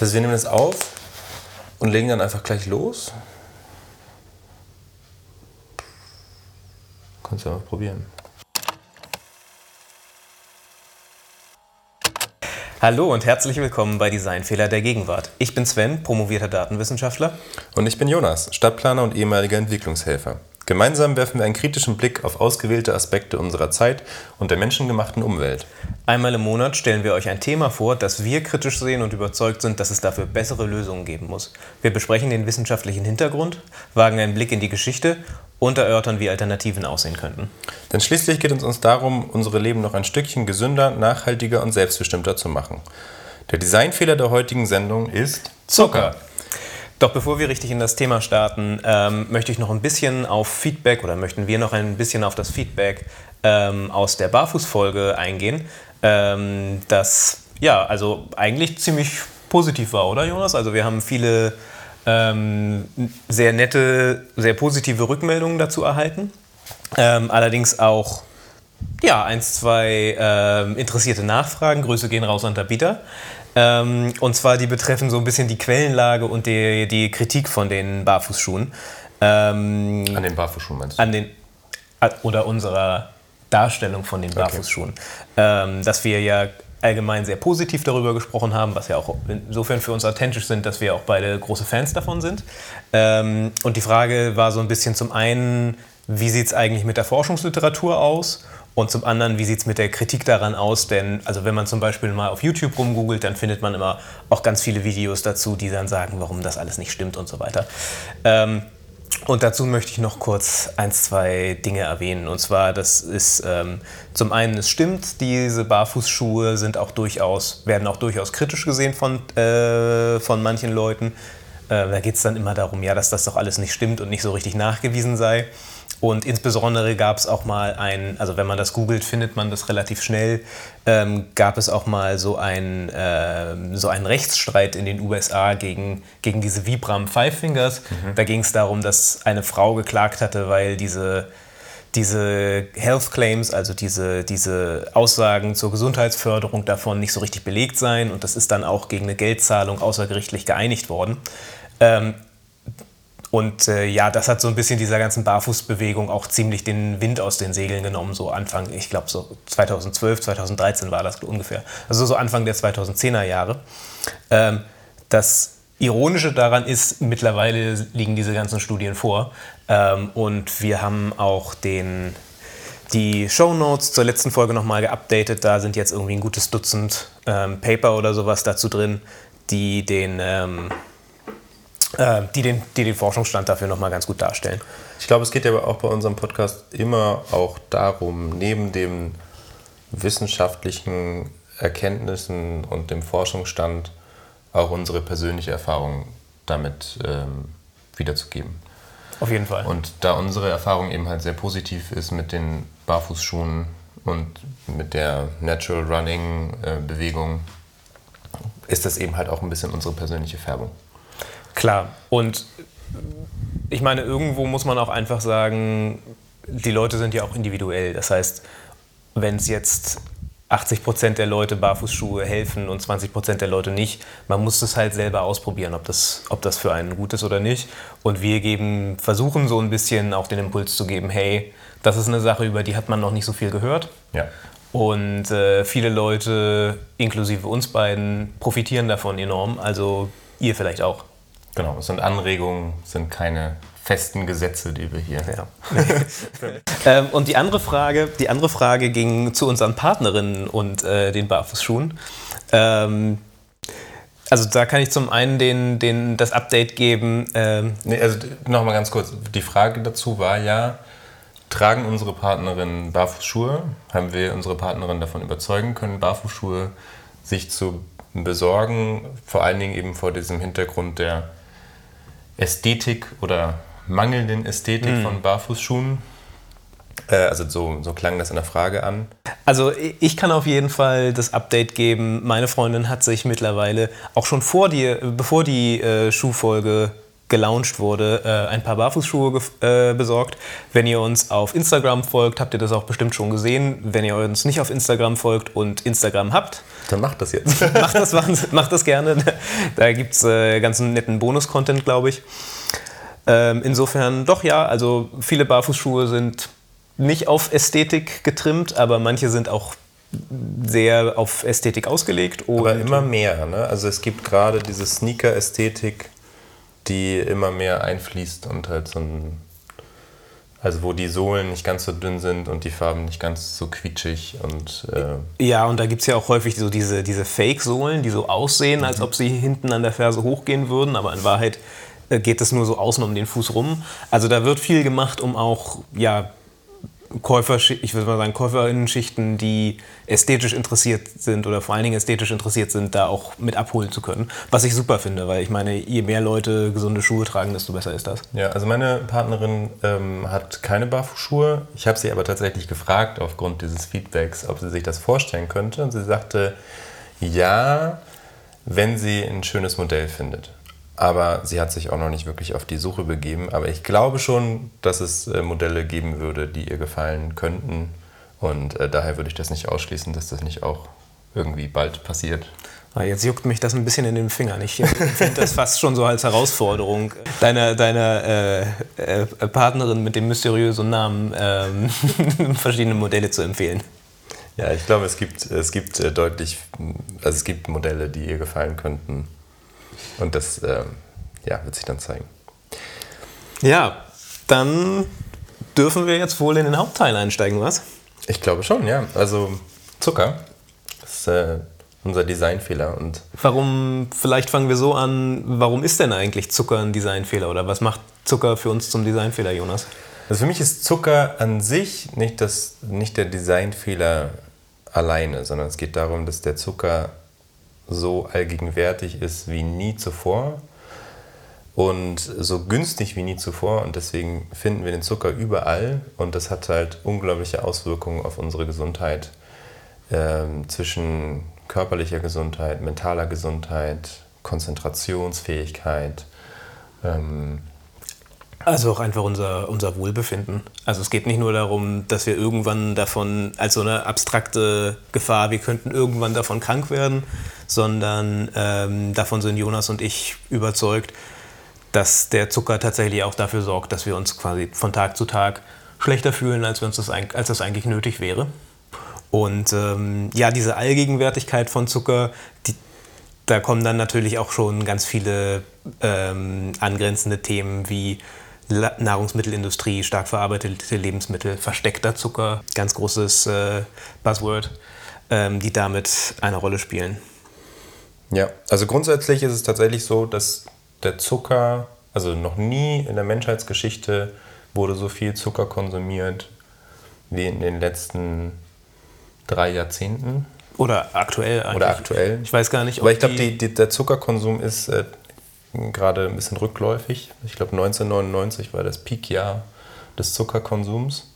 Das heißt, wir nehmen das auf und legen dann einfach gleich los. Kannst du ja mal probieren. Hallo und herzlich willkommen bei Designfehler der Gegenwart. Ich bin Sven, promovierter Datenwissenschaftler. Und ich bin Jonas, Stadtplaner und ehemaliger Entwicklungshelfer. Gemeinsam werfen wir einen kritischen Blick auf ausgewählte Aspekte unserer Zeit und der menschengemachten Umwelt. Einmal im Monat stellen wir euch ein Thema vor, das wir kritisch sehen und überzeugt sind, dass es dafür bessere Lösungen geben muss. Wir besprechen den wissenschaftlichen Hintergrund, wagen einen Blick in die Geschichte und erörtern, wie Alternativen aussehen könnten. Denn schließlich geht es uns darum, unsere Leben noch ein Stückchen gesünder, nachhaltiger und selbstbestimmter zu machen. Der Designfehler der heutigen Sendung ist Zucker. Doch bevor wir richtig in das Thema starten, möchte ich noch ein bisschen auf Feedback oder möchten wir noch ein bisschen auf das Feedback aus der Barfuß-Folge eingehen, das ja also eigentlich ziemlich positiv war, oder Jonas? Also wir haben viele sehr nette, sehr positive Rückmeldungen dazu erhalten, allerdings auch ja, 1, 2 interessierte Nachfragen. Grüße gehen raus an Tabita. Und zwar die betreffen so ein bisschen die Quellenlage und die Kritik von den Barfußschuhen. An den Barfußschuhen meinst du? Oder unserer Darstellung von den Barfußschuhen. Okay. Dass wir ja allgemein sehr positiv darüber gesprochen haben, was ja auch insofern für uns authentisch sind, dass wir auch beide große Fans davon sind. Und die Frage war so ein bisschen zum einen, wie sieht es eigentlich mit der Forschungsliteratur aus? Und zum anderen, wie sieht es mit der Kritik daran aus? Denn also wenn man zum Beispiel mal auf YouTube rumgoogelt, dann findet man immer auch ganz viele Videos dazu, die dann sagen, warum das alles nicht stimmt und so weiter. Und dazu möchte ich noch kurz 1, 2 Dinge erwähnen. Und zwar, das ist zum einen, es stimmt, diese Barfußschuhe werden auch durchaus kritisch gesehen von manchen Leuten. Da geht es dann immer darum, ja, dass das doch alles nicht stimmt und nicht so richtig nachgewiesen sei. Und insbesondere gab es auch mal also wenn man das googelt, findet man das relativ schnell, gab es auch mal so einen Rechtsstreit in den USA gegen diese Vibram Five Fingers. Da ging es darum, dass eine Frau geklagt hatte, weil diese Health Claims, also diese Aussagen zur Gesundheitsförderung davon nicht so richtig belegt seien. Und das ist dann auch gegen eine Geldzahlung außergerichtlich geeinigt worden. Ja, das hat so ein bisschen dieser ganzen Barfußbewegung auch ziemlich den Wind aus den Segeln genommen, so Anfang, ich glaube so 2012, 2013 war das ungefähr, also so Anfang der 2010er Jahre. Das Ironische daran ist, mittlerweile liegen diese ganzen Studien vor und wir haben auch die Shownotes zur letzten Folge nochmal geupdatet, da sind jetzt irgendwie ein gutes Dutzend Paper oder sowas dazu drin, die den Forschungsstand dafür nochmal ganz gut darstellen. Ich glaube, es geht ja aber auch bei unserem Podcast immer auch darum, neben den wissenschaftlichen Erkenntnissen und dem Forschungsstand auch unsere persönliche Erfahrung damit wiederzugeben. Auf jeden Fall. Und da unsere Erfahrung eben halt sehr positiv ist mit den Barfußschuhen und mit der Natural Running Bewegung, ist das eben halt auch ein bisschen unsere persönliche Färbung. Klar, und ich meine, irgendwo muss man auch einfach sagen, die Leute sind ja auch individuell. Das heißt, wenn es jetzt 80% der Leute Barfußschuhe helfen und 20% der Leute nicht, man muss es halt selber ausprobieren, ob das für einen gut ist oder nicht. Und wir versuchen so ein bisschen auch den Impuls zu geben, hey, das ist eine Sache, über die hat man noch nicht so viel gehört. Ja. Und viele Leute, inklusive uns beiden, profitieren davon enorm, also ihr vielleicht auch. Genau, es sind Anregungen, sind keine festen Gesetze, die wir hier... Ja. Und die andere Frage ging zu unseren Partnerinnen und den Barfußschuhen. Also da kann ich zum einen das Update geben. Also nochmal ganz kurz, die Frage dazu war ja, tragen unsere Partnerinnen Barfußschuhe? Haben wir unsere Partnerinnen davon überzeugen können, Barfußschuhe sich zu besorgen? Vor allen Dingen eben vor diesem Hintergrund der Ästhetik oder mangelnden Ästhetik von Barfußschuhen. Also so klang das in der Frage an. Also ich kann auf jeden Fall das Update geben. Meine Freundin hat sich mittlerweile auch schon bevor die Schuhfolge gelauncht wurde, ein paar Barfußschuhe besorgt. Wenn ihr uns auf Instagram folgt, habt ihr das auch bestimmt schon gesehen. Wenn ihr uns nicht auf Instagram folgt und Instagram habt, dann macht das jetzt. macht das gerne. Da gibt es ganz netten Bonus-Content, glaube ich. Insofern doch ja, also viele Barfußschuhe sind nicht auf Ästhetik getrimmt, aber manche sind auch sehr auf Ästhetik ausgelegt. Aber immer mehr, ne? Also es gibt gerade diese Sneaker-Ästhetik, die immer mehr einfließt und halt so ein, also wo die Sohlen nicht ganz so dünn sind und die Farben nicht ganz so quietschig und ja, und da gibt es ja auch häufig so diese Fake-Sohlen, die so aussehen, als ob sie hinten an der Ferse hochgehen würden, aber in Wahrheit geht es nur so außen um den Fuß rum. Also da wird viel gemacht, um auch Käuferinnenschichten, die ästhetisch interessiert sind oder vor allen Dingen ästhetisch interessiert sind, da auch mit abholen zu können. Was ich super finde, weil ich meine, je mehr Leute gesunde Schuhe tragen, desto besser ist das. Ja, also meine Partnerin hat keine Barfußschuhe. Ich habe sie aber tatsächlich gefragt, aufgrund dieses Feedbacks, ob sie sich das vorstellen könnte. Und sie sagte, ja, wenn sie ein schönes Modell findet. Aber sie hat sich auch noch nicht wirklich auf die Suche begeben. Aber ich glaube schon, dass es Modelle geben würde, die ihr gefallen könnten. Und daher würde ich das nicht ausschließen, dass das nicht auch irgendwie bald passiert. Jetzt juckt mich das ein bisschen in den Fingern. Ich finde das fast schon so als Herausforderung, deiner Partnerin mit dem mysteriösen Namen verschiedene Modelle zu empfehlen. Ja, ich glaube, es gibt Modelle, die ihr gefallen könnten. Und das wird sich dann zeigen. Ja, dann dürfen wir jetzt wohl in den Hauptteil einsteigen, was? Ich glaube schon, ja. Also Zucker ist unser Designfehler. Und vielleicht fangen wir so an, warum ist denn eigentlich Zucker ein Designfehler? Oder was macht Zucker für uns zum Designfehler, Jonas? Also für mich ist Zucker an sich nicht der Designfehler alleine, sondern es geht darum, dass der Zucker so allgegenwärtig ist wie nie zuvor und so günstig wie nie zuvor und deswegen finden wir den Zucker überall und das hat halt unglaubliche Auswirkungen auf unsere Gesundheit, zwischen körperlicher Gesundheit, mentaler Gesundheit, Konzentrationsfähigkeit. Also auch einfach unser Wohlbefinden. Also es geht nicht nur darum, dass wir irgendwann davon, als so eine abstrakte Gefahr, wir könnten irgendwann davon krank werden, sondern davon sind Jonas und ich überzeugt, dass der Zucker tatsächlich auch dafür sorgt, dass wir uns quasi von Tag zu Tag schlechter fühlen, als das eigentlich nötig wäre. Und diese Allgegenwärtigkeit von Zucker, da kommen dann natürlich auch schon ganz viele angrenzende Themen wie Nahrungsmittelindustrie, stark verarbeitete Lebensmittel, versteckter Zucker, ganz großes Buzzword, die damit eine Rolle spielen. Ja, also grundsätzlich ist es tatsächlich so, dass der Zucker, also noch nie in der Menschheitsgeschichte wurde so viel Zucker konsumiert wie in den letzten 3 Jahrzehnten. Oder aktuell eigentlich. Oder aktuell. Ich weiß gar nicht, ob aber ich glaube, der Zuckerkonsum ist gerade ein bisschen rückläufig. Ich glaube, 1999 war das Peakjahr des Zuckerkonsums.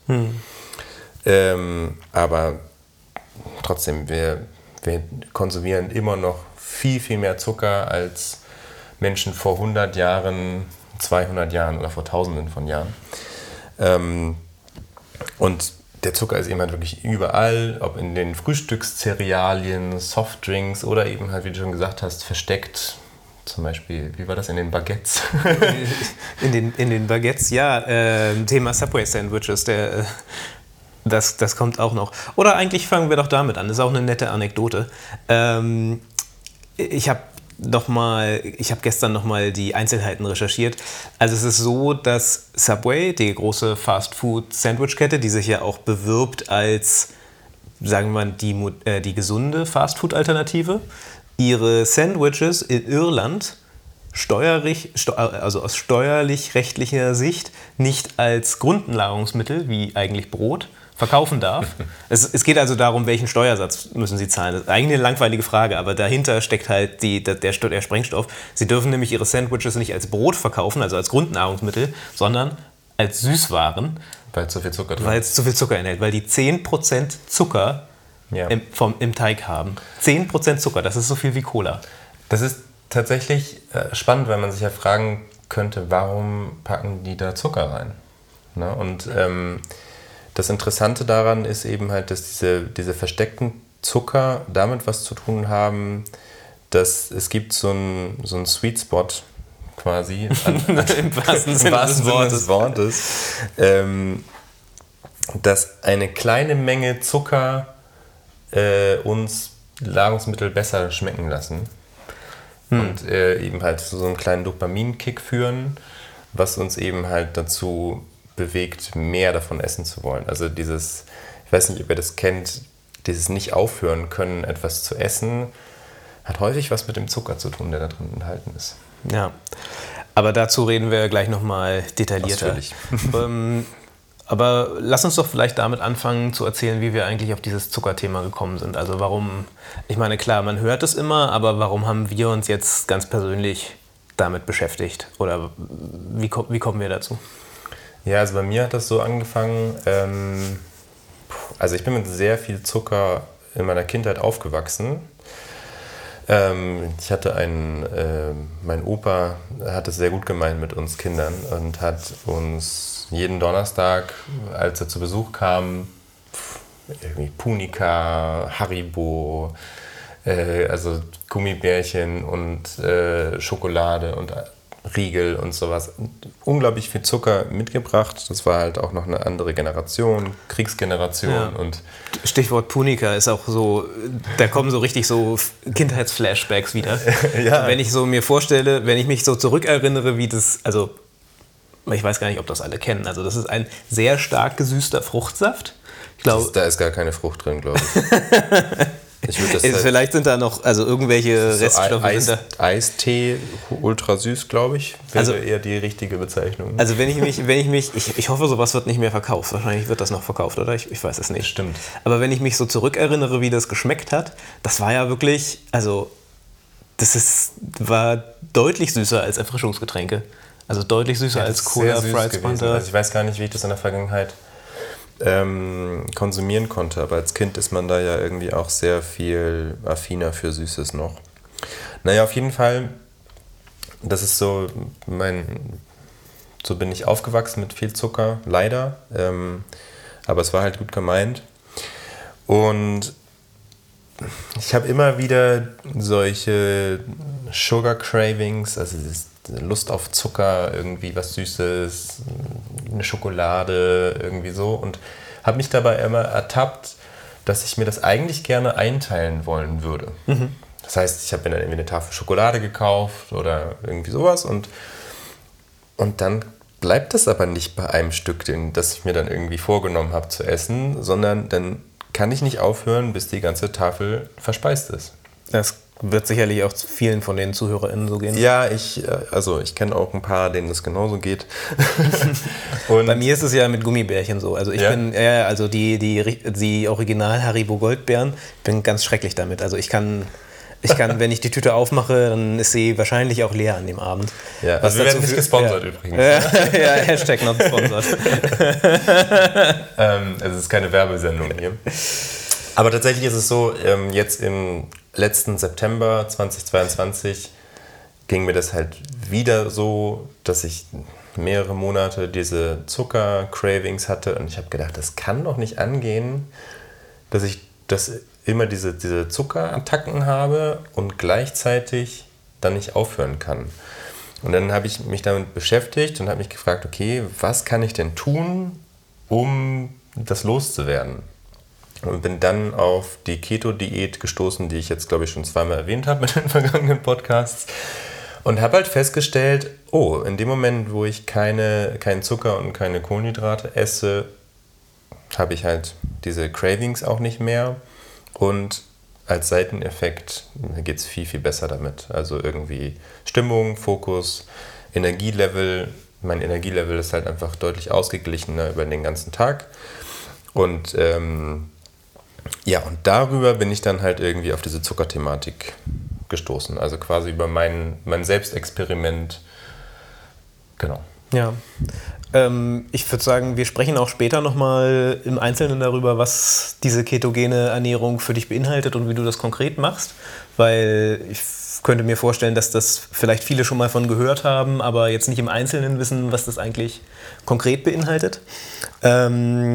Aber trotzdem, wir konsumieren immer noch viel, viel mehr Zucker als Menschen vor 100 Jahren, 200 Jahren oder vor Tausenden von Jahren. Und der Zucker ist eben halt wirklich überall, ob in den Frühstückscerealien, Softdrinks oder eben halt, wie du schon gesagt hast, versteckt. Zum Beispiel, wie war das in den Baguettes? In den Baguettes, ja. Thema Subway-Sandwiches, das kommt auch noch. Oder eigentlich fangen wir doch damit an, das ist auch eine nette Anekdote. Ich habe gestern nochmal die Einzelheiten recherchiert. Also es ist so, dass Subway, die große Fast-Food-Sandwich-Kette, die sich ja auch bewirbt als, sagen wir mal, die gesunde Fast-Food-Alternative, ihre Sandwiches in Irland aus steuerlich-rechtlicher Sicht nicht als Grundnahrungsmittel, wie eigentlich Brot, verkaufen darf. Es geht also darum, welchen Steuersatz müssen sie zahlen. Das ist eigentlich eine langweilige Frage, aber dahinter steckt halt der Sprengstoff. Sie dürfen nämlich ihre Sandwiches nicht als Brot verkaufen, also als Grundnahrungsmittel, sondern als Süßwaren. Weil es zu viel Zucker drin ist. Weil es zu viel Zucker enthält, weil die 10% Zucker im Teig haben. 10% Zucker, das ist so viel wie Cola. Das ist tatsächlich spannend, weil man sich ja fragen könnte, warum packen die da Zucker rein? Ne? Und das Interessante daran ist eben halt, dass diese versteckten Zucker damit was zu tun haben, dass es gibt so einen Sweet Spot quasi, im wahrsten Sinne des Wortes, dass eine kleine Menge Zucker uns Nahrungsmittel besser schmecken lassen und eben halt so einen kleinen Dopaminkick führen, was uns eben halt dazu bewegt, mehr davon essen zu wollen. Also dieses, ich weiß nicht, ob ihr das kennt, dieses nicht aufhören können, etwas zu essen, hat häufig was mit dem Zucker zu tun, der da drin enthalten ist. Ja, aber dazu reden wir gleich nochmal detaillierter. Ausführlich. Aber lass uns doch vielleicht damit anfangen zu erzählen, wie wir eigentlich auf dieses Zuckerthema gekommen sind. Also warum, ich meine klar, man hört es immer, aber warum haben wir uns jetzt ganz persönlich damit beschäftigt? Oder wie kommen wir dazu? Ja, also bei mir hat das so angefangen, also ich bin mit sehr viel Zucker in meiner Kindheit aufgewachsen. Ich hatte mein Opa hat es sehr gut gemeint mit uns Kindern und hat uns jeden Donnerstag, als er zu Besuch kam, irgendwie Punika, Haribo, also Gummibärchen und Schokolade und Riegel und sowas. Unglaublich viel Zucker mitgebracht. Das war halt auch noch eine andere Generation, Kriegsgeneration. Ja. Und Stichwort Punika ist auch so, da kommen so richtig so Kindheitsflashbacks wieder. Ja. Wenn ich so mir vorstelle, wenn ich mich so zurückerinnere, wie das, also ich weiß gar nicht, ob das alle kennen, also das ist ein sehr stark gesüßter Fruchtsaft. Ich glaube, da ist gar keine Frucht drin, glaube ich. Vielleicht sind da noch irgendwelche Reststoffe. Eistee, ultra süß, glaube ich, wäre eher die richtige Bezeichnung. Also ich hoffe, sowas wird nicht mehr verkauft. Wahrscheinlich wird das noch verkauft, oder? Ich weiß es nicht. Stimmt. Aber wenn ich mich so zurückerinnere, wie das geschmeckt hat, das war ja wirklich, war deutlich süßer als Erfrischungsgetränke. Also deutlich süßer als Cola, Fried Fanta. Also ich weiß gar nicht, wie ich das in der Vergangenheit konsumieren konnte, aber als Kind ist man da ja irgendwie auch sehr viel affiner für Süßes noch. Naja, auf jeden Fall, das ist so so bin ich aufgewachsen mit viel Zucker, leider, aber es war halt gut gemeint und ich habe immer wieder solche Sugar Cravings, also Lust auf Zucker, irgendwie was Süßes, eine Schokolade, irgendwie so. Und habe mich dabei immer ertappt, dass ich mir das eigentlich gerne einteilen wollen würde. Mhm. Das heißt, ich habe mir dann irgendwie eine Tafel Schokolade gekauft oder irgendwie sowas. Und dann bleibt das aber nicht bei einem Stück, das ich mir dann irgendwie vorgenommen habe zu essen, sondern dann kann ich nicht aufhören, bis die ganze Tafel verspeist ist. Das wird sicherlich auch vielen von den ZuhörerInnen so gehen. Ja, ich kenne auch ein paar, denen das genauso geht. Und bei mir ist es ja mit Gummibärchen so. Also ich bin, die Original Haribo Goldbeeren, bin ganz schrecklich damit. Also ich kann, wenn ich die Tüte aufmache, dann ist sie wahrscheinlich auch leer an dem Abend. Ja, also wir werden nicht gesponsert übrigens. Ja, Hashtag not sponsored. Es ist keine Werbesendung hier. Aber tatsächlich ist es so, jetzt im letzten September 2022 ging mir das halt wieder so, dass ich mehrere Monate diese Zucker-Cravings hatte und ich habe gedacht, das kann doch nicht angehen, dass ich immer diese Zuckerattacken habe und gleichzeitig dann nicht aufhören kann. Und dann habe ich mich damit beschäftigt und habe mich gefragt, okay, was kann ich denn tun, um das loszuwerden? Und bin dann auf die Keto-Diät gestoßen, die ich jetzt, glaube ich, schon zweimal erwähnt habe in den vergangenen Podcasts. Und habe halt festgestellt, in dem Moment, wo ich keinen Zucker und keine Kohlenhydrate esse, habe ich halt diese Cravings auch nicht mehr. Und als Seiteneffekt geht es viel, viel besser damit. Also irgendwie Stimmung, Fokus, Energielevel. Mein Energielevel ist halt einfach deutlich ausgeglichener über den ganzen Tag. Und und darüber bin ich dann halt irgendwie auf diese Zuckerthematik gestoßen. Also quasi über mein Selbstexperiment. Genau. Ja. Ich würde sagen, wir sprechen auch später nochmal im Einzelnen darüber, was diese ketogene Ernährung für dich beinhaltet und wie du das konkret machst. Weil ich könnte mir vorstellen, dass das vielleicht viele schon mal von gehört haben, aber jetzt nicht im Einzelnen wissen, was das eigentlich konkret beinhaltet. Ja,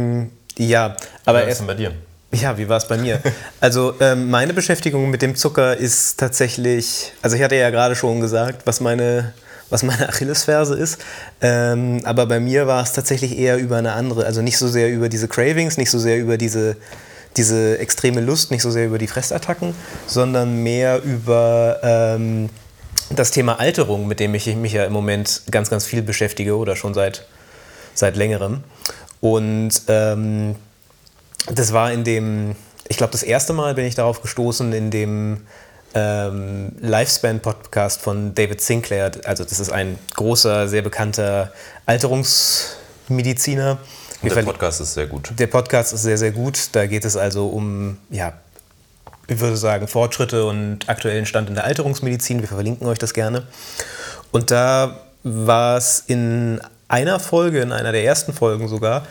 aber Was ist denn bei dir? Ja, wie war es bei mir? Also meine Beschäftigung mit dem Zucker ist tatsächlich, also ich hatte ja gerade schon gesagt, was meine Achillesferse ist, aber bei mir war es tatsächlich eher über eine andere, also nicht so sehr über diese Cravings, nicht so sehr über diese extreme Lust, nicht so sehr über die Fressattacken, sondern mehr über das Thema Alterung, mit dem ich mich ja im Moment ganz, ganz viel beschäftige oder schon seit längerem. Und das war ich glaube, das erste Mal bin ich darauf gestoßen in dem Lifespan-Podcast von David Sinclair. Also das ist ein großer, sehr bekannter Alterungsmediziner. Der Podcast ist sehr gut. Der Podcast ist sehr, sehr gut. Da geht es also um, ja, ich würde sagen, Fortschritte und aktuellen Stand in der Alterungsmedizin. Wir verlinken euch das gerne. Und da war es in einer Folge, in einer der ersten Folgen sogar,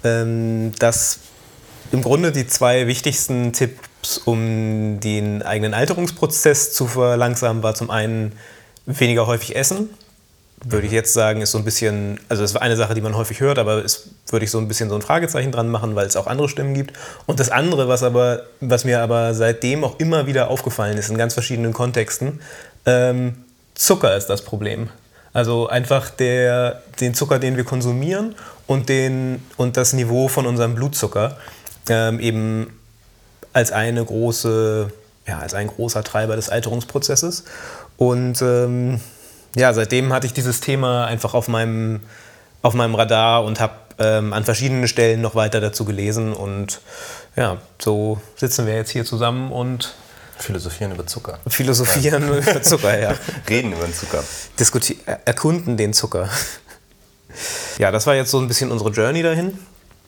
dass im Grunde die zwei wichtigsten Tipps, um den eigenen Alterungsprozess zu verlangsamen, war zum einen weniger häufig essen. Würde ich jetzt sagen, ist so ein bisschen, also das war eine Sache, die man häufig hört, aber würde ich so ein bisschen so ein Fragezeichen dran machen, weil es auch andere Stimmen gibt. Und das andere, was mir aber seitdem auch immer wieder aufgefallen ist, in ganz verschiedenen Kontexten, Zucker ist das Problem. Also einfach den Zucker, den wir konsumieren und das Niveau von unserem Blutzucker eben als ein großer Treiber des Alterungsprozesses. Und seitdem hatte ich dieses Thema einfach auf meinem Radar und habe an verschiedenen Stellen noch weiter dazu gelesen. Und ja, so sitzen wir jetzt hier zusammen und philosophieren über Zucker. Über Zucker, ja. Reden über den Zucker. Erkunden den Zucker. Ja, das war jetzt so ein bisschen unsere Journey dahin.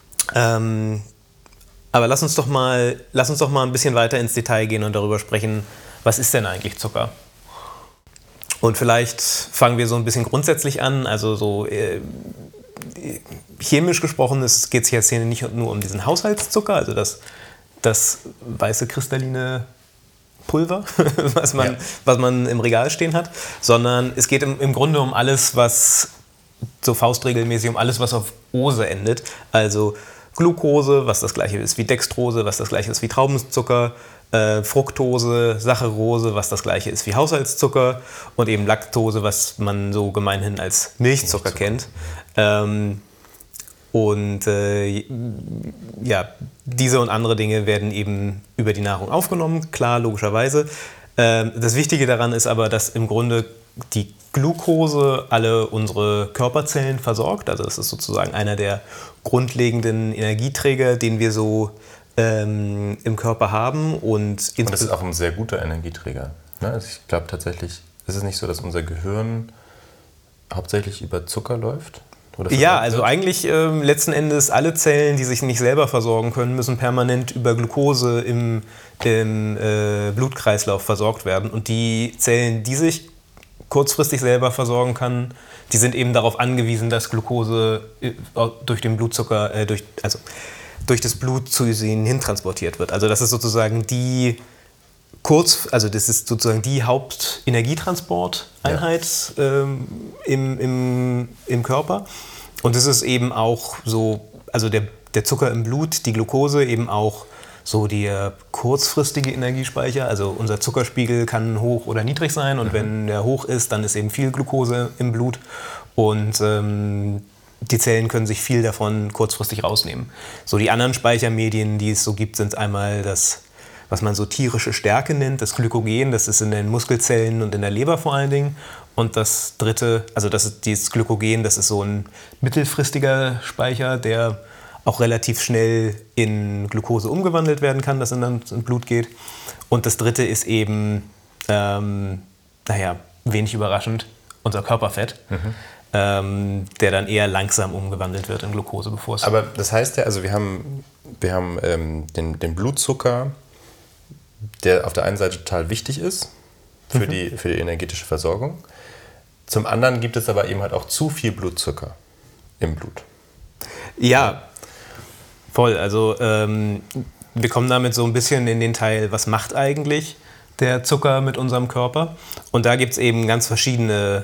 Aber lass uns doch mal ein bisschen weiter ins Detail gehen und darüber sprechen, was ist denn eigentlich Zucker? Und vielleicht fangen wir so ein bisschen grundsätzlich an, also so chemisch gesprochen geht es jetzt hier nicht nur um diesen Haushaltszucker, also das weiße kristalline Pulver, was man im Regal stehen hat, sondern es geht im Grunde um alles, was so faustregelmäßig, um alles, was auf Ose endet, also Glucose, was das gleiche ist wie Dextrose, was das gleiche ist wie Traubenzucker, Fructose, Saccharose, was das gleiche ist wie Haushaltszucker und eben Laktose, was man so gemeinhin als Milchzucker kennt. Diese und andere Dinge werden eben über die Nahrung aufgenommen, klar, logischerweise. Das Wichtige daran ist aber, dass im Grunde die Glucose alle unsere Körperzellen versorgt. Also das ist sozusagen einer der grundlegenden Energieträger, den wir so im Körper haben. Und das ist auch ein sehr guter Energieträger. Ne? Also ich glaube tatsächlich, ist es nicht so, dass unser Gehirn hauptsächlich über Zucker läuft? Ja, also eigentlich letzten Endes alle Zellen, die sich nicht selber versorgen können, müssen permanent über Glucose im Blutkreislauf versorgt werden. Und die Zellen, die sich kurzfristig selber versorgen kann, die sind eben darauf angewiesen, dass Glucose durch den Blutzucker, durch das Blut zu ihnen hintransportiert wird. Also das ist sozusagen die Hauptenergietransporteinheit im Körper. Und es ist eben auch so, also der Zucker im Blut, die Glucose eben auch so der kurzfristige Energiespeicher. Also unser Zuckerspiegel kann hoch oder niedrig sein und wenn der hoch ist, dann ist eben viel Glucose im Blut und die Zellen können sich viel davon kurzfristig rausnehmen. So die anderen Speichermedien, die es so gibt, sind einmal das, was man so tierische Stärke nennt, das Glykogen, das ist in den Muskelzellen und in der Leber vor allen Dingen. Und das dritte, also das ist dieses Glykogen, das ist so ein mittelfristiger Speicher, der auch relativ schnell in Glucose umgewandelt werden kann, das dann ins Blut geht. Und das dritte ist eben, wenig überraschend, unser Körperfett, der dann eher langsam umgewandelt wird in Glucose, bevor es... Aber das heißt ja, also wir haben den Blutzucker, der auf der einen Seite total wichtig ist für die energetische Versorgung. Zum anderen gibt es aber eben halt auch zu viel Blutzucker im Blut. Ja, voll. Also wir kommen damit so ein bisschen in den Teil, was macht eigentlich der Zucker mit unserem Körper. Und da gibt es eben ganz verschiedene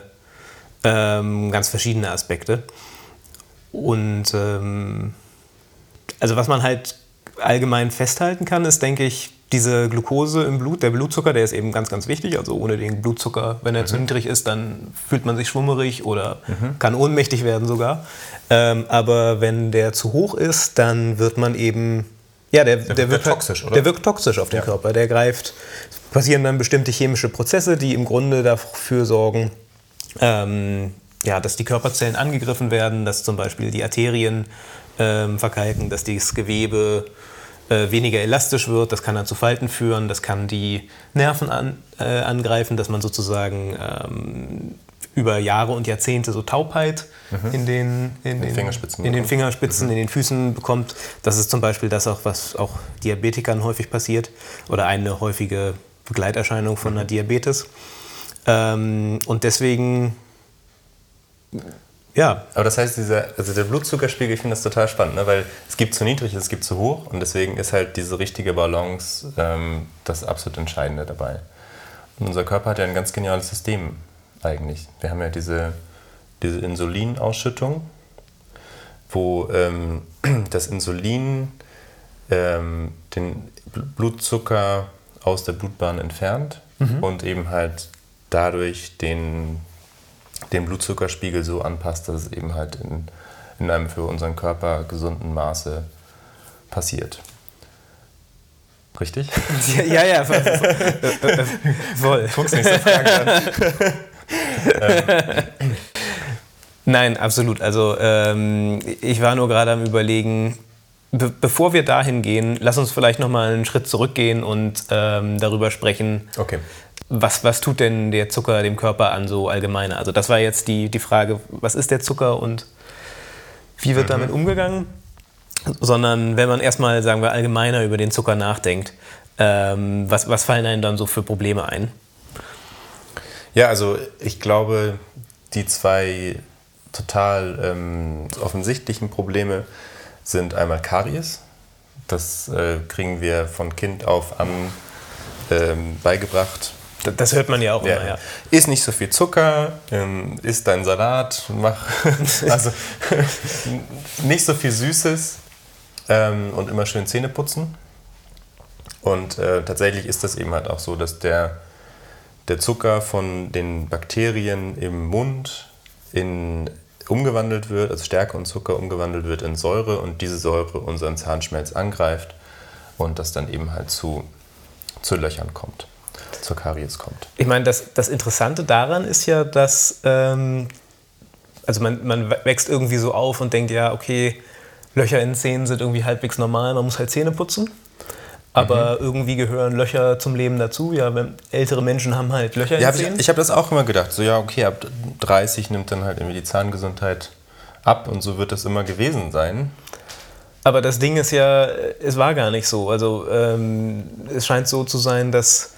Aspekte. Und also was man halt allgemein festhalten kann, ist, denke ich, diese Glucose im Blut, der Blutzucker, der ist eben ganz, ganz wichtig. Also ohne den Blutzucker, wenn er zu niedrig ist, dann fühlt man sich schwummerig oder kann ohnmächtig werden sogar. Aber wenn der zu hoch ist, dann wird man eben, ja, der wirkt toxisch, oder? Der wirkt toxisch auf den Körper. Der passieren dann bestimmte chemische Prozesse, die im Grunde dafür sorgen, dass die Körperzellen angegriffen werden, dass zum Beispiel die Arterien verkalken, dass das Gewebe weniger elastisch wird, das kann dann zu Falten führen, das kann die Nerven angreifen, dass man sozusagen über Jahre und Jahrzehnte so Taubheit in den Fingerspitzen, in den Füßen bekommt. Das ist zum Beispiel das auch, was auch Diabetikern häufig passiert oder eine häufige Begleiterscheinung von einer Diabetes. Und deswegen, ja. Aber das heißt, der Blutzuckerspiegel, ich finde das total spannend, ne? Weil es gibt zu niedrig, es gibt zu hoch und deswegen ist halt diese richtige Balance das absolut Entscheidende dabei. Und unser Körper hat ja ein ganz geniales System eigentlich. Wir haben ja diese Insulinausschüttung, wo das Insulin den Blutzucker aus der Blutbahn entfernt und eben halt dadurch den Blutzuckerspiegel so anpasst, dass es eben halt in einem für unseren Körper gesunden Maße passiert. Richtig? Ja, voll. Guck's nicht so fragend an. Nein, absolut. Also ich war nur gerade am Überlegen, bevor wir dahin gehen, lass uns vielleicht nochmal einen Schritt zurückgehen und darüber sprechen, okay. Was tut denn der Zucker dem Körper an so allgemeiner? Also das war jetzt die Frage, was ist der Zucker und wie wird damit umgegangen? Sondern wenn man erstmal, sagen wir, allgemeiner über den Zucker nachdenkt, was fallen einem dann so für Probleme ein? Ja, also ich glaube, die zwei total offensichtlichen Probleme sind einmal Karies. Das kriegen wir von Kind auf an beigebracht. Das hört man ja auch immer, ja. Iss nicht so viel Zucker, iss deinen Salat, also nicht so viel Süßes und immer schön Zähne putzen. Und tatsächlich ist das eben halt auch so, dass der Zucker von den Bakterien im Mund umgewandelt wird, also Stärke und Zucker umgewandelt wird in Säure und diese Säure unseren Zahnschmelz angreift und das dann eben halt zu Löchern kommt, zur Karies kommt. Ich meine, das Interessante daran ist ja, dass also man wächst irgendwie so auf und denkt, ja, okay, Löcher in den Zähnen sind irgendwie halbwegs normal, man muss halt Zähne putzen. Aber irgendwie gehören Löcher zum Leben dazu. Ja, ältere Menschen haben halt Löcher in den Zähnen. Ich habe das auch immer gedacht. So, ja, okay, ab 30 nimmt dann halt irgendwie die Zahngesundheit ab und so wird das immer gewesen sein. Aber das Ding ist ja, es war gar nicht so. Also es scheint so zu sein, dass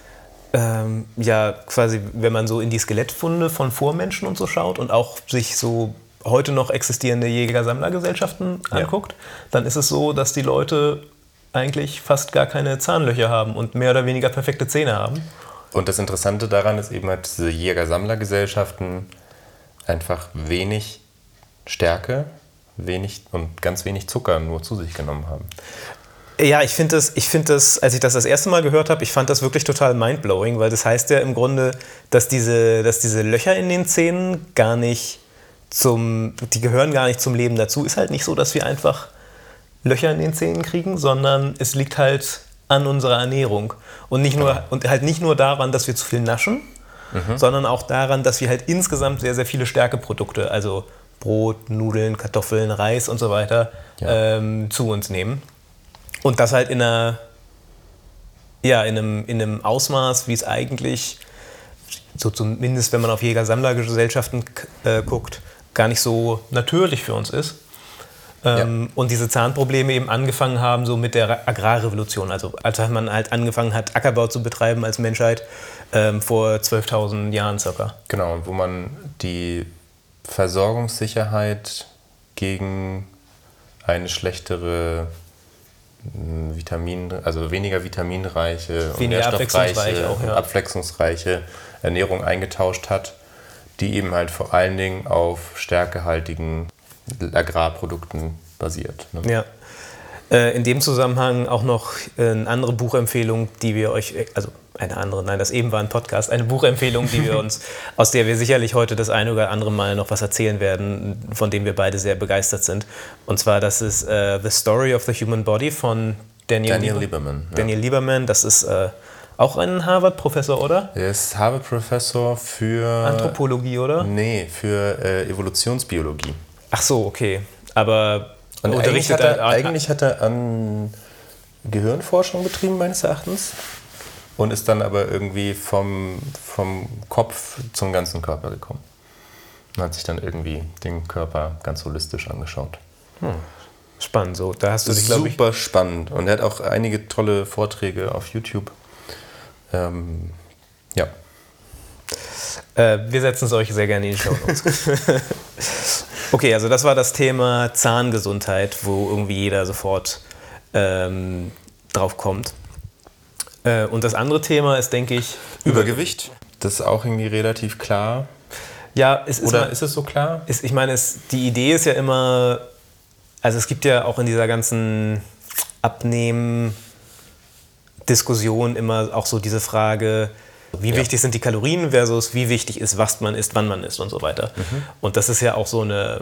quasi, wenn man so in die Skelettfunde von Vormenschen und so schaut und auch sich so heute noch existierende Jäger-Sammler-Gesellschaften anguckt, dann ist es so, dass die Leute eigentlich fast gar keine Zahnlöcher haben und mehr oder weniger perfekte Zähne haben. Und das Interessante daran ist eben halt, diese Jäger-Sammler-Gesellschaften einfach wenig Stärke, ganz wenig Zucker nur zu sich genommen haben. Ja, ich finde das, als ich das erste Mal gehört habe, ich fand das wirklich total mindblowing, weil das heißt ja im Grunde, dass diese Löcher in den Zähnen die gehören gar nicht zum Leben dazu. Ist halt nicht so, dass wir einfach Löcher in den Zähnen kriegen, sondern es liegt halt an unserer Ernährung. Und halt nicht nur daran, dass wir zu viel naschen, sondern auch daran, dass wir halt insgesamt sehr, sehr viele Stärkeprodukte, also Brot, Nudeln, Kartoffeln, Reis und so weiter, zu uns nehmen. Und das halt in einem Ausmaß, wie es eigentlich, so zumindest wenn man auf Jäger-Sammler-Gesellschaften guckt, gar nicht so natürlich für uns ist. Und diese Zahnprobleme eben angefangen haben so mit der Agrarrevolution, also als man halt angefangen hat, Ackerbau zu betreiben als Menschheit vor 12.000 Jahren circa. Genau, wo man die Versorgungssicherheit gegen eine schlechtere weniger vitaminreiche und Weniger nährstoffreiche auch, ja. und abwechslungsreiche Ernährung eingetauscht hat, die eben halt vor allen Dingen auf stärkehaltigen Agrarprodukten basiert. Ne? Ja. In dem Zusammenhang auch noch eine andere Buchempfehlung, die wir euch, also das eben war ein Podcast, eine Buchempfehlung, die wir uns, aus der wir sicherlich heute das eine oder andere Mal noch was erzählen werden, von dem wir beide sehr begeistert sind. Und zwar, das ist The Story of the Human Body von Daniel Lieberman. Ja. Daniel Lieberman, das ist auch ein Harvard-Professor, oder? Er ist Harvard-Professor für... Anthropologie, oder? Nee, für Evolutionsbiologie. Ach so, okay. Aber... Und eigentlich hat er an Gehirnforschung betrieben, meines Erachtens. Und ist dann aber irgendwie vom Kopf zum ganzen Körper gekommen. Und hat sich dann irgendwie den Körper ganz holistisch angeschaut. Spannend, so. Da hast du dich, glaube ich... Super spannend. Und er hat auch einige tolle Vorträge auf YouTube. Ja. Wir setzen es euch sehr gerne in die Shownotes. Okay, also das war das Thema Zahngesundheit, wo irgendwie jeder sofort drauf kommt. Und das andere Thema ist, denke ich... Übergewicht. Das ist auch irgendwie relativ klar. Ja, ist es so klar? Ich meine, die Idee ist ja immer... Also es gibt ja auch in dieser ganzen Abnehmen-Diskussion immer auch so diese Frage... Wie wichtig sind die Kalorien versus wie wichtig ist, was man isst, wann man isst und so weiter. Und das ist ja auch so eine,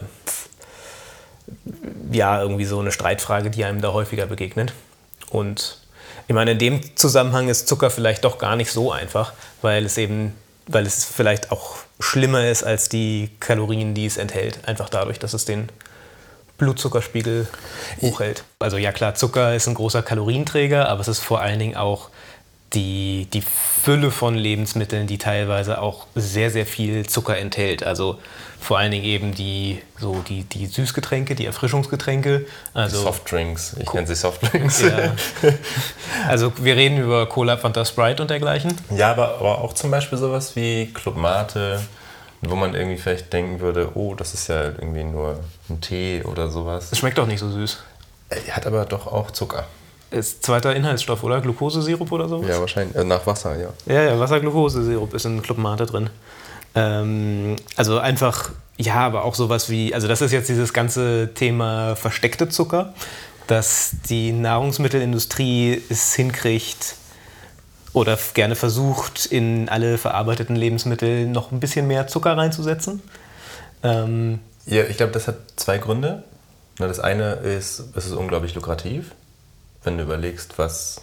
irgendwie so eine Streitfrage, die einem da häufiger begegnet. Und ich meine, in dem Zusammenhang ist Zucker vielleicht doch gar nicht so einfach, weil es vielleicht auch schlimmer ist als die Kalorien, die es enthält. Einfach dadurch, dass es den Blutzuckerspiegel hochhält. Also ja klar, Zucker ist ein großer Kalorienträger, aber es ist vor allen Dingen auch die Fülle von Lebensmitteln, die teilweise auch sehr, sehr viel Zucker enthält. Also vor allen Dingen eben die Süßgetränke, die Erfrischungsgetränke. Also die Softdrinks, ich nenne sie Softdrinks. Ja. Also wir reden über Cola, Fanta, Sprite und dergleichen. Ja, aber auch zum Beispiel sowas wie Club Mate, wo man irgendwie vielleicht denken würde, oh, das ist ja irgendwie nur ein Tee oder sowas. Es schmeckt doch nicht so süß. Hat aber doch auch Zucker. Ist zweiter Inhaltsstoff, oder? Glukosesirup oder sowas? Ja, wahrscheinlich. Nach Wasser, ja. Ja, Wasserglukosesirup ist in Club Mate drin. Also einfach, ja, aber auch sowas wie, also das ist jetzt dieses ganze Thema versteckte Zucker, dass die Nahrungsmittelindustrie es hinkriegt oder gerne versucht, in alle verarbeiteten Lebensmittel noch ein bisschen mehr Zucker reinzusetzen. Ja, ich glaube, das hat zwei Gründe. Das eine ist, es ist unglaublich lukrativ. Wenn du überlegst, was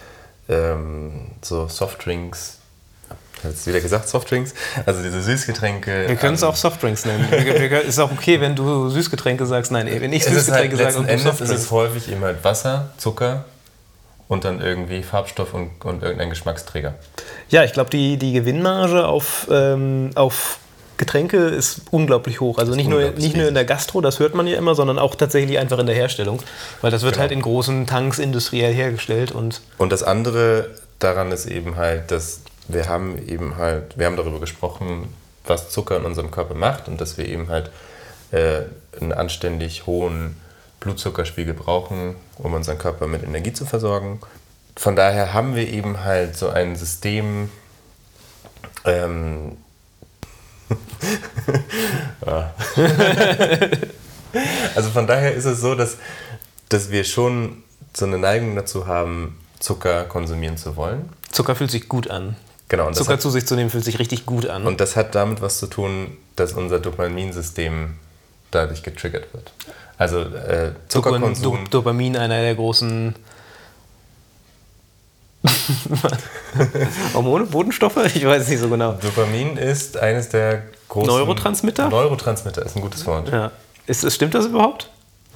so Softdrinks, ich habe jetzt wieder gesagt Softdrinks, also diese Süßgetränke. Wir können es auch Softdrinks nennen. Ist auch okay, wenn du Süßgetränke sagst. Nein, wenn ich Süßgetränke sage und du Softdrinks. Ist es häufig eben halt Wasser, Zucker und dann irgendwie Farbstoff und irgendein Geschmacksträger. Ja, ich glaube, die Gewinnmarge auf Getränke ist unglaublich hoch. Also nicht nur in der Gastro, das hört man ja immer, sondern auch tatsächlich einfach in der Herstellung. Weil das wird halt in großen Tanks industriell hergestellt. Und das andere daran ist eben halt, dass wir haben darüber gesprochen, was Zucker in unserem Körper macht und dass wir eben halt einen anständig hohen Blutzuckerspiegel brauchen, um unseren Körper mit Energie zu versorgen. Von daher haben wir eben halt so ein System, Also von daher ist es so, dass wir schon so eine Neigung dazu haben, Zucker konsumieren zu wollen. Zucker fühlt sich gut an. Genau. Zucker zu sich zu nehmen fühlt sich richtig gut an. Und das hat damit was zu tun, dass unser Dopaminsystem dadurch getriggert wird. Also Zuckerkonsum... Dopamin, einer der großen... Hormone, Botenstoffe? Ich weiß es nicht so genau. Dopamin ist eines der großen... Neurotransmitter? Neurotransmitter ist ein gutes Wort. Ja. Stimmt das überhaupt?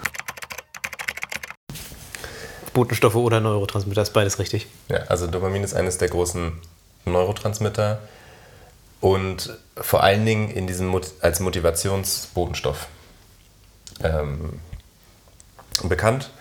Botenstoffe oder Neurotransmitter, ist beides richtig. Ja, also Dopamin ist eines der großen Neurotransmitter und vor allen Dingen in diesem als Motivationsbotenstoff bekannt.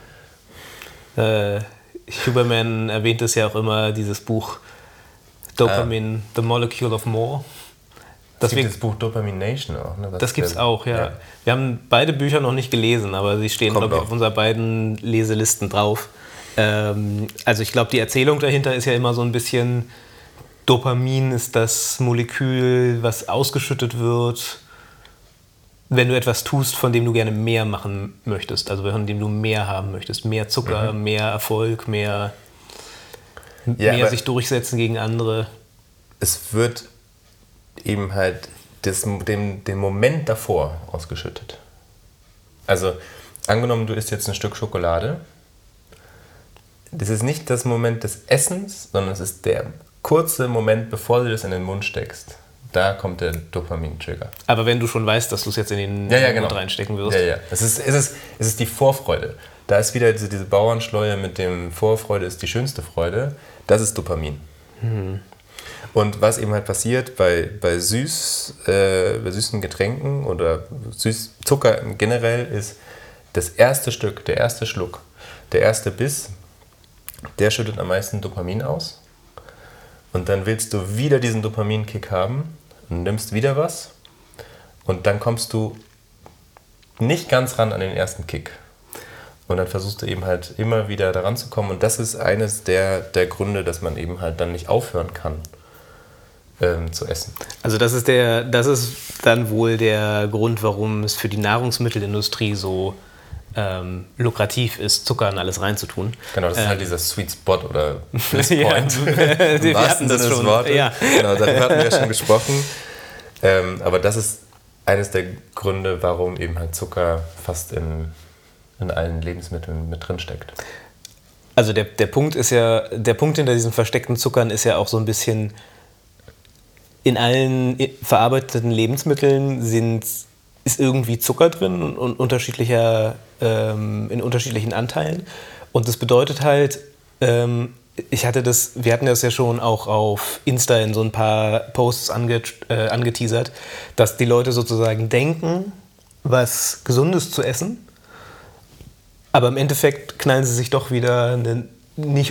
Huberman erwähnt es ja auch immer, dieses Buch Dopamine, The Molecule of More. Es gibt das Buch Dopamination auch. Ne? Das gibt es auch, ja. Wir haben beide Bücher noch nicht gelesen, aber sie stehen, glaube ich, auf unseren beiden Leselisten drauf. Also ich glaube, die Erzählung dahinter ist ja immer so ein bisschen, Dopamin ist das Molekül, was ausgeschüttet wird, wenn du etwas tust, von dem du gerne mehr machen möchtest. Also von dem du mehr haben möchtest. Mehr Zucker, mehr Erfolg, mehr sich durchsetzen gegen andere. Es wird eben halt den Moment davor ausgeschüttet. Also angenommen, du isst jetzt ein Stück Schokolade. Das ist nicht das Moment des Essens, sondern es ist der kurze Moment, bevor du das in den Mund steckst. Da kommt der Dopamin-Trigger. Aber wenn du schon weißt, dass du es jetzt in den Mund reinstecken wirst. Ja. Es ist die Vorfreude. Da ist wieder diese Bauernschleue mit dem Vorfreude ist die schönste Freude. Das ist Dopamin. Und was eben halt passiert bei süßen Getränken oder Zucker generell ist, das erste Stück, der erste Schluck, der erste Biss, der schüttet am meisten Dopamin aus. Und dann willst du wieder diesen Dopaminkick haben und nimmst wieder was. Und dann kommst du nicht ganz ran an den ersten Kick. Und dann versuchst du eben halt immer wieder daran zu kommen. Und das ist eines der Gründe, dass man eben halt dann nicht aufhören kann zu essen. Also das ist dann wohl der Grund, warum es für die Nahrungsmittelindustrie so lukrativ ist, Zucker in alles reinzutun. Genau, das ist halt dieser Sweet Spot oder Bliss Point. Im wahrsten Sinne des Wortes. Ja. Genau, darüber hatten wir ja schon gesprochen. Aber das ist eines der Gründe, warum eben halt Zucker fast in allen Lebensmitteln mit drin steckt. Also der Punkt hinter diesen versteckten Zuckern ist ja auch so ein bisschen, in allen verarbeiteten Lebensmitteln ist irgendwie Zucker drin und in unterschiedlichen Anteilen. Und das bedeutet halt, wir hatten das ja schon auch auf Insta in so ein paar Posts angeteasert, dass die Leute sozusagen denken, was Gesundes zu essen, aber im Endeffekt knallen sie sich doch wieder eine nicht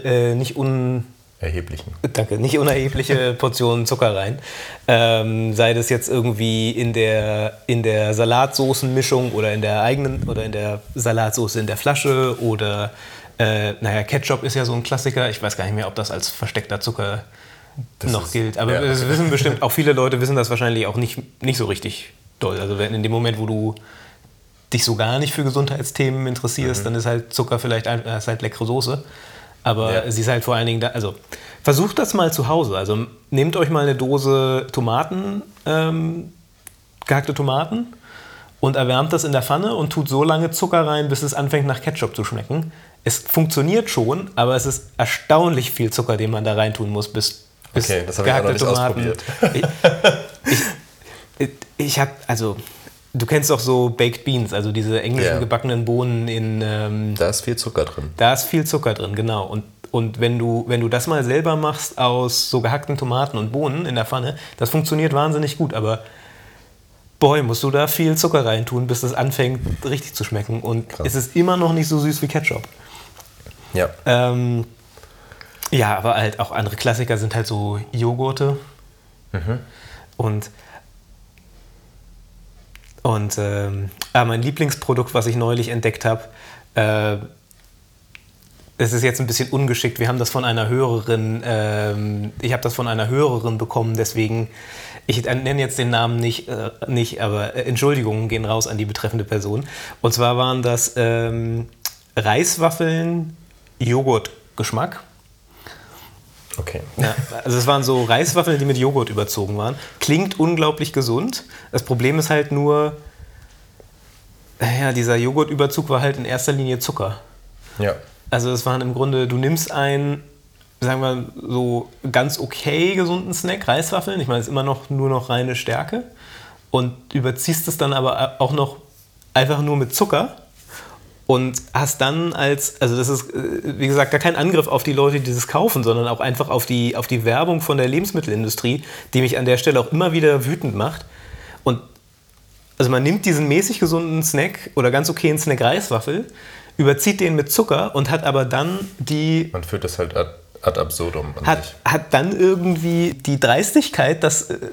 unerhebliche Portion Zucker rein. Sei das jetzt irgendwie in der Salatsoßenmischung oder in der Salatsoße in der Flasche oder Ketchup ist ja so ein Klassiker. Ich weiß gar nicht mehr, ob das als versteckter Zucker gilt. Aber das wissen bestimmt, auch viele Leute wissen das wahrscheinlich auch nicht so richtig doll. Also in dem Moment, wo du dich so gar nicht für Gesundheitsthemen interessierst, dann ist halt Zucker vielleicht ist halt leckere Soße. Aber sie ist halt vor allen Dingen da, also versucht das mal zu Hause. Also nehmt euch mal eine Dose gehackte Tomaten und erwärmt das in der Pfanne und tut so lange Zucker rein, bis es anfängt nach Ketchup zu schmecken. Es funktioniert schon, aber es ist erstaunlich viel Zucker, den man da reintun muss, bis okay, das habe ich auch noch nicht ausprobiert. Ich habe, also du kennst doch so Baked Beans, also diese englischen gebackenen Bohnen da ist viel Zucker drin. Da ist viel Zucker drin, genau. Und wenn du das mal selber machst aus so gehackten Tomaten und Bohnen in der Pfanne, das funktioniert wahnsinnig gut, aber musst du da viel Zucker reintun, bis es anfängt richtig zu schmecken. Und es ist immer noch nicht so süß wie Ketchup. Ja. Aber halt auch andere Klassiker sind halt so Joghurte. Und mein Lieblingsprodukt, was ich neulich entdeckt habe, es ist jetzt ein bisschen ungeschickt. Wir haben das von einer Hörerin, ich habe das von einer Hörerin bekommen, deswegen, ich nenne jetzt den Namen nicht, aber Entschuldigungen gehen raus an die betreffende Person. Und zwar waren das Reiswaffeln Joghurtgeschmack. Okay. Ja, also es waren so Reiswaffeln, die mit Joghurt überzogen waren. Klingt unglaublich gesund. Das Problem ist halt nur, dieser Joghurtüberzug war halt in erster Linie Zucker. Ja. Also es waren im Grunde, du nimmst einen, sagen wir so ganz okay gesunden Snack, Reiswaffeln, ich meine, es ist immer noch nur noch reine Stärke und überziehst es dann aber auch noch einfach nur mit Zucker. Und hast dann also das ist, wie gesagt, gar kein Angriff auf die Leute, die das kaufen, sondern auch einfach auf die Werbung von der Lebensmittelindustrie, die mich an der Stelle auch immer wieder wütend macht. Und also man nimmt diesen mäßig gesunden Snack oder ganz okayen Snack Reiswaffel, überzieht den mit Zucker und hat aber dann Man führt das halt ad absurdum. Hat dann irgendwie die Dreistigkeit, das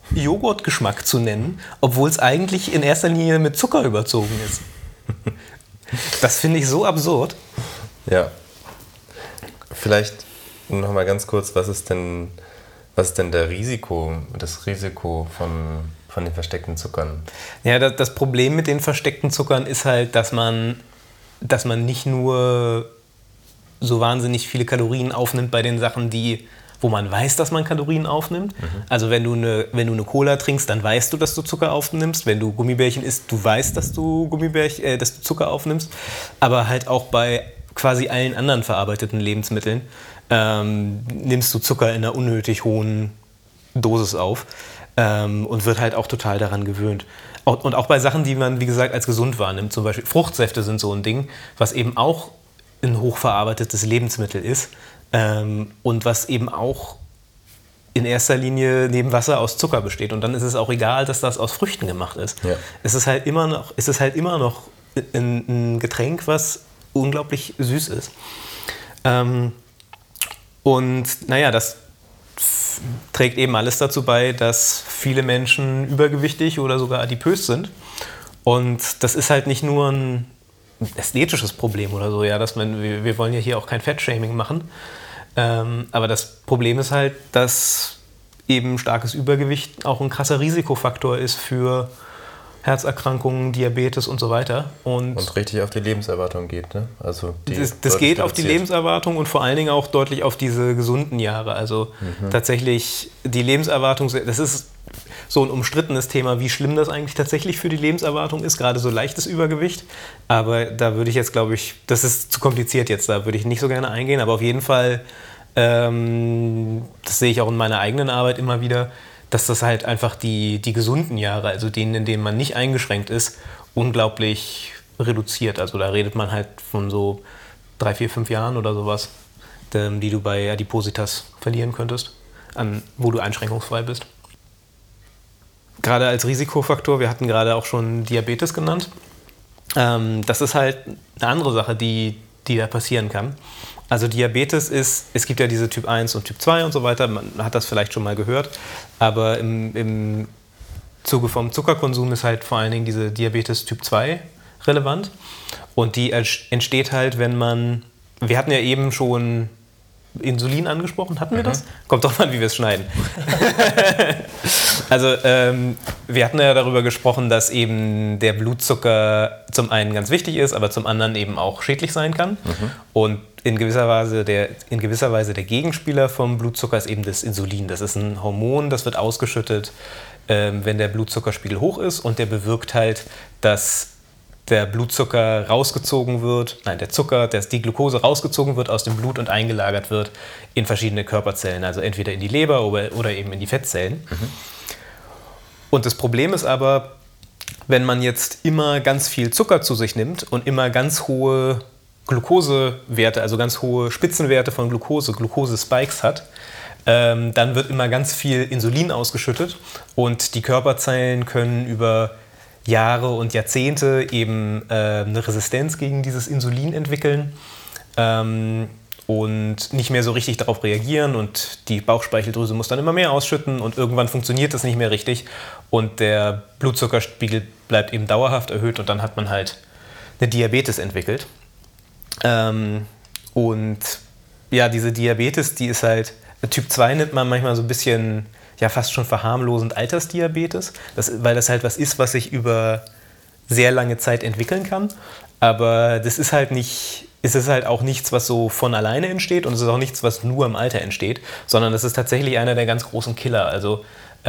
Joghurtgeschmack zu nennen, obwohl es eigentlich in erster Linie mit Zucker überzogen ist. Das finde ich so absurd. Ja. Vielleicht noch mal ganz kurz, was ist denn das Risiko von den versteckten Zuckern? Ja, das Problem mit den versteckten Zuckern ist halt, dass man nicht nur so wahnsinnig viele Kalorien aufnimmt bei den Sachen, wo man weiß, dass man Kalorien aufnimmt. Also wenn du eine Cola trinkst, dann weißt du, dass du Zucker aufnimmst. Wenn du Gummibärchen isst, du weißt, dass du Zucker aufnimmst. Aber halt auch bei quasi allen anderen verarbeiteten Lebensmitteln nimmst du Zucker in einer unnötig hohen Dosis auf und wird halt auch total daran gewöhnt. Und auch bei Sachen, die man, wie gesagt, als gesund wahrnimmt, zum Beispiel Fruchtsäfte sind so ein Ding, was eben auch ein hochverarbeitetes Lebensmittel ist und was eben auch in erster Linie neben Wasser aus Zucker besteht. Und dann ist es auch egal, dass das aus Früchten gemacht ist. Ja. Es ist halt immer noch ein Getränk, was unglaublich süß ist. Und naja, das trägt eben alles dazu bei, dass viele Menschen übergewichtig oder sogar adipös sind. Und das ist halt nicht nur ein ästhetisches Problem oder so, ja, wir wollen ja hier auch kein Fettshaming machen. Aber das Problem ist halt, dass eben starkes Übergewicht auch ein krasser Risikofaktor ist für Herzerkrankungen, Diabetes und so weiter. Und richtig auf die Lebenserwartung geht, ne? Also das geht auf die Lebenserwartung und vor allen Dingen auch deutlich auf diese gesunden Jahre. Also tatsächlich die Lebenserwartung, das ist so ein umstrittenes Thema, wie schlimm das eigentlich tatsächlich für die Lebenserwartung ist, gerade so leichtes Übergewicht. Aber da würde ich jetzt, glaube ich, das ist zu kompliziert jetzt, da würde ich nicht so gerne eingehen. Aber auf jeden Fall, das sehe ich auch in meiner eigenen Arbeit immer wieder, dass das halt einfach die gesunden Jahre, also denen, in denen man nicht eingeschränkt ist, unglaublich reduziert. Also da redet man halt von so 3, 4, 5 Jahren oder sowas, die du bei Adipositas verlieren könntest, wo du einschränkungsfrei bist. Gerade als Risikofaktor, wir hatten gerade auch schon Diabetes genannt, das ist halt eine andere Sache, die da passieren kann. Also Diabetes es gibt ja diese Typ 1 und Typ 2 und so weiter, man hat das vielleicht schon mal gehört, aber im Zuge vom Zuckerkonsum ist halt vor allen Dingen diese Diabetes Typ 2 relevant und die entsteht halt, wir hatten ja eben schon Insulin angesprochen, hatten wir das? Kommt doch mal, wie wir es schneiden. Also wir hatten ja darüber gesprochen, dass eben der Blutzucker zum einen ganz wichtig ist, aber zum anderen eben auch schädlich sein kann. Und in gewisser Weise der Gegenspieler vom Blutzucker ist eben das Insulin. Das ist ein Hormon, das wird ausgeschüttet, wenn der Blutzuckerspiegel hoch ist und der bewirkt halt, dass der Blutzucker rausgezogen wird, die Glucose rausgezogen wird aus dem Blut und eingelagert wird in verschiedene Körperzellen, also entweder in die Leber oder eben in die Fettzellen. Und das Problem ist aber, wenn man jetzt immer ganz viel Zucker zu sich nimmt und immer ganz hohe Glukosewerte, also ganz hohe Spitzenwerte von Glukose-Spikes hat, dann wird immer ganz viel Insulin ausgeschüttet und die Körperzellen können über Jahre und Jahrzehnte eben eine Resistenz gegen dieses Insulin entwickeln und nicht mehr so richtig darauf reagieren und die Bauchspeicheldrüse muss dann immer mehr ausschütten und irgendwann funktioniert das nicht mehr richtig und der Blutzuckerspiegel bleibt eben dauerhaft erhöht und dann hat man halt eine Diabetes entwickelt. Und ja, diese Diabetes, die ist halt, Typ 2 nennt man manchmal so ein bisschen, ja fast schon verharmlosend Altersdiabetes, weil das halt was ist, was sich über sehr lange Zeit entwickeln kann. Aber das ist halt auch nichts, was so von alleine entsteht und es ist auch nichts, was nur im Alter entsteht, sondern das ist tatsächlich einer der ganz großen Killer. Also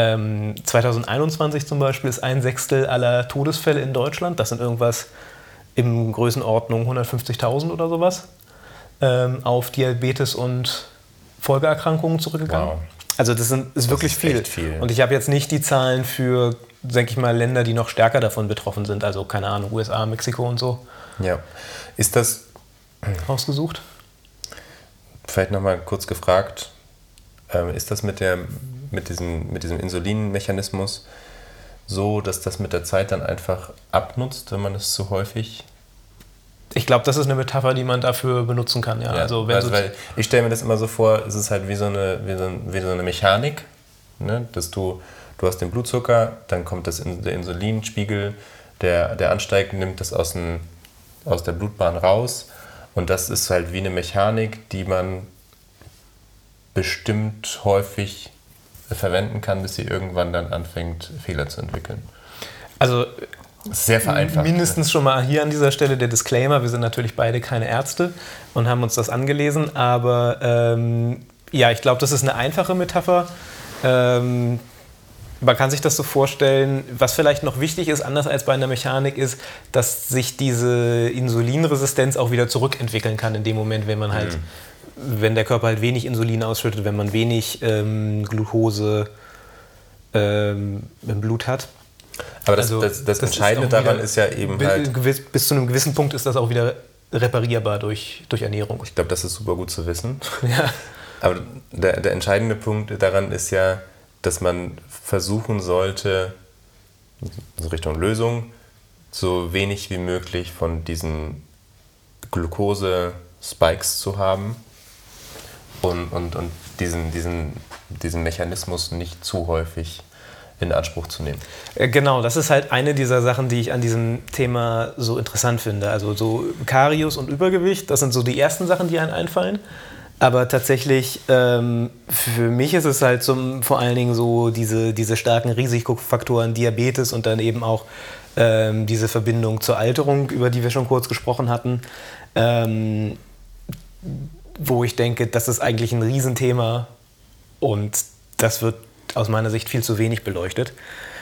2021 zum Beispiel ist 1/6 aller Todesfälle in Deutschland, das sind irgendwas in Größenordnung 150.000 oder sowas, auf Diabetes und Folgeerkrankungen zurückgegangen. Wow. Also das ist wirklich viel. Und ich habe jetzt nicht die Zahlen für, denke ich mal, Länder, die noch stärker davon betroffen sind. Also keine Ahnung, USA, Mexiko und so. Ja. Ist das rausgesucht? Vielleicht nochmal kurz gefragt, ist das mit diesem Insulinmechanismus so, dass das mit der Zeit dann einfach abnutzt, wenn man es zu häufig... Ich glaube, das ist eine Metapher, die man dafür benutzen kann. Ja. Weil ich stelle mir das immer so vor, es ist halt wie so eine Mechanik, ne? Dass du du hast den Blutzucker, dann kommt der Insulinspiegel, der ansteigt, nimmt das aus der Blutbahn raus. Und das ist halt wie eine Mechanik, die man bestimmt häufig verwenden kann, bis sie irgendwann dann anfängt, Fehler zu entwickeln. Also sehr vereinfacht. Mindestens schon mal hier an dieser Stelle der Disclaimer, wir sind natürlich beide keine Ärzte und haben uns das angelesen, aber ja, ich glaube, das ist eine einfache Metapher. Man kann sich das so vorstellen, was vielleicht noch wichtig ist, anders als bei einer Mechanik, ist, dass sich diese Insulinresistenz auch wieder zurückentwickeln kann in dem Moment, wenn man halt, wenn der Körper halt wenig Insulin ausschüttet, wenn man wenig Glucose im Blut hat. Aber das Entscheidende daran ist ja eben halt... Bis zu einem gewissen Punkt ist das auch wieder reparierbar durch Ernährung. Ich glaube, das ist super gut zu wissen. Ja. Aber der entscheidende Punkt daran ist ja, dass man versuchen sollte, also Richtung Lösung, so wenig wie möglich von diesen Glucose-Spikes zu haben und diesen Mechanismus nicht zu häufig in Anspruch zu nehmen. Genau, das ist halt eine dieser Sachen, die ich an diesem Thema so interessant finde. Also so Karius und Übergewicht, das sind so die ersten Sachen, die einem einfallen. Aber tatsächlich, für mich ist es halt vor allen Dingen so diese starken Risikofaktoren, Diabetes und dann eben auch diese Verbindung zur Alterung, über die wir schon kurz gesprochen hatten, wo ich denke, das ist eigentlich ein Riesenthema und das wird aus meiner Sicht viel zu wenig beleuchtet.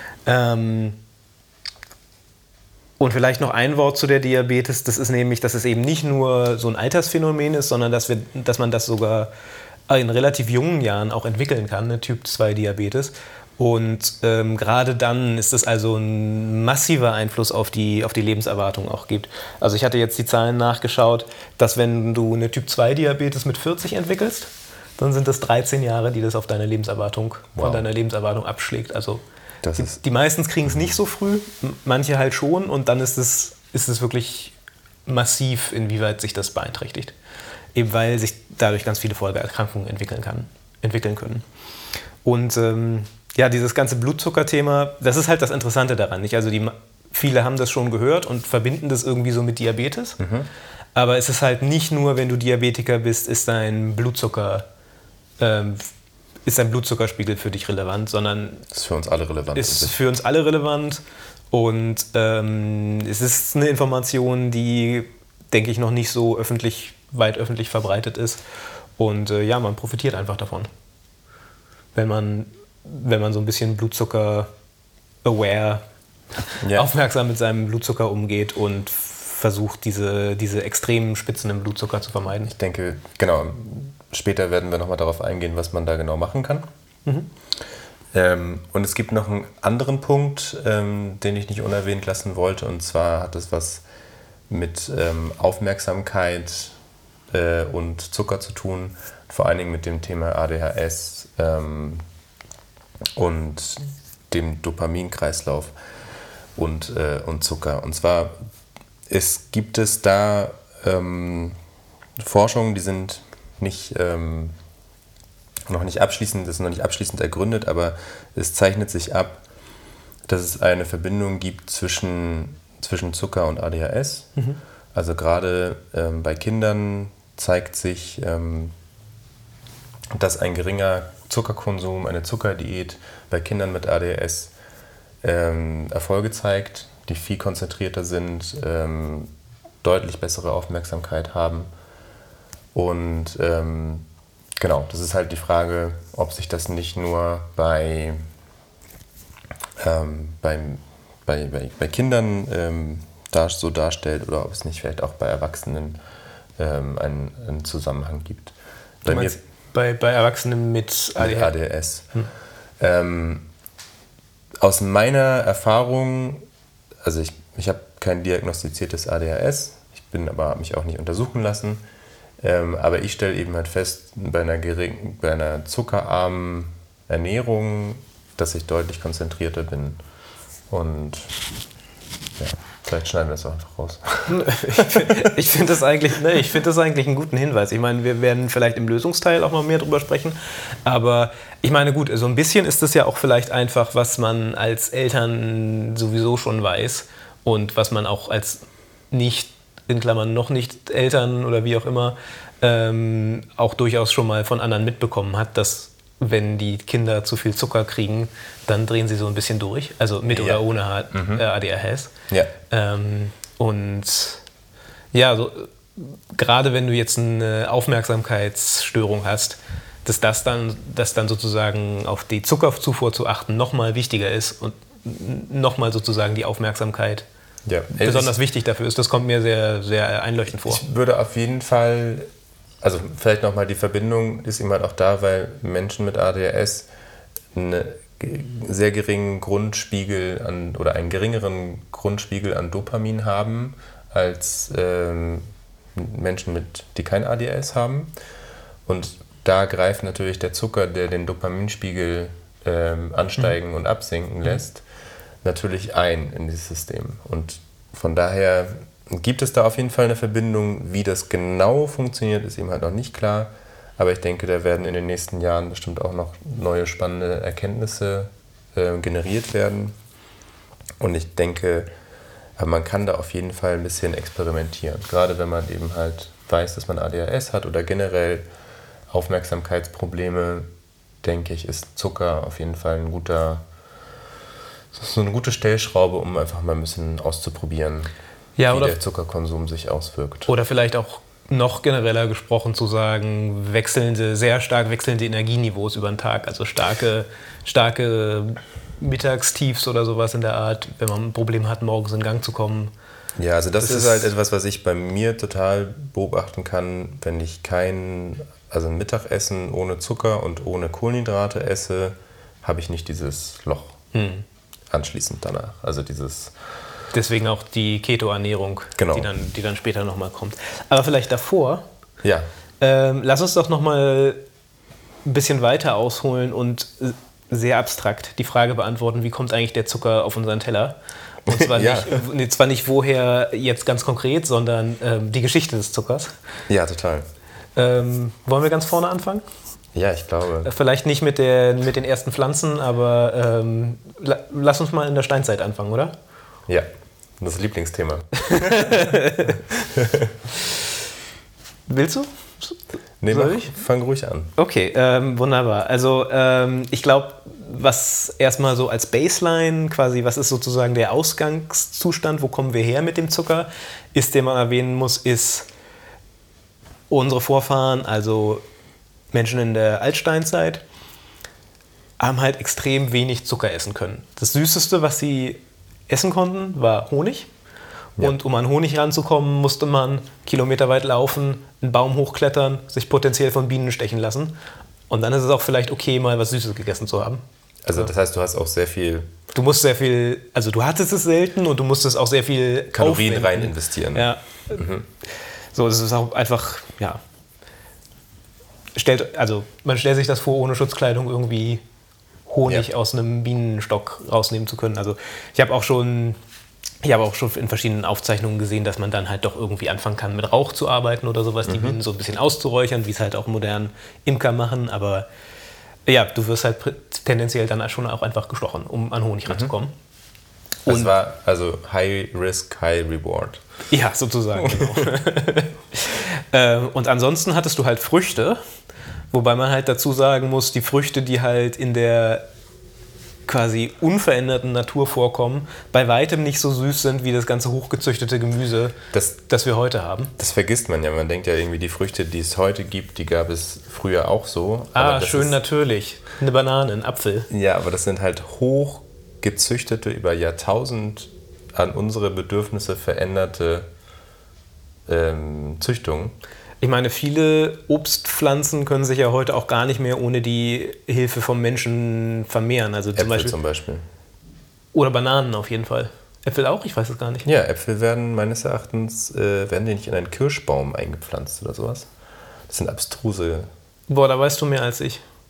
Und vielleicht noch ein Wort zu der Diabetes, das ist nämlich, dass es eben nicht nur so ein Altersphänomen ist, sondern dass man das sogar in relativ jungen Jahren auch entwickeln kann, eine Typ-2-Diabetes. Und gerade dann ist es also ein massiver Einfluss auf die Lebenserwartung auch gibt. Also ich hatte jetzt die Zahlen nachgeschaut, dass wenn du eine Typ-2-Diabetes mit 40 entwickelst, dann sind das 13 Jahre, die das auf deine Lebenserwartung, von deiner Lebenserwartung abschlägt. Also die meisten kriegen es nicht so früh, manche halt schon und dann ist es wirklich massiv, inwieweit sich das beeinträchtigt. Eben weil sich dadurch ganz viele Folgeerkrankungen entwickeln können. Und ja, dieses ganze Blutzuckerthema, das ist halt das Interessante daran. Nicht? Also viele haben das schon gehört und verbinden das irgendwie so mit Diabetes. Aber es ist halt nicht nur, wenn du Diabetiker bist, ist dein Blutzuckerspiegel für dich relevant, sondern ist für uns alle relevant. Ist für uns alle relevant und es ist eine Information, die, denke ich, noch nicht so weit öffentlich verbreitet ist und ja, man profitiert einfach davon, wenn man so ein bisschen Blutzucker-aware, aufmerksam mit seinem Blutzucker umgeht und versucht, diese extremen Spitzen im Blutzucker zu vermeiden. Ich denke, genau. Später werden wir nochmal darauf eingehen, was man da genau machen kann. Und es gibt noch einen anderen Punkt, den ich nicht unerwähnt lassen wollte. Und zwar hat es was mit Aufmerksamkeit und Zucker zu tun. Vor allen Dingen mit dem Thema ADHS und dem Dopaminkreislauf und Zucker. Und zwar gibt es da Forschungen, die sind noch nicht abschließend ergründet, aber es zeichnet sich ab, dass es eine Verbindung gibt zwischen Zucker und ADHS. Also gerade bei Kindern zeigt sich, dass ein geringer Zuckerkonsum, eine Zuckerdiät bei Kindern mit ADHS Erfolge zeigt, die viel konzentrierter sind, deutlich bessere Aufmerksamkeit haben. Und genau, das ist halt die Frage, ob sich das nicht nur bei Kindern so darstellt oder ob es nicht vielleicht auch bei Erwachsenen einen Zusammenhang gibt. Bei Erwachsenen mit ADHS. Aus meiner Erfahrung, also ich habe kein diagnostiziertes ADHS, habe mich auch nicht untersuchen lassen, aber ich stelle eben halt fest, bei einer zuckerarmen Ernährung, dass ich deutlich konzentrierter bin und ja. Vielleicht schneiden wir es auch einfach raus. Ich finde das eigentlich einen guten Hinweis. Ich meine, wir werden vielleicht im Lösungsteil auch noch mehr drüber sprechen. Aber ich meine, gut, so ein bisschen ist das ja auch vielleicht einfach, was man als Eltern sowieso schon weiß und was man auch als nicht, in Klammern noch nicht Eltern oder wie auch immer, auch durchaus schon mal von anderen mitbekommen hat, dass wenn die Kinder zu viel Zucker kriegen, dann drehen sie so ein bisschen durch, also mit oder ohne ADHS. Ja. Und ja, so, gerade wenn du jetzt eine Aufmerksamkeitsstörung hast, dass dann sozusagen auf die Zuckerzufuhr zu achten nochmal wichtiger ist und nochmal sozusagen die Aufmerksamkeit besonders wichtig dafür ist. Das kommt mir sehr, sehr einleuchtend vor. Ich würde auf jeden Fall, also vielleicht nochmal die Verbindung ist eben halt auch da, weil Menschen mit ADHS einen sehr geringen Grundspiegel oder einen geringeren Grundspiegel an Dopamin haben als Menschen, die kein ADHS haben. Und da greift natürlich der Zucker, der den Dopaminspiegel ansteigen und absinken lässt, natürlich ein in dieses System. Und von daher gibt es da auf jeden Fall eine Verbindung. Wie das genau funktioniert, ist eben halt noch nicht klar. Aber ich denke, da werden in den nächsten Jahren bestimmt auch noch neue spannende Erkenntnisse generiert werden. Und ich denke, man kann da auf jeden Fall ein bisschen experimentieren. Gerade wenn man eben halt weiß, dass man ADHS hat oder generell Aufmerksamkeitsprobleme, denke ich, ist Zucker auf jeden Fall so eine gute Stellschraube, um einfach mal ein bisschen auszuprobieren, wie der Zuckerkonsum sich auswirkt. Oder vielleicht auch noch genereller gesprochen zu sagen, sehr stark wechselnde Energieniveaus über den Tag, also starke Mittagstiefs oder sowas in der Art, wenn man ein Problem hat, morgens in Gang zu kommen. Ja, also das ist halt etwas, was ich bei mir total beobachten kann, wenn ich ein Mittagessen ohne Zucker und ohne Kohlenhydrate esse, habe ich nicht dieses Loch anschließend danach. Also deswegen auch die Keto-Ernährung, genau, die dann später nochmal kommt. Aber vielleicht davor, ja. Lass uns doch nochmal ein bisschen weiter ausholen und sehr abstrakt die Frage beantworten, wie kommt eigentlich der Zucker auf unseren Teller? Und zwar, zwar nicht woher jetzt ganz konkret, sondern die Geschichte des Zuckers. Ja, total. Wollen wir ganz vorne anfangen? Ja, ich glaube. Vielleicht nicht mit den ersten Pflanzen, aber lass uns mal in der Steinzeit anfangen, oder? Ja, das Lieblingsthema. Willst du? Nee, fang ruhig an. Okay, wunderbar. Also ich glaube, was erstmal so als Baseline quasi, was ist sozusagen der Ausgangszustand, wo kommen wir her mit dem Zucker, ist, den man erwähnen muss, ist unsere Vorfahren, also Menschen in der Altsteinzeit, haben halt extrem wenig Zucker essen können. Das Süßeste, was sie essen konnten, war Honig. Ja. Und um an Honig ranzukommen, musste man kilometerweit laufen, einen Baum hochklettern, sich potenziell von Bienen stechen lassen. Und dann ist es auch vielleicht okay, mal was Süßes gegessen zu haben. Also das heißt, du hast auch sehr viel... Du hattest es selten und du musstest auch sehr viel Kalorien rein investieren. Ja. So, es ist auch einfach, ja... man stellt sich das vor, ohne Schutzkleidung irgendwie Honig aus einem Bienenstock rausnehmen zu können. Also ich habe auch schon in verschiedenen Aufzeichnungen gesehen, dass man dann halt doch irgendwie anfangen kann, mit Rauch zu arbeiten oder sowas, die Bienen so ein bisschen auszuräuchern, wie es halt auch modern Imker machen. Aber ja, du wirst halt tendenziell dann schon auch einfach gestochen, um an Honig ranzukommen. Das war also High Risk, High Reward. Ja, sozusagen, genau. Und ansonsten hattest du halt Früchte, wobei man halt dazu sagen muss, die Früchte, die halt in der quasi unveränderten Natur vorkommen, bei weitem nicht so süß sind wie das ganze hochgezüchtete Gemüse, das wir heute haben. Das vergisst man ja. Man denkt ja irgendwie, die Früchte, die es heute gibt, die gab es früher auch so. Schön natürlich. Eine Banane, ein Apfel. Ja, aber das sind halt hochgezüchtete, über Jahrtausend an unsere Bedürfnisse veränderte Züchtungen. Ich meine, viele Obstpflanzen können sich ja heute auch gar nicht mehr ohne die Hilfe vom Menschen vermehren. Also Äpfel zum Beispiel. Oder Bananen auf jeden Fall. Äpfel auch? Ich weiß es gar nicht. Ja, Äpfel werden meines Erachtens die nicht in einen Kirschbaum eingepflanzt oder sowas. Das sind abstruse... Boah, da weißt du mehr als ich.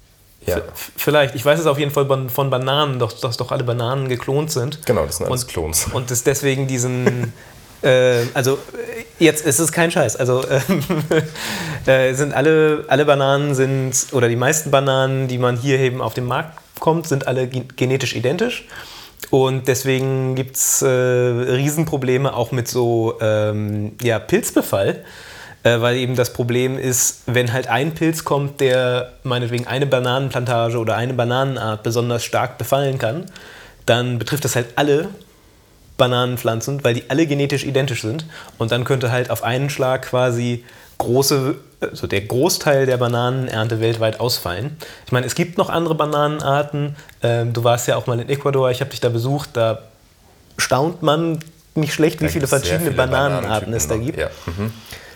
Ja. Vielleicht. Ich weiß es auf jeden Fall von Bananen, dass doch alle Bananen geklont sind. Genau, das sind alles Klons. Und es deswegen diesen... also jetzt ist es kein Scheiß. Also sind alle Bananen sind, oder die meisten Bananen, die man hier eben auf den Markt kommt, sind alle genetisch identisch. Und deswegen gibt es Riesenprobleme auch mit so Pilzbefall. Weil eben das Problem ist, wenn halt ein Pilz kommt, der meinetwegen eine Bananenplantage oder eine Bananenart besonders stark befallen kann, dann betrifft das halt alle Bananenpflanzen, weil die alle genetisch identisch sind. Und dann könnte halt auf einen Schlag quasi der Großteil der Bananenernte weltweit ausfallen. Ich meine, es gibt noch andere Bananenarten. Du warst ja auch mal in Ecuador, ich habe dich da besucht, da staunt man nicht schlecht, wie viele verschiedene Bananenarten es da gibt. Ja. Mhm.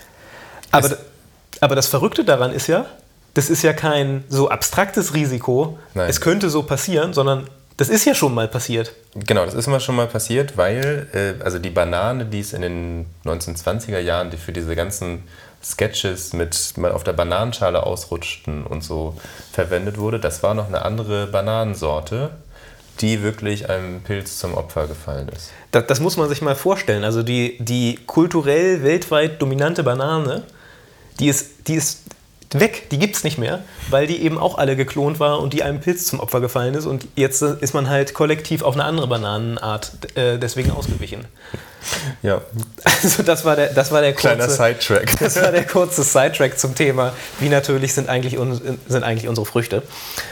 Aber das Verrückte daran ist ja, das ist ja kein so abstraktes Risiko, Nein. Es könnte so passieren, sondern das ist ja schon mal passiert. Genau, das ist immer schon mal passiert, weil also die Banane, die es in den 1920er Jahren die für diese ganzen Sketches mit mal auf der Bananenschale ausrutschten und so verwendet wurde, das war noch eine andere Bananensorte, die wirklich einem Pilz zum Opfer gefallen ist. Das muss man sich mal vorstellen. Also die kulturell weltweit dominante Banane, die ist weg, die gibt es nicht mehr, weil die eben auch alle geklont war und die einem Pilz zum Opfer gefallen ist. Und jetzt ist man halt kollektiv auf eine andere Bananenart deswegen ausgewichen. Ja. Also das war der kurze, kleiner Sidetrack. Das war der kurze Sidetrack zum Thema, wie natürlich sind eigentlich unsere Früchte.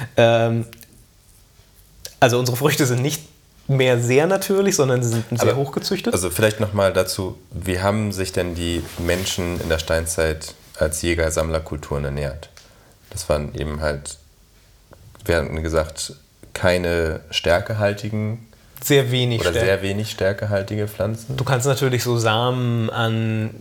Also unsere Früchte sind nicht mehr sehr natürlich, sondern sie sind sehr hochgezüchtet. Also vielleicht nochmal dazu, wie haben sich denn die Menschen in der Steinzeit als Jäger-Sammler-Kulturen ernährt? Das waren eben halt, wir hatten gesagt, keine stärkehaltigen sehr wenig stärkehaltige Pflanzen. Du kannst natürlich so Samen an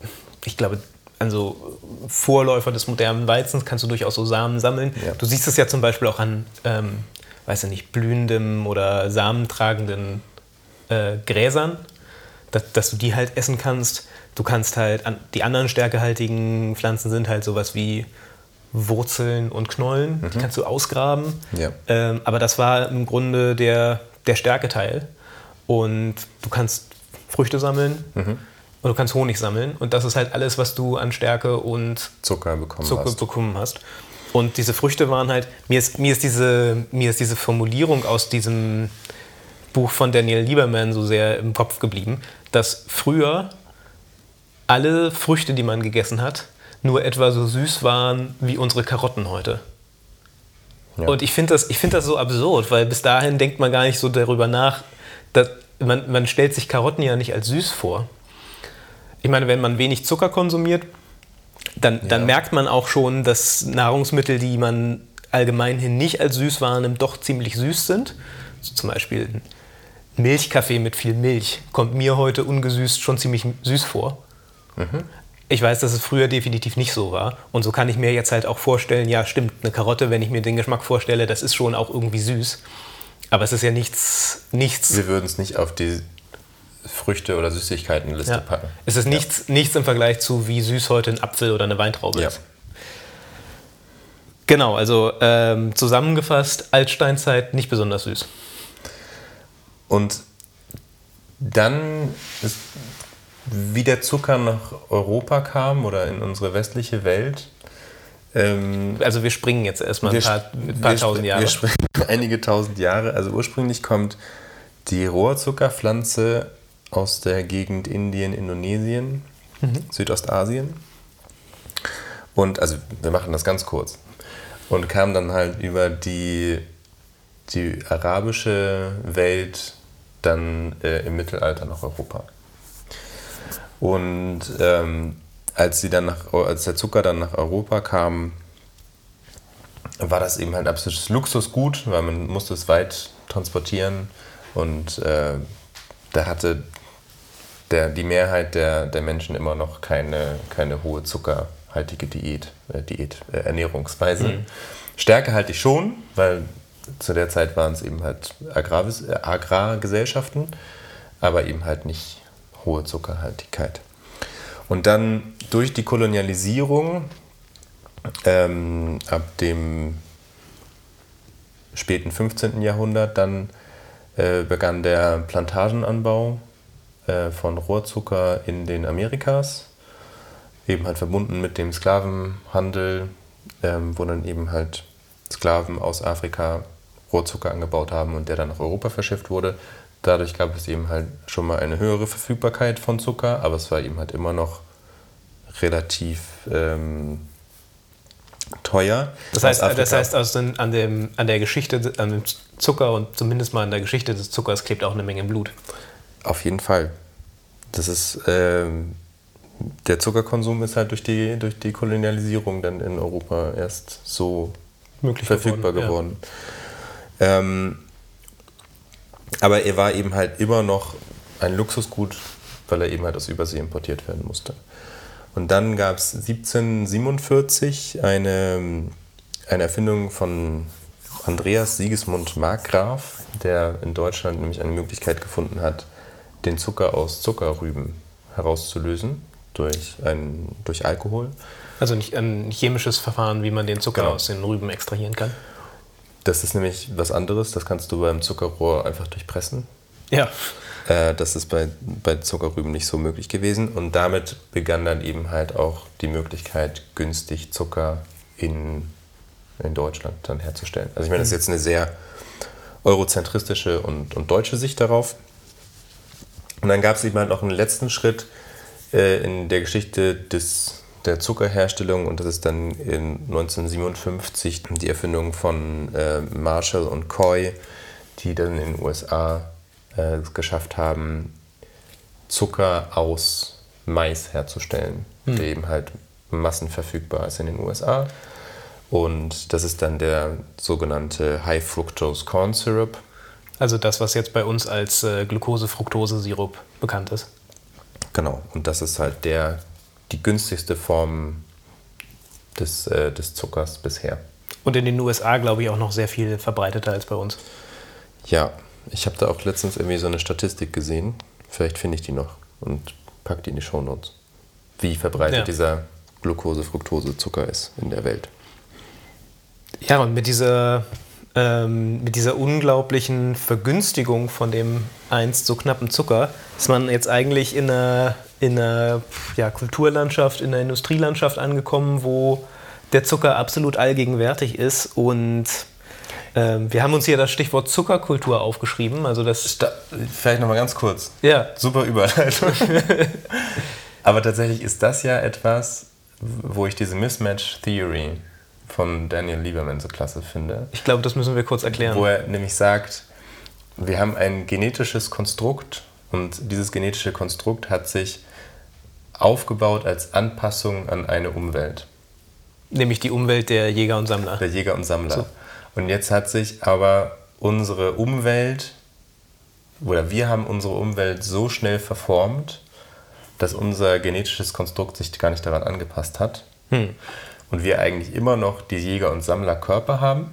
so Vorläufer des modernen Weizens kannst du durchaus so Samen sammeln. Ja. Du siehst es ja zum Beispiel auch an, blühendem oder samentragenden Gräsern, dass du die halt essen kannst. Du kannst halt, die anderen stärkehaltigen Pflanzen sind halt sowas wie Wurzeln und Knollen, die kannst du ausgraben. Ja. Aber das war im Grunde der Stärketeil. Und du kannst Früchte sammeln und du kannst Honig sammeln. Und das ist halt alles, was du an Stärke und Zucker bekommen hast. Und diese Früchte waren halt, mir ist diese Formulierung aus diesem Buch von Daniel Lieberman so sehr im Kopf geblieben, dass früher alle Früchte, die man gegessen hat, nur etwa so süß waren wie unsere Karotten heute. Ja. Und ich finde das so absurd, weil bis dahin denkt man gar nicht so darüber nach, dass man stellt sich Karotten ja nicht als süß vor. Ich meine, wenn man wenig Zucker konsumiert, dann merkt man auch schon, dass Nahrungsmittel, die man allgemeinhin nicht als süß wahrnimmt, doch ziemlich süß sind. So zum Beispiel ein Milchkaffee mit viel Milch kommt mir heute ungesüßt schon ziemlich süß vor. Mhm. Ich weiß, dass es früher definitiv nicht so war. Und so kann ich mir jetzt halt auch vorstellen, ja stimmt, eine Karotte, wenn ich mir den Geschmack vorstelle, das ist schon auch irgendwie süß. Aber es ist ja nichts. Wir würden es nicht auf die Früchte- oder Süßigkeitenliste packen. Es ist nichts im Vergleich zu, wie süß heute ein Apfel oder eine Weintraube ist. Genau, also zusammengefasst, Altsteinzeit nicht besonders süß. Und dann ist, wie der Zucker nach Europa kam oder in unsere westliche Welt. Also wir springen jetzt erstmal ein paar tausend Jahre. Wir springen einige tausend Jahre. Also ursprünglich kommt die Rohrzuckerpflanze aus der Gegend Indien, Indonesien, Südostasien. Und also wir machen das ganz kurz. Und kam dann halt über die arabische Welt dann im Mittelalter nach Europa. Und als der Zucker dann nach Europa kam, war das eben halt absolutes Luxusgut, weil man musste es weit transportieren und da hatte die Mehrheit der Menschen immer noch keine hohe zuckerhaltige Ernährungsweise. Mhm. Stärkehaltig schon, weil zu der Zeit waren es eben halt Agrargesellschaften, aber eben halt nicht hohe Zuckerhaltigkeit. Und dann durch die Kolonialisierung ab dem späten 15. Jahrhundert dann begann der Plantagenanbau von Rohrzucker in den Amerikas, eben halt verbunden mit dem Sklavenhandel, wo dann eben halt Sklaven aus Afrika Rohrzucker angebaut haben und der dann nach Europa verschifft wurde. Dadurch gab es eben halt schon mal eine höhere Verfügbarkeit von Zucker, aber es war eben halt immer noch relativ teuer. Das heißt an der Geschichte, an dem Zucker und zumindest mal an der Geschichte des Zuckers klebt auch eine Menge Blut. Auf jeden Fall. Das ist, der Zuckerkonsum ist halt durch die Kolonialisierung dann in Europa erst so verfügbar geworden. Ja. Aber er war eben halt immer noch ein Luxusgut, weil er eben halt aus Übersee importiert werden musste. Und dann gab es 1747 eine Erfindung von Andreas Sigismund Markgraf, der in Deutschland nämlich eine Möglichkeit gefunden hat, den Zucker aus Zuckerrüben herauszulösen durch Alkohol. Also nicht ein chemisches Verfahren, wie man den Zucker aus den Rüben extrahieren kann? Das ist nämlich was anderes, das kannst du beim Zuckerrohr einfach durchpressen. Ja. Das ist bei Zuckerrüben nicht so möglich gewesen und damit begann dann eben halt auch die Möglichkeit, günstig Zucker in Deutschland dann herzustellen. Also ich meine, das ist jetzt eine sehr eurozentristische und deutsche Sicht darauf. Und dann gab es eben halt noch einen letzten Schritt in der Geschichte der Zuckerherstellung und das ist dann in 1957 die Erfindung von Marshall und Coy, die dann in den USA geschafft haben, Zucker aus Mais herzustellen, der eben halt massenverfügbar ist in den USA. Und das ist dann der sogenannte High Fructose Corn Syrup. Also das, was jetzt bei uns als Glucose-Fructose-Sirup bekannt ist. Genau, und das ist halt die günstigste Form des Zuckers bisher. Und in den USA, glaube ich, auch noch sehr viel verbreiteter als bei uns. Ja, ich habe da auch letztens irgendwie so eine Statistik gesehen. Vielleicht finde ich die noch und packe die in die Shownotes. Wie verbreitet dieser Glucose-Fructose-Zucker ist in der Welt. Ja, und mit dieser unglaublichen Vergünstigung von dem einst so knappen Zucker ist man jetzt eigentlich in einer Kulturlandschaft, in einer Industrielandschaft angekommen, wo der Zucker absolut allgegenwärtig ist und wir haben uns hier das Stichwort Zuckerkultur aufgeschrieben. Also das vielleicht nochmal ganz kurz. Ja. Super Überleitung. Aber tatsächlich ist das ja etwas, wo ich diese Mismatch Theory von Daniel Lieberman so klasse finde. Ich glaube, das müssen wir kurz erklären. Wo er nämlich sagt, wir haben ein genetisches Konstrukt und dieses genetische Konstrukt hat sich aufgebaut als Anpassung an eine Umwelt. Nämlich die Umwelt der Jäger und Sammler. Der Jäger und Sammler. So. Und jetzt hat sich aber unsere Umwelt, oder wir haben unsere Umwelt so schnell verformt, dass unser genetisches Konstrukt sich gar nicht daran angepasst hat. Und wir eigentlich immer noch die Jäger- und Sammlerkörper haben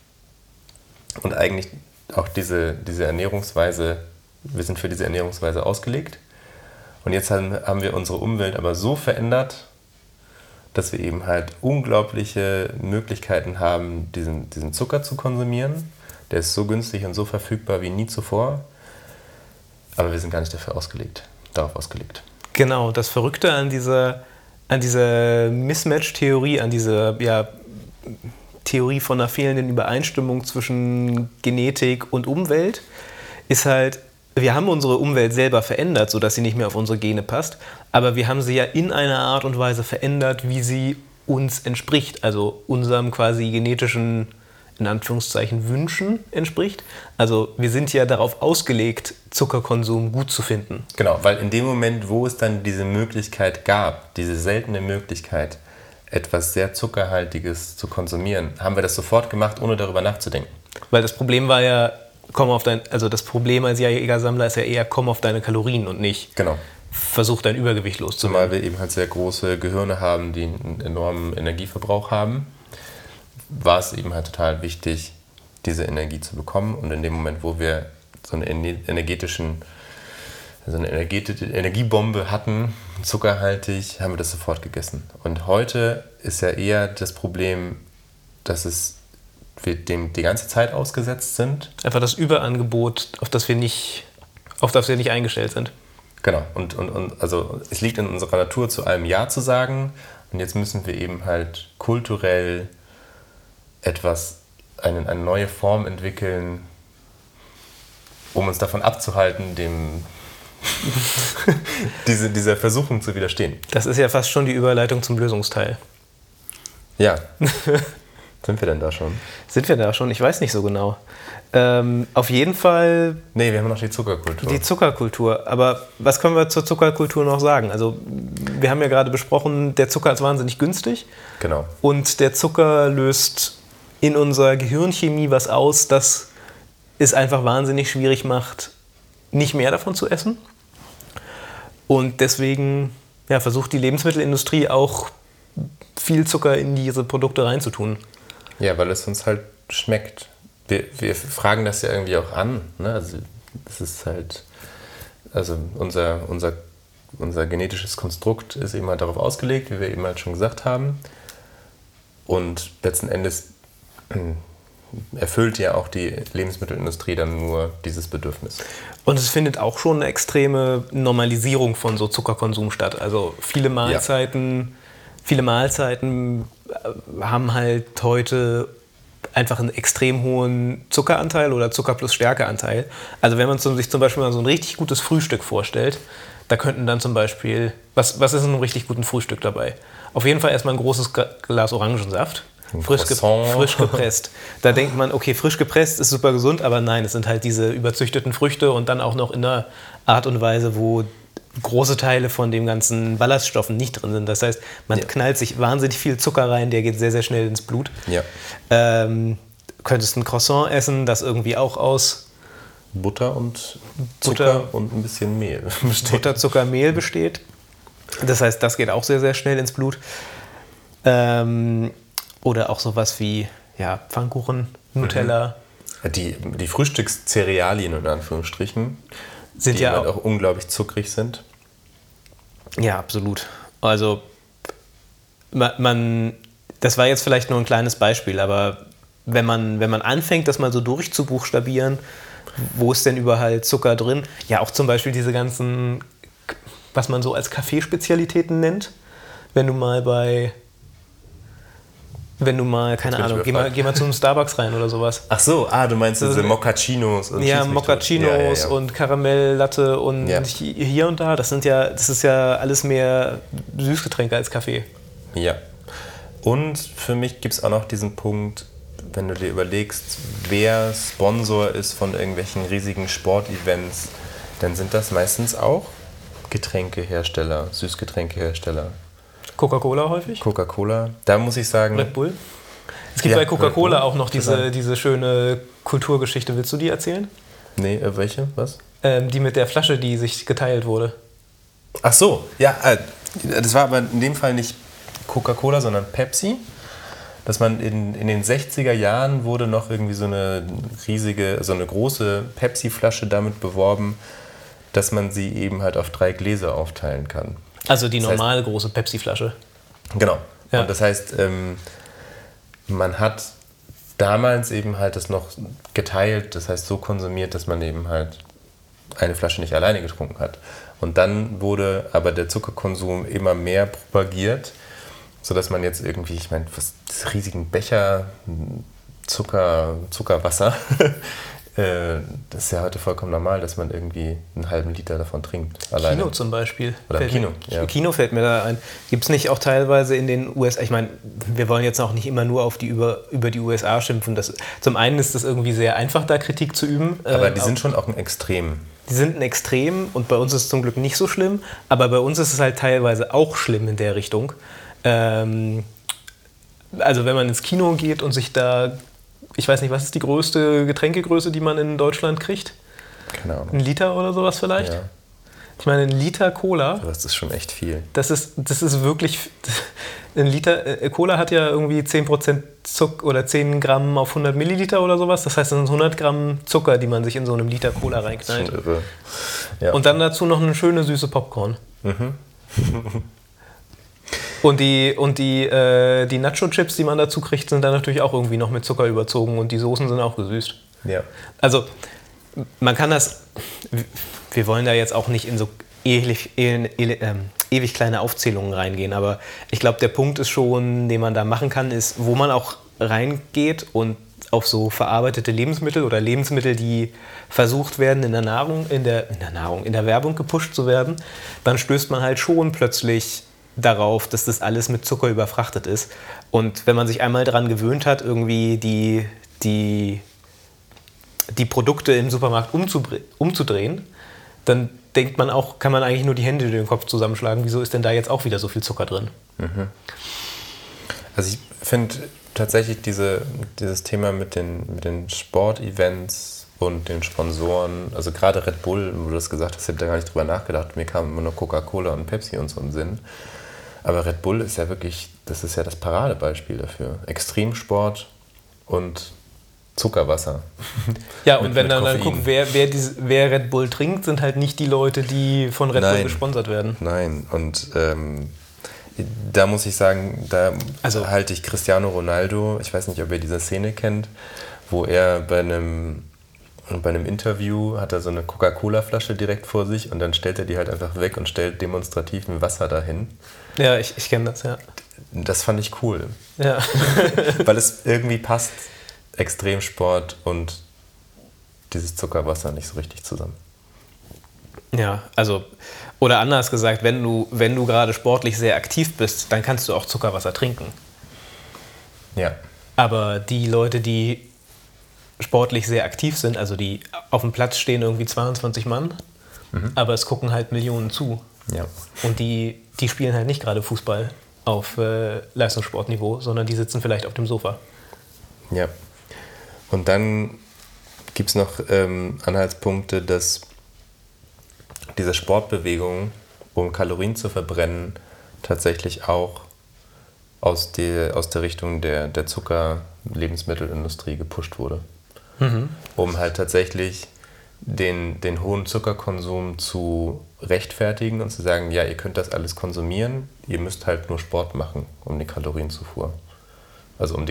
und eigentlich auch diese Ernährungsweise, wir sind für diese Ernährungsweise ausgelegt. Und jetzt haben wir unsere Umwelt aber so verändert, dass wir eben halt unglaubliche Möglichkeiten haben, diesen Zucker zu konsumieren. Der ist so günstig und so verfügbar wie nie zuvor. Aber wir sind gar nicht darauf ausgelegt. Genau, das Verrückte an dieser Mismatch-Theorie, an dieser Theorie von einer fehlenden Übereinstimmung zwischen Genetik und Umwelt, ist halt, wir haben unsere Umwelt selber verändert, sodass sie nicht mehr auf unsere Gene passt, aber wir haben sie ja in einer Art und Weise verändert, wie sie uns entspricht, also unserem quasi genetischen, in Anführungszeichen, Wünschen entspricht. Also wir sind ja darauf ausgelegt, Zuckerkonsum gut zu finden. Genau, weil in dem Moment, wo es dann diese Möglichkeit gab, diese seltene Möglichkeit, etwas sehr Zuckerhaltiges zu konsumieren, haben wir das sofort gemacht, ohne darüber nachzudenken. Weil das Problem war ja, das Problem als Jäger-Sammler ist ja eher, komm auf deine Kalorien und nicht versuch dein Übergewicht loszuwerden. Zumal wir eben halt sehr große Gehirne haben, die einen enormen Energieverbrauch haben, war es eben halt total wichtig, diese Energie zu bekommen. Und in dem Moment, wo wir so eine Energiebombe hatten, zuckerhaltig, haben wir das sofort gegessen. Und heute ist ja eher das Problem, dass es wir dem die ganze Zeit ausgesetzt sind. Einfach das Überangebot, auf das wir nicht eingestellt sind. Genau, und also es liegt in unserer Natur, zu allem Ja zu sagen. Und jetzt müssen wir eben halt kulturell eine neue Form entwickeln, um uns davon abzuhalten, dieser Versuchung zu widerstehen. Das ist ja fast schon die Überleitung zum Lösungsteil. Ja. Sind wir denn da schon? Sind wir da schon? Ich weiß nicht so genau. Auf jeden Fall... Nee, wir haben noch die Zuckerkultur. Die Zuckerkultur. Aber was können wir zur Zuckerkultur noch sagen? Also wir haben ja gerade besprochen, der Zucker ist wahnsinnig günstig. Genau. Und der Zucker löst in unserer Gehirnchemie was aus, das es einfach wahnsinnig schwierig macht, nicht mehr davon zu essen. Und deswegen versucht die Lebensmittelindustrie auch viel Zucker in diese Produkte reinzutun. Ja, weil es uns halt schmeckt. Wir fragen das ja irgendwie auch an. Ne? Also es ist halt, also unser genetisches Konstrukt ist eben halt darauf ausgelegt, wie wir eben halt schon gesagt haben. Und letzten Endes erfüllt ja auch die Lebensmittelindustrie dann nur dieses Bedürfnis. Und es findet auch schon eine extreme Normalisierung von so Zuckerkonsum statt. Also viele Mahlzeiten haben halt heute einfach einen extrem hohen Zuckeranteil oder Zucker plus Stärkeanteil. Also wenn man sich zum Beispiel mal so ein richtig gutes Frühstück vorstellt, da könnten dann zum Beispiel, was ist in einem richtig guten Frühstück dabei? Auf jeden Fall erstmal ein großes Glas Orangensaft. Frisch gepresst. Da denkt man, okay, frisch gepresst ist super gesund, aber nein, es sind halt diese überzüchteten Früchte und dann auch noch in einer Art und Weise, wo große Teile von den ganzen Ballaststoffen nicht drin sind. Das heißt, man knallt sich wahnsinnig viel Zucker rein, der geht sehr, sehr schnell ins Blut. Ja. Könntest ein Croissant essen, das irgendwie auch aus Butter und Zucker und ein bisschen Mehl besteht. Butter, Zucker, Mehl besteht. Das heißt, das geht auch sehr, sehr schnell ins Blut. Oder auch sowas wie Pfannkuchen, Nutella. Die Frühstückszerealien in Anführungsstrichen, sind die ja auch unglaublich zuckrig sind. Ja, absolut. Also das war jetzt vielleicht nur ein kleines Beispiel, aber wenn man anfängt, das mal so durchzubuchstabieren, wo ist denn überall Zucker drin? Ja, auch zum Beispiel diese ganzen, was man so als Kaffeespezialitäten nennt. Wenn du mal, keine Ahnung, geh mal zu einem Starbucks rein oder sowas. Ach so, du meinst diese Moccacinos und Moccacinos und Karamelllatte und hier und da, das ist ja alles mehr Süßgetränke als Kaffee. Ja. Und für mich gibt es auch noch diesen Punkt, wenn du dir überlegst, wer Sponsor ist von irgendwelchen riesigen Sportevents, dann sind das meistens auch Getränkehersteller, Süßgetränkehersteller. Coca-Cola häufig? Coca-Cola, da muss ich sagen... Red Bull? Es gibt bei Coca-Cola auch noch diese schöne Kulturgeschichte. Willst du die erzählen? Nee, welche? Was? Die mit der Flasche, die sich geteilt wurde. Ach so, ja, das war aber in dem Fall nicht Coca-Cola, sondern Pepsi. Dass man in den 60er Jahren wurde noch irgendwie so eine große Pepsi-Flasche damit beworben, dass man sie eben halt auf 3 Gläser aufteilen kann. Also die normale große Pepsi-Flasche. Genau. Ja. Und das heißt, man hat damals eben halt das noch geteilt, das heißt so konsumiert, dass man eben halt eine Flasche nicht alleine getrunken hat. Und dann wurde aber der Zuckerkonsum immer mehr propagiert, sodass man jetzt irgendwie, ich meine, diese riesigen Becher, Zuckerwasser, das ist ja heute vollkommen normal, dass man irgendwie einen halben Liter davon trinkt. Alleine. Kino zum Beispiel. Oder Kino. Kino fällt mir da ein. Gibt es nicht auch teilweise in den USA, ich meine, wir wollen jetzt auch nicht immer nur über die USA schimpfen. Zum einen ist es irgendwie sehr einfach, da Kritik zu üben. Aber die sind schon auch ein Extrem. Die sind ein Extrem und bei uns ist es zum Glück nicht so schlimm. Aber bei uns ist es halt teilweise auch schlimm in der Richtung. Also wenn man ins Kino geht und sich da, ich weiß nicht, was ist die größte Getränkegröße, die man in Deutschland kriegt? Keine Ahnung. 1 Liter oder sowas vielleicht? Ja. Ich meine, 1 Liter Cola. Das ist schon echt viel. Das ist wirklich, 1 Liter Cola hat ja irgendwie 10% Zucker oder 10 Gramm auf 100 Milliliter oder sowas. Das heißt, das sind 100 Gramm Zucker, die man sich in so einem Liter Cola reinknallt. Das ist schon irre. Ja. Und dann dazu noch eine schöne süße Popcorn. Mhm. Und die Nacho-Chips, die man dazu kriegt, sind dann natürlich auch irgendwie noch mit Zucker überzogen und die Soßen sind auch gesüßt. Ja. Also man kann das, wir wollen da jetzt auch nicht in so ewig kleine Aufzählungen reingehen, aber ich glaube, der Punkt ist schon, den man da machen kann, ist, wo man auch reingeht und auf so verarbeitete Lebensmittel oder Lebensmittel, die versucht werden in der Werbung gepusht zu werden, dann stößt man halt schon plötzlich darauf, dass das alles mit Zucker überfrachtet ist. Und wenn man sich einmal daran gewöhnt hat, irgendwie die Produkte im Supermarkt umzudrehen, dann denkt man auch, kann man eigentlich nur die Hände in den Kopf zusammenschlagen, wieso ist denn da jetzt auch wieder so viel Zucker drin? Mhm. Also ich finde tatsächlich dieses Thema mit den Sportevents und den Sponsoren, also gerade Red Bull, wo du das gesagt hast, ich habe da gar nicht drüber nachgedacht, mir kam immer nur Coca-Cola und Pepsi und so im Sinn. Aber Red Bull ist ja wirklich, das ist ja das Paradebeispiel dafür. Extremsport und Zuckerwasser. Ja, und wenn dann guckt, wer Red Bull trinkt, sind halt nicht die Leute, die von Red Bull gesponsert werden. Nein, und da muss ich sagen, halte ich Cristiano Ronaldo, ich weiß nicht, ob ihr diese Szene kennt, wo er bei einem Interview hat er so eine Coca-Cola-Flasche direkt vor sich und dann stellt er die halt einfach weg und stellt demonstrativ ein Wasser dahin. Ja, ich kenne das, ja. Das fand ich cool. Ja. Weil es irgendwie passt, Extremsport und dieses Zuckerwasser nicht so richtig zusammen. Ja, also, oder anders gesagt, wenn du gerade sportlich sehr aktiv bist, dann kannst du auch Zuckerwasser trinken. Ja. Aber die Leute, die sportlich sehr aktiv sind, also die auf dem Platz stehen irgendwie 22 Mann, aber es gucken halt Millionen zu. Ja. Und die spielen halt nicht gerade Fußball auf Leistungssportniveau, sondern die sitzen vielleicht auf dem Sofa. Ja. Und dann gibt es noch Anhaltspunkte, dass diese Sportbewegung, um Kalorien zu verbrennen, tatsächlich auch aus der Richtung der Zucker-Lebensmittelindustrie gepusht wurde. Um halt tatsächlich den hohen Zuckerkonsum zu rechtfertigen und zu sagen, ja, ihr könnt das alles konsumieren, ihr müsst halt nur Sport machen, um die Kalorienzufuhr. Also um den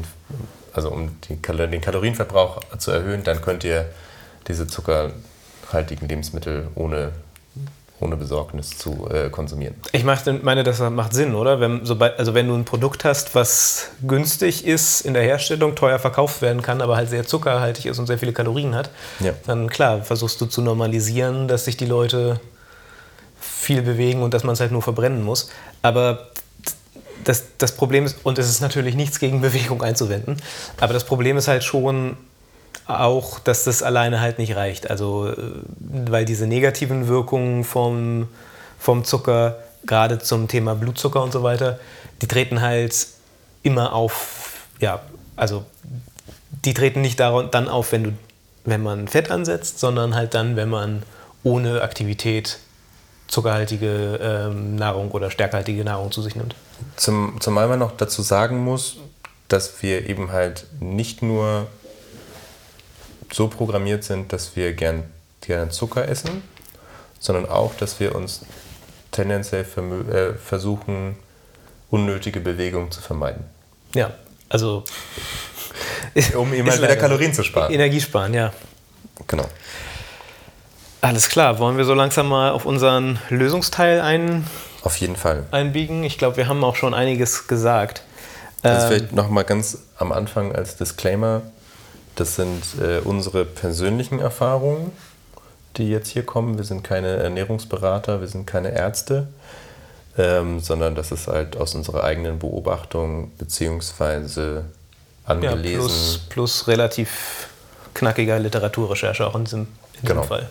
Kalorienverbrauch zu erhöhen, dann könnt ihr diese zuckerhaltigen Lebensmittel ohne Besorgnis zu konsumieren. Ich meine, das macht Sinn, oder? Wenn du ein Produkt hast, was günstig ist in der Herstellung, teuer verkauft werden kann, aber halt sehr zuckerhaltig ist und sehr viele Kalorien hat, dann klar, versuchst du zu normalisieren, dass sich die Leute viel bewegen und dass man es halt nur verbrennen muss. Aber das Problem ist, und es ist natürlich nichts gegen Bewegung einzuwenden, aber das Problem ist halt schon auch, dass das alleine halt nicht reicht. Also, weil diese negativen Wirkungen vom Zucker, gerade zum Thema Blutzucker und so weiter, die treten halt immer auf, ja, also die treten nicht dann auf, wenn man Fett ansetzt, sondern halt dann, wenn man ohne Aktivität zuckerhaltige Nahrung oder stärkehaltige Nahrung zu sich nimmt. Zumal man noch dazu sagen muss, dass wir eben halt nicht nur so programmiert sind, dass wir gerne Zucker essen, sondern auch, dass wir uns tendenziell versuchen, unnötige Bewegung zu vermeiden. Ja, also um eben halt wieder Kalorien zu sparen. Energie sparen, ja. Genau. Alles klar, wollen wir so langsam mal auf unseren Lösungsteil auf jeden Fall einbiegen? Ich glaube, wir haben auch schon einiges gesagt. Also vielleicht noch mal ganz am Anfang als Disclaimer, das sind unsere persönlichen Erfahrungen, die jetzt hier kommen. Wir sind keine Ernährungsberater, wir sind keine Ärzte, sondern das ist halt aus unserer eigenen Beobachtung beziehungsweise angelesen. Ja, plus relativ knackiger Literaturrecherche auch in diesem Fall.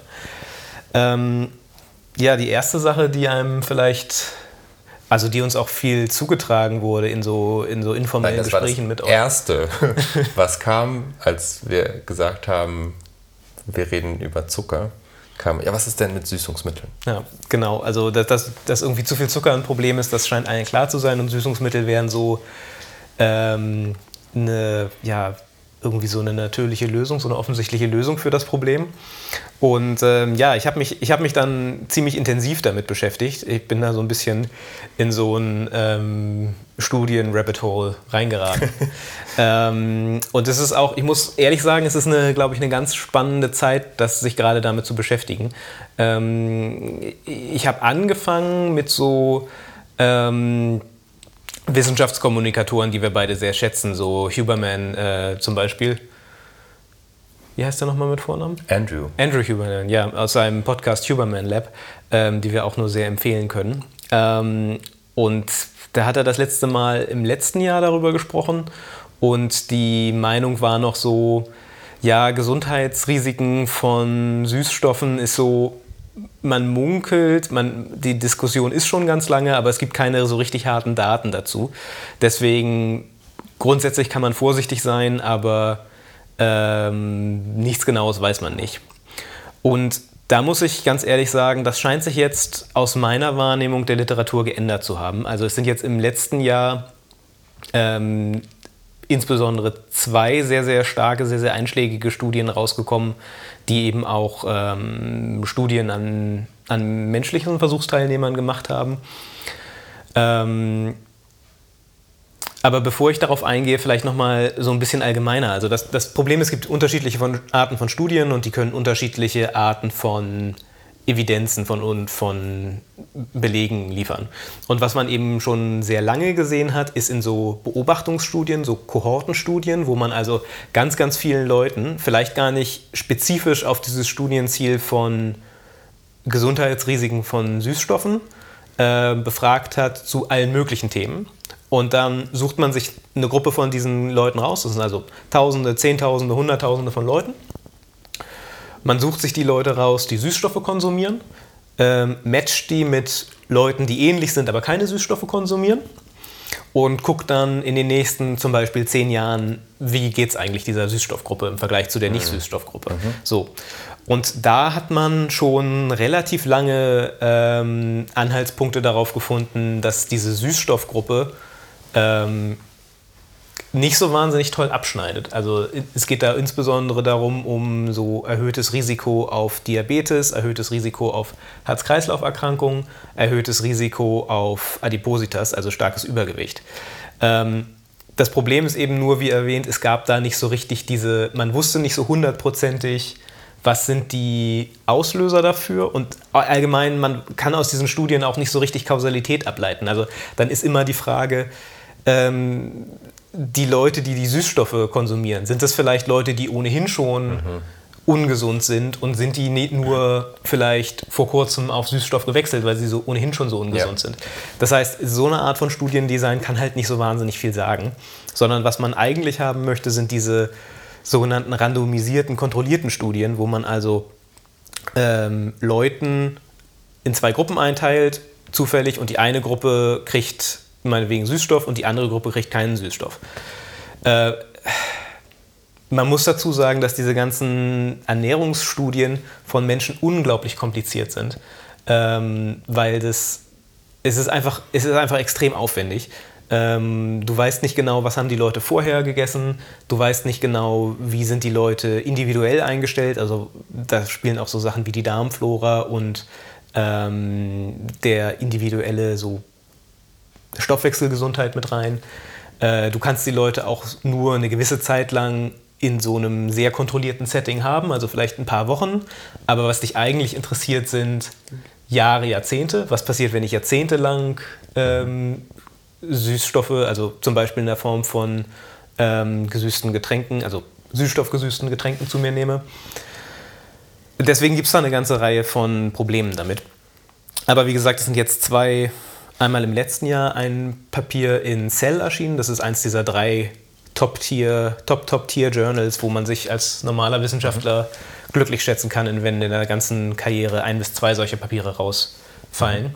Die erste Sache, die einem vielleicht, also die uns auch viel zugetragen wurde in so informellen Gesprächen mit euch. Das Erste, was kam, als wir gesagt haben, wir reden über Zucker, kam, ja, was ist denn mit Süßungsmitteln? Ja, genau. Also, dass irgendwie zu viel Zucker ein Problem ist, das scheint allen klar zu sein. Und Süßungsmittel wären so irgendwie irgendwie so eine natürliche Lösung, so eine offensichtliche Lösung für das Problem. Und ich habe mich dann ziemlich intensiv damit beschäftigt. Ich bin da so ein bisschen in so ein Studien-Rabbit-Hole reingeraten. Und es ist auch, ich muss ehrlich sagen, es ist glaube ich, eine ganz spannende Zeit, sich gerade damit zu beschäftigen. Ich habe angefangen mit so Wissenschaftskommunikatoren, die wir beide sehr schätzen, so Huberman zum Beispiel. Wie heißt der nochmal mit Vornamen? Andrew Huberman, ja, aus seinem Podcast Huberman Lab, die wir auch nur sehr empfehlen können. Und da hat er das letzte Mal im letzten Jahr darüber gesprochen und die Meinung war noch so, ja, Gesundheitsrisiken von Süßstoffen ist so, man munkelt, die Diskussion ist schon ganz lange, aber es gibt keine so richtig harten Daten dazu. Deswegen, grundsätzlich kann man vorsichtig sein, aber nichts Genaues weiß man nicht. Und da muss ich ganz ehrlich sagen, das scheint sich jetzt aus meiner Wahrnehmung der Literatur geändert zu haben. Also es sind jetzt im letzten Jahr insbesondere 2 sehr, sehr starke, sehr, sehr einschlägige Studien rausgekommen, die eben auch Studien an menschlichen Versuchsteilnehmern gemacht haben. Aber bevor ich darauf eingehe, vielleicht nochmal so ein bisschen allgemeiner. Also das Problem ist, es gibt unterschiedliche Arten von Studien und die können unterschiedliche Arten von Evidenzen von Belegen liefern. Und was man eben schon sehr lange gesehen hat, ist in so Beobachtungsstudien, so Kohortenstudien, wo man also ganz, ganz vielen Leuten, vielleicht gar nicht spezifisch auf dieses Studienziel von Gesundheitsrisiken von Süßstoffen, befragt hat zu allen möglichen Themen. Und dann sucht man sich eine Gruppe von diesen Leuten raus, das sind also Tausende, Zehntausende, Hunderttausende von Leuten. Man sucht sich die Leute raus, die Süßstoffe konsumieren, matcht die mit Leuten, die ähnlich sind, aber keine Süßstoffe konsumieren und guckt dann in den nächsten zum Beispiel 10 Jahren, wie geht es eigentlich dieser Süßstoffgruppe im Vergleich zu der Nicht-Süßstoffgruppe. So. Und da hat man schon relativ lange Anhaltspunkte darauf gefunden, dass diese Süßstoffgruppe nicht so wahnsinnig toll abschneidet. Also es geht da insbesondere darum, um so erhöhtes Risiko auf Diabetes, erhöhtes Risiko auf Herz-Kreislauf-Erkrankungen, erhöhtes Risiko auf Adipositas, also starkes Übergewicht. Das Problem ist eben nur, wie erwähnt, es gab da nicht so richtig man wusste nicht so 100%ig, was sind die Auslöser dafür und allgemein, man kann aus diesen Studien auch nicht so richtig Kausalität ableiten. Also dann ist immer die Frage, die Leute, die Süßstoffe konsumieren, sind das vielleicht Leute, die ohnehin schon ungesund sind und sind die nicht nur vielleicht vor kurzem auf Süßstoff gewechselt, weil sie ohnehin schon so ungesund sind. Das heißt, so eine Art von Studiendesign kann halt nicht so wahnsinnig viel sagen, sondern was man eigentlich haben möchte, sind diese sogenannten randomisierten, kontrollierten Studien, wo man also Leuten in 2 Gruppen einteilt, zufällig, und die eine Gruppe kriegt meinetwegen Süßstoff und die andere Gruppe kriegt keinen Süßstoff. Man muss dazu sagen, dass diese ganzen Ernährungsstudien von Menschen unglaublich kompliziert sind, weil es ist einfach extrem aufwendig. Du weißt nicht genau, was haben die Leute vorher gegessen, du weißt nicht genau, wie sind die Leute individuell eingestellt, also da spielen auch so Sachen wie die Darmflora und der individuelle so Stoffwechselgesundheit mit rein. Du kannst die Leute auch nur eine gewisse Zeit lang in so einem sehr kontrollierten Setting haben, also vielleicht ein paar Wochen, aber was dich eigentlich interessiert, sind Jahre, Jahrzehnte. Was passiert, wenn ich jahrzehntelang Süßstoffe, also zum Beispiel in der Form von gesüßten Getränken, also süßstoffgesüßten Getränken zu mir nehme. Deswegen gibt es da eine ganze Reihe von Problemen damit. Aber wie gesagt, es sind jetzt einmal im letzten Jahr ein Papier in Cell erschienen. Das ist eins dieser 3 Top-Tier-Journals, wo man sich als normaler Wissenschaftler glücklich schätzen kann, wenn in der ganzen Karriere 1 bis 2 solche Papiere rausfallen.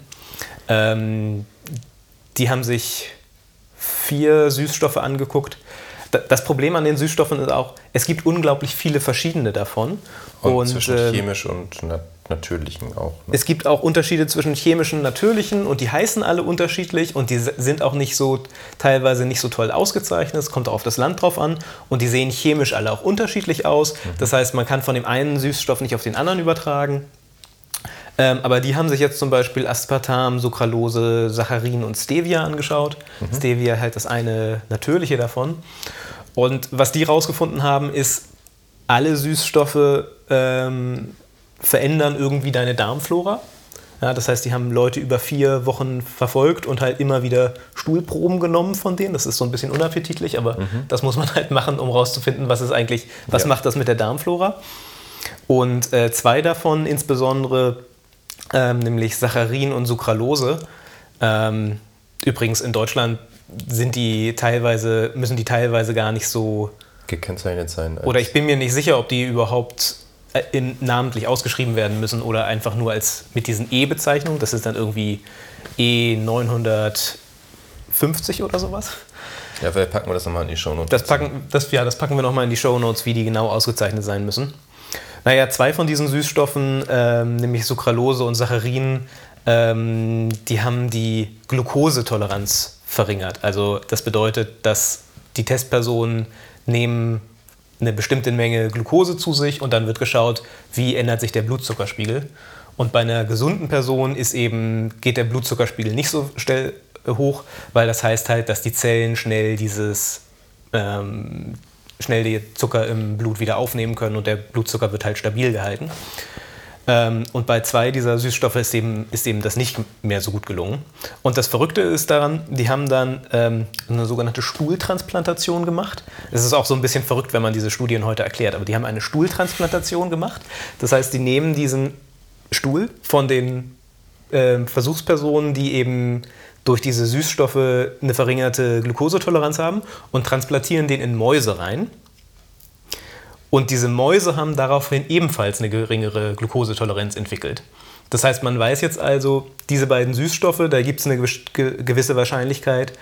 Die haben sich 4 Süßstoffe angeguckt. Das Problem an den Süßstoffen ist auch, es gibt unglaublich viele verschiedene davon. Und zwischen chemisch und natürlichen auch. Ne? Es gibt auch Unterschiede zwischen chemischen und natürlichen und die heißen alle unterschiedlich und die sind auch teilweise nicht so toll ausgezeichnet. Es kommt auch auf das Land drauf an und die sehen chemisch alle auch unterschiedlich aus. Das heißt, man kann von dem einen Süßstoff nicht auf den anderen übertragen. Aber die haben sich jetzt zum Beispiel Aspartam, Sucralose, Saccharin und Stevia angeschaut. Stevia halt das eine natürliche davon. Und was die rausgefunden haben, ist, alle Süßstoffe verändern irgendwie deine Darmflora. Ja, das heißt, die haben Leute über 4 Wochen verfolgt und halt immer wieder Stuhlproben genommen von denen. Das ist so ein bisschen unappetitlich, aber das muss man halt machen, um rauszufinden, was macht das mit der Darmflora. Und 2 davon insbesondere, nämlich Saccharin und Sucralose. Übrigens in Deutschland müssen die teilweise gar nicht so gekennzeichnet sein. Oder ich bin mir nicht sicher, ob die überhaupt namentlich ausgeschrieben werden müssen oder einfach nur als mit diesen E-Bezeichnungen. Das ist dann irgendwie E950 oder sowas. Ja, vielleicht packen wir das nochmal in die Shownotes. Das packen wir nochmal in die Shownotes, wie die genau ausgezeichnet sein müssen. Naja, 2 von diesen Süßstoffen, nämlich Sucralose und Saccharin, die haben die Glukosetoleranz verringert. Also das bedeutet, dass die Testpersonen nehmen eine bestimmte Menge Glucose zu sich und dann wird geschaut, wie ändert sich der Blutzuckerspiegel. Und bei einer gesunden Person geht der Blutzuckerspiegel nicht so schnell hoch, weil das heißt halt, dass die Zellen schnell den Zucker im Blut wieder aufnehmen können und der Blutzucker wird halt stabil gehalten. Und bei 2 dieser Süßstoffe ist eben das nicht mehr so gut gelungen. Und das Verrückte ist daran, die haben dann eine sogenannte Stuhltransplantation gemacht. Es ist auch so ein bisschen verrückt, wenn man diese Studien heute erklärt, aber die haben eine Stuhltransplantation gemacht. Das heißt, die nehmen diesen Stuhl von den Versuchspersonen, die eben durch diese Süßstoffe eine verringerte Glukosetoleranz haben und transplantieren den in Mäuse rein. Und diese Mäuse haben daraufhin ebenfalls eine geringere Glukosetoleranz entwickelt. Das heißt, man weiß jetzt also, diese beiden Süßstoffe, da gibt es eine gewisse Wahrscheinlichkeit,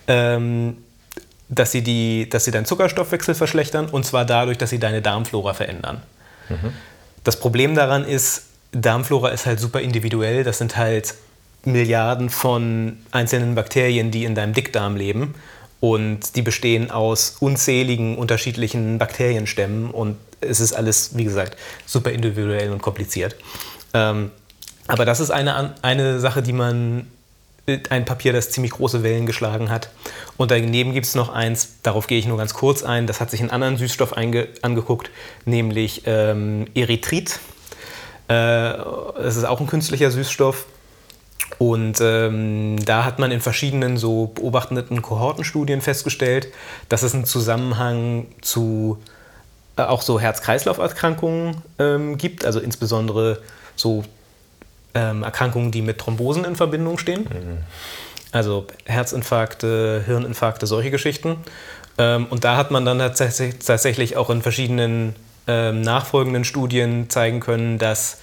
dass sie deinen Zuckerstoffwechsel verschlechtern, und zwar dadurch, dass sie deine Darmflora verändern. Das Problem daran ist, Darmflora ist halt super individuell. Das sind halt Milliarden von einzelnen Bakterien, die in deinem Dickdarm leben. Und die bestehen aus unzähligen unterschiedlichen Bakterienstämmen und es ist alles, wie gesagt, super individuell und kompliziert. Aber das ist eine Sache, ein Papier, das ziemlich große Wellen geschlagen hat. Und daneben gibt es noch eins, darauf gehe ich nur ganz kurz ein, das hat sich einen anderen Süßstoff angeguckt, nämlich Erythrit. Das ist auch ein künstlicher Süßstoff. Und da hat man in verschiedenen so beobachteten Kohortenstudien festgestellt, dass es einen Zusammenhang zu auch so Herz-Kreislauf-Erkrankungen gibt, also insbesondere so Erkrankungen, die mit Thrombosen in Verbindung stehen. Also Herzinfarkte, Hirninfarkte, solche Geschichten. Und da hat man dann tatsächlich auch in verschiedenen nachfolgenden Studien zeigen können, dass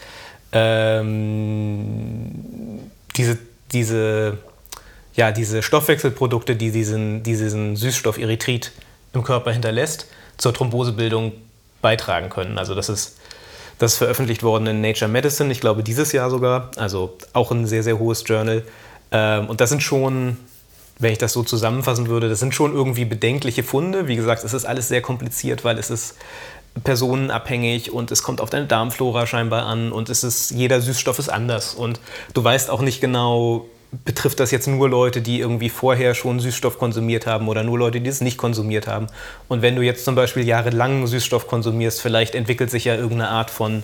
diese Stoffwechselprodukte, die diesen Süßstoff Erythrit im Körper hinterlässt, zur Thrombosebildung beitragen können. Also das ist veröffentlicht worden in Nature Medicine, ich glaube dieses Jahr sogar, also auch ein sehr, sehr hohes Journal. Und das sind schon, wenn ich das so zusammenfassen würde, das sind schon irgendwie bedenkliche Funde. Wie gesagt, es ist alles sehr kompliziert, weil es ist personenabhängig und es kommt auf deine Darmflora scheinbar an und jeder Süßstoff ist anders und du weißt auch nicht genau, betrifft das jetzt nur Leute, die irgendwie vorher schon Süßstoff konsumiert haben oder nur Leute, die es nicht konsumiert haben. Und wenn du jetzt zum Beispiel jahrelang Süßstoff konsumierst, vielleicht entwickelt sich ja irgendeine Art von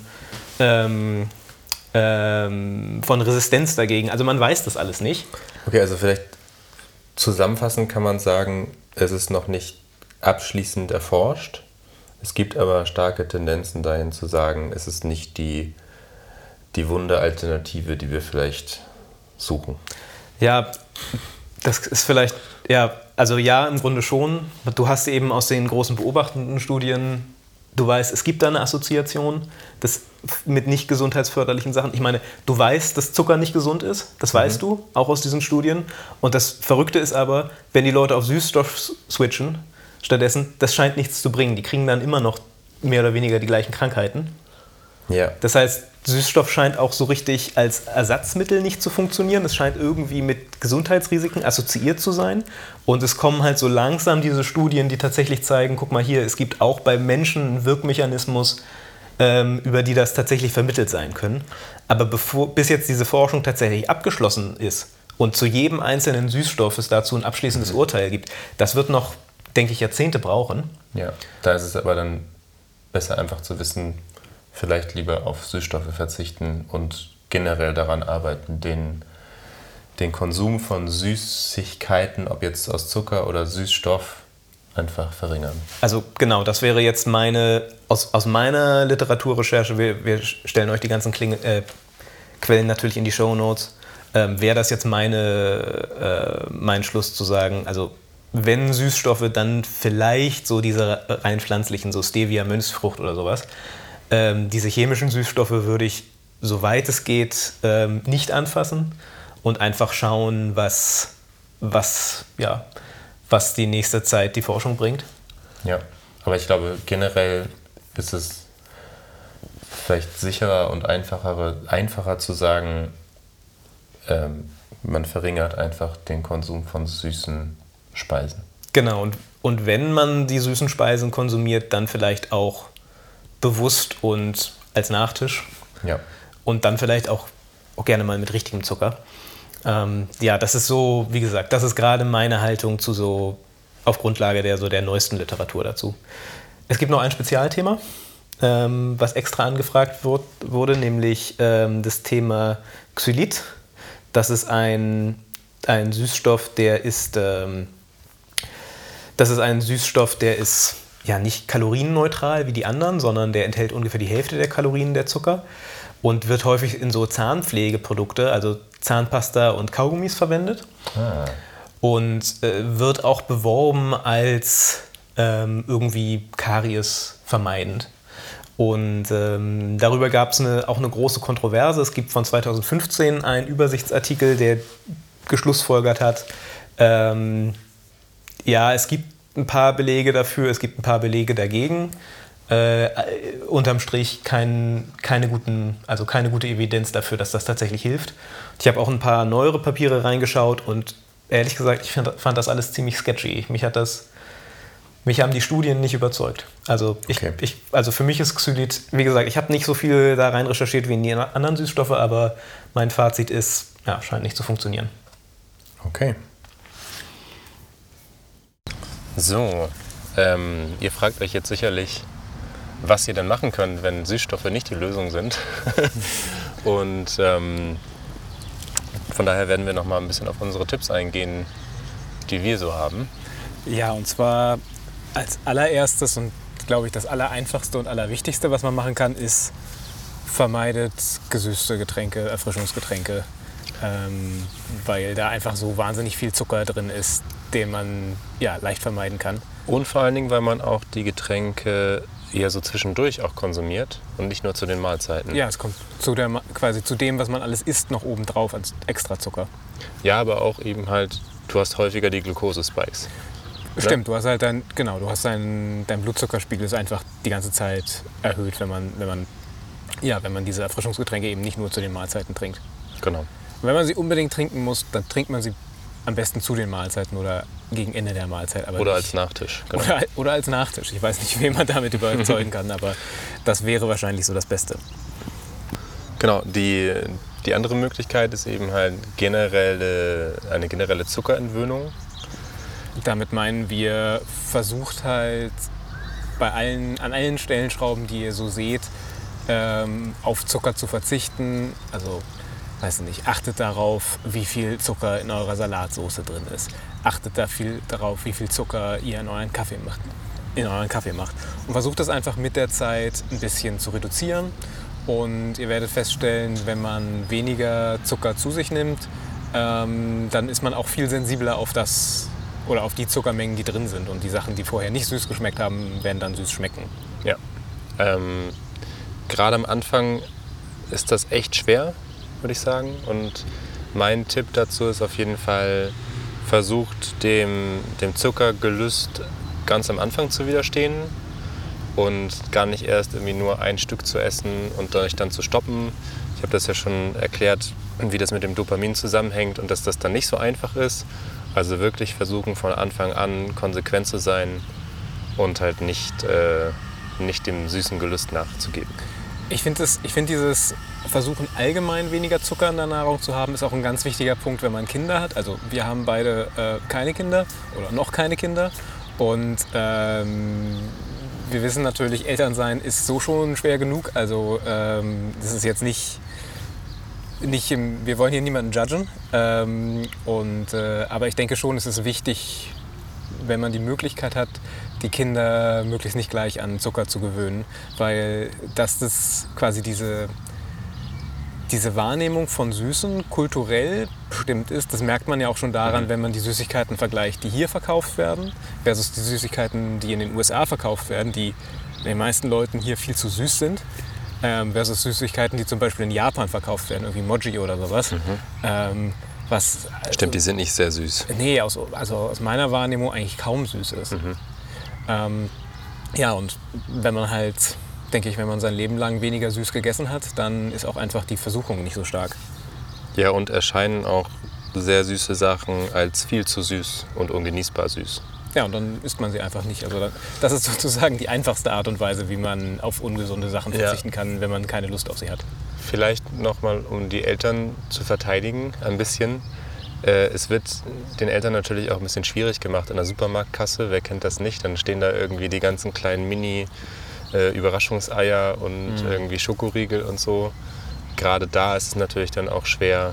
Resistenz dagegen. Also man weiß das alles nicht. Okay, also vielleicht zusammenfassend kann man sagen, es ist noch nicht abschließend erforscht. Es gibt aber starke Tendenzen dahin zu sagen, es ist nicht die Wunderalternative, die wir vielleicht suchen. Ja, das ist vielleicht, im Grunde schon. Du hast eben aus den großen beobachtenden Studien, du weißt, es gibt da eine Assoziation mit nicht gesundheitsförderlichen Sachen. Ich meine, du weißt, dass Zucker nicht gesund ist, das weißt du, auch aus diesen Studien. Und das Verrückte ist aber, wenn die Leute auf Süßstoff switchen, stattdessen, das scheint nichts zu bringen. Die kriegen dann immer noch mehr oder weniger die gleichen Krankheiten. Ja. Das heißt, Süßstoff scheint auch so richtig als Ersatzmittel nicht zu funktionieren. Es scheint irgendwie mit Gesundheitsrisiken assoziiert zu sein. Und es kommen halt so langsam diese Studien, die tatsächlich zeigen, guck mal hier, es gibt auch bei Menschen einen Wirkmechanismus, über die das tatsächlich vermittelt sein können. Aber bis jetzt diese Forschung tatsächlich abgeschlossen ist und zu jedem einzelnen Süßstoff es dazu ein abschließendes Urteil gibt, das wird noch, denke ich, Jahrzehnte brauchen. Ja, da ist es aber dann besser einfach zu wissen, vielleicht lieber auf Süßstoffe verzichten und generell daran arbeiten, den Konsum von Süßigkeiten, ob jetzt aus Zucker oder Süßstoff, einfach verringern. Also genau, das wäre jetzt aus meiner Literaturrecherche, wir stellen euch die ganzen Quellen natürlich in die Shownotes, wäre das jetzt mein Schluss zu sagen, also wenn Süßstoffe, dann vielleicht so diese rein pflanzlichen, so Stevia, Mönchsfrucht oder sowas. Diese chemischen Süßstoffe würde ich, soweit es geht, nicht anfassen und einfach schauen, was die nächste Zeit die Forschung bringt. Ja, aber ich glaube, generell ist es vielleicht sicherer und einfacher zu sagen, man verringert einfach den Konsum von süßen Speisen. Genau, und wenn man die süßen Speisen konsumiert, dann vielleicht auch bewusst und als Nachtisch. Ja. Und dann vielleicht auch gerne mal mit richtigem Zucker. Das ist so, wie gesagt, das ist gerade meine Haltung zu so, auf Grundlage der neuesten Literatur dazu. Es gibt noch ein Spezialthema, was extra angefragt wurde, nämlich das Thema Xylit. Das ist ein Süßstoff, der ist ja nicht kalorienneutral wie die anderen, sondern der enthält ungefähr die Hälfte der Kalorien der Zucker und wird häufig in so Zahnpflegeprodukte, also Zahnpasta und Kaugummis verwendet. Und wird auch beworben als irgendwie Karies vermeidend. Und darüber gab es auch eine große Kontroverse. Es gibt von 2015 einen Übersichtsartikel, der geschlussfolgert hat, es gibt ein paar Belege dafür, es gibt ein paar Belege dagegen. Unterm Strich keine gute Evidenz dafür, dass das tatsächlich hilft. Ich habe auch ein paar neuere Papiere reingeschaut und ehrlich gesagt, ich fand das alles ziemlich sketchy. Mich haben die Studien nicht überzeugt. Also für mich ist Xylit, wie gesagt, ich habe nicht so viel da rein recherchiert wie in die anderen Süßstoffe, aber mein Fazit ist, scheint nicht zu funktionieren. Okay. So, ihr fragt euch jetzt sicherlich, was ihr denn machen könnt, wenn Süßstoffe nicht die Lösung sind. Und von daher werden wir noch mal ein bisschen auf unsere Tipps eingehen, die wir so haben. Ja, und zwar als allererstes und glaube ich das Allereinfachste und Allerwichtigste, was man machen kann, ist vermeidet gesüßte Getränke, Erfrischungsgetränke, weil da einfach so wahnsinnig viel Zucker drin ist, den man leicht vermeiden kann. Und vor allen Dingen, weil man auch die Getränke eher so zwischendurch auch konsumiert und nicht nur zu den Mahlzeiten. Ja, es kommt quasi zu dem, was man alles isst, noch obendrauf als Extrazucker. Ja, aber auch eben halt, du hast häufiger die Glukosespikes. Stimmt, du hast halt dein Blutzuckerspiegel ist einfach die ganze Zeit erhöht, wenn man diese Erfrischungsgetränke eben nicht nur zu den Mahlzeiten trinkt. Genau. Und wenn man sie unbedingt trinken muss, dann trinkt man sie am besten zu den Mahlzeiten oder gegen Ende der Mahlzeit. Aber oder als Nachtisch. Genau. Oder als Nachtisch. Ich weiß nicht, wen man damit überzeugen kann, aber das wäre wahrscheinlich so das Beste. Genau, die andere Möglichkeit ist eben halt eine generelle Zuckerentwöhnung. Damit meinen wir, versucht halt an allen Stellschrauben, die ihr so seht, auf Zucker zu verzichten. Also, weiß nicht, achtet darauf, wie viel Zucker in eurer Salatsauce drin ist. Achtet darauf, wie viel Zucker ihr in euren Kaffee macht. Und versucht das einfach mit der Zeit ein bisschen zu reduzieren. Und ihr werdet feststellen, wenn man weniger Zucker zu sich nimmt, dann ist man auch viel sensibler auf die Zuckermengen, die drin sind. Und die Sachen, die vorher nicht süß geschmeckt haben, werden dann süß schmecken. Ja. Gerade am Anfang ist das echt schwer, würde ich sagen. Und mein Tipp dazu ist auf jeden Fall, versucht dem Zuckergelüst ganz am Anfang zu widerstehen. und gar nicht erst irgendwie nur ein Stück zu essen und dann zu stoppen. Ich habe das ja schon erklärt, wie das mit dem Dopamin zusammenhängt und dass das dann nicht so einfach ist. Also wirklich versuchen von Anfang an konsequent zu sein und halt nicht dem süßen Gelüst nachzugeben. Ich finde dieses Versuchen, allgemein weniger Zucker in der Nahrung zu haben, ist auch ein ganz wichtiger Punkt, wenn man Kinder hat. Also wir haben beide keine Kinder oder noch keine Kinder. Und wir wissen natürlich, Elternsein ist so schon schwer genug. Also das ist jetzt nicht wir wollen hier niemanden judgen. Aber ich denke schon, es ist wichtig, wenn man die Möglichkeit hat, die Kinder möglichst nicht gleich an Zucker zu gewöhnen, weil das quasi diese Wahrnehmung von Süßen kulturell bestimmt ist. Das merkt man ja auch schon daran, wenn man die Süßigkeiten vergleicht, die hier verkauft werden, versus die Süßigkeiten, die in den USA verkauft werden, die den meisten Leuten hier viel zu süß sind, versus Süßigkeiten, die zum Beispiel in Japan verkauft werden, irgendwie Mochi oder sowas. Stimmt, die sind nicht sehr süß. Nee, aus meiner Wahrnehmung eigentlich kaum süß ist. Ja, und wenn man halt, denke ich, wenn man sein Leben lang weniger süß gegessen hat, dann ist auch einfach die Versuchung nicht so stark. Ja, und erscheinen auch sehr süße Sachen als viel zu süß und ungenießbar süß. Ja, und dann isst man sie einfach nicht. Also das ist sozusagen die einfachste Art und Weise, wie man auf ungesunde Sachen verzichten kann, wenn man keine Lust auf sie hat. Vielleicht nochmal, um die Eltern zu verteidigen, ein bisschen. Es wird den Eltern natürlich auch ein bisschen schwierig gemacht in der Supermarktkasse. Wer kennt das nicht? Dann stehen da irgendwie die ganzen kleinen Mini-Überraschungseier und irgendwie Schokoriegel und so. Gerade da ist es natürlich dann auch schwer,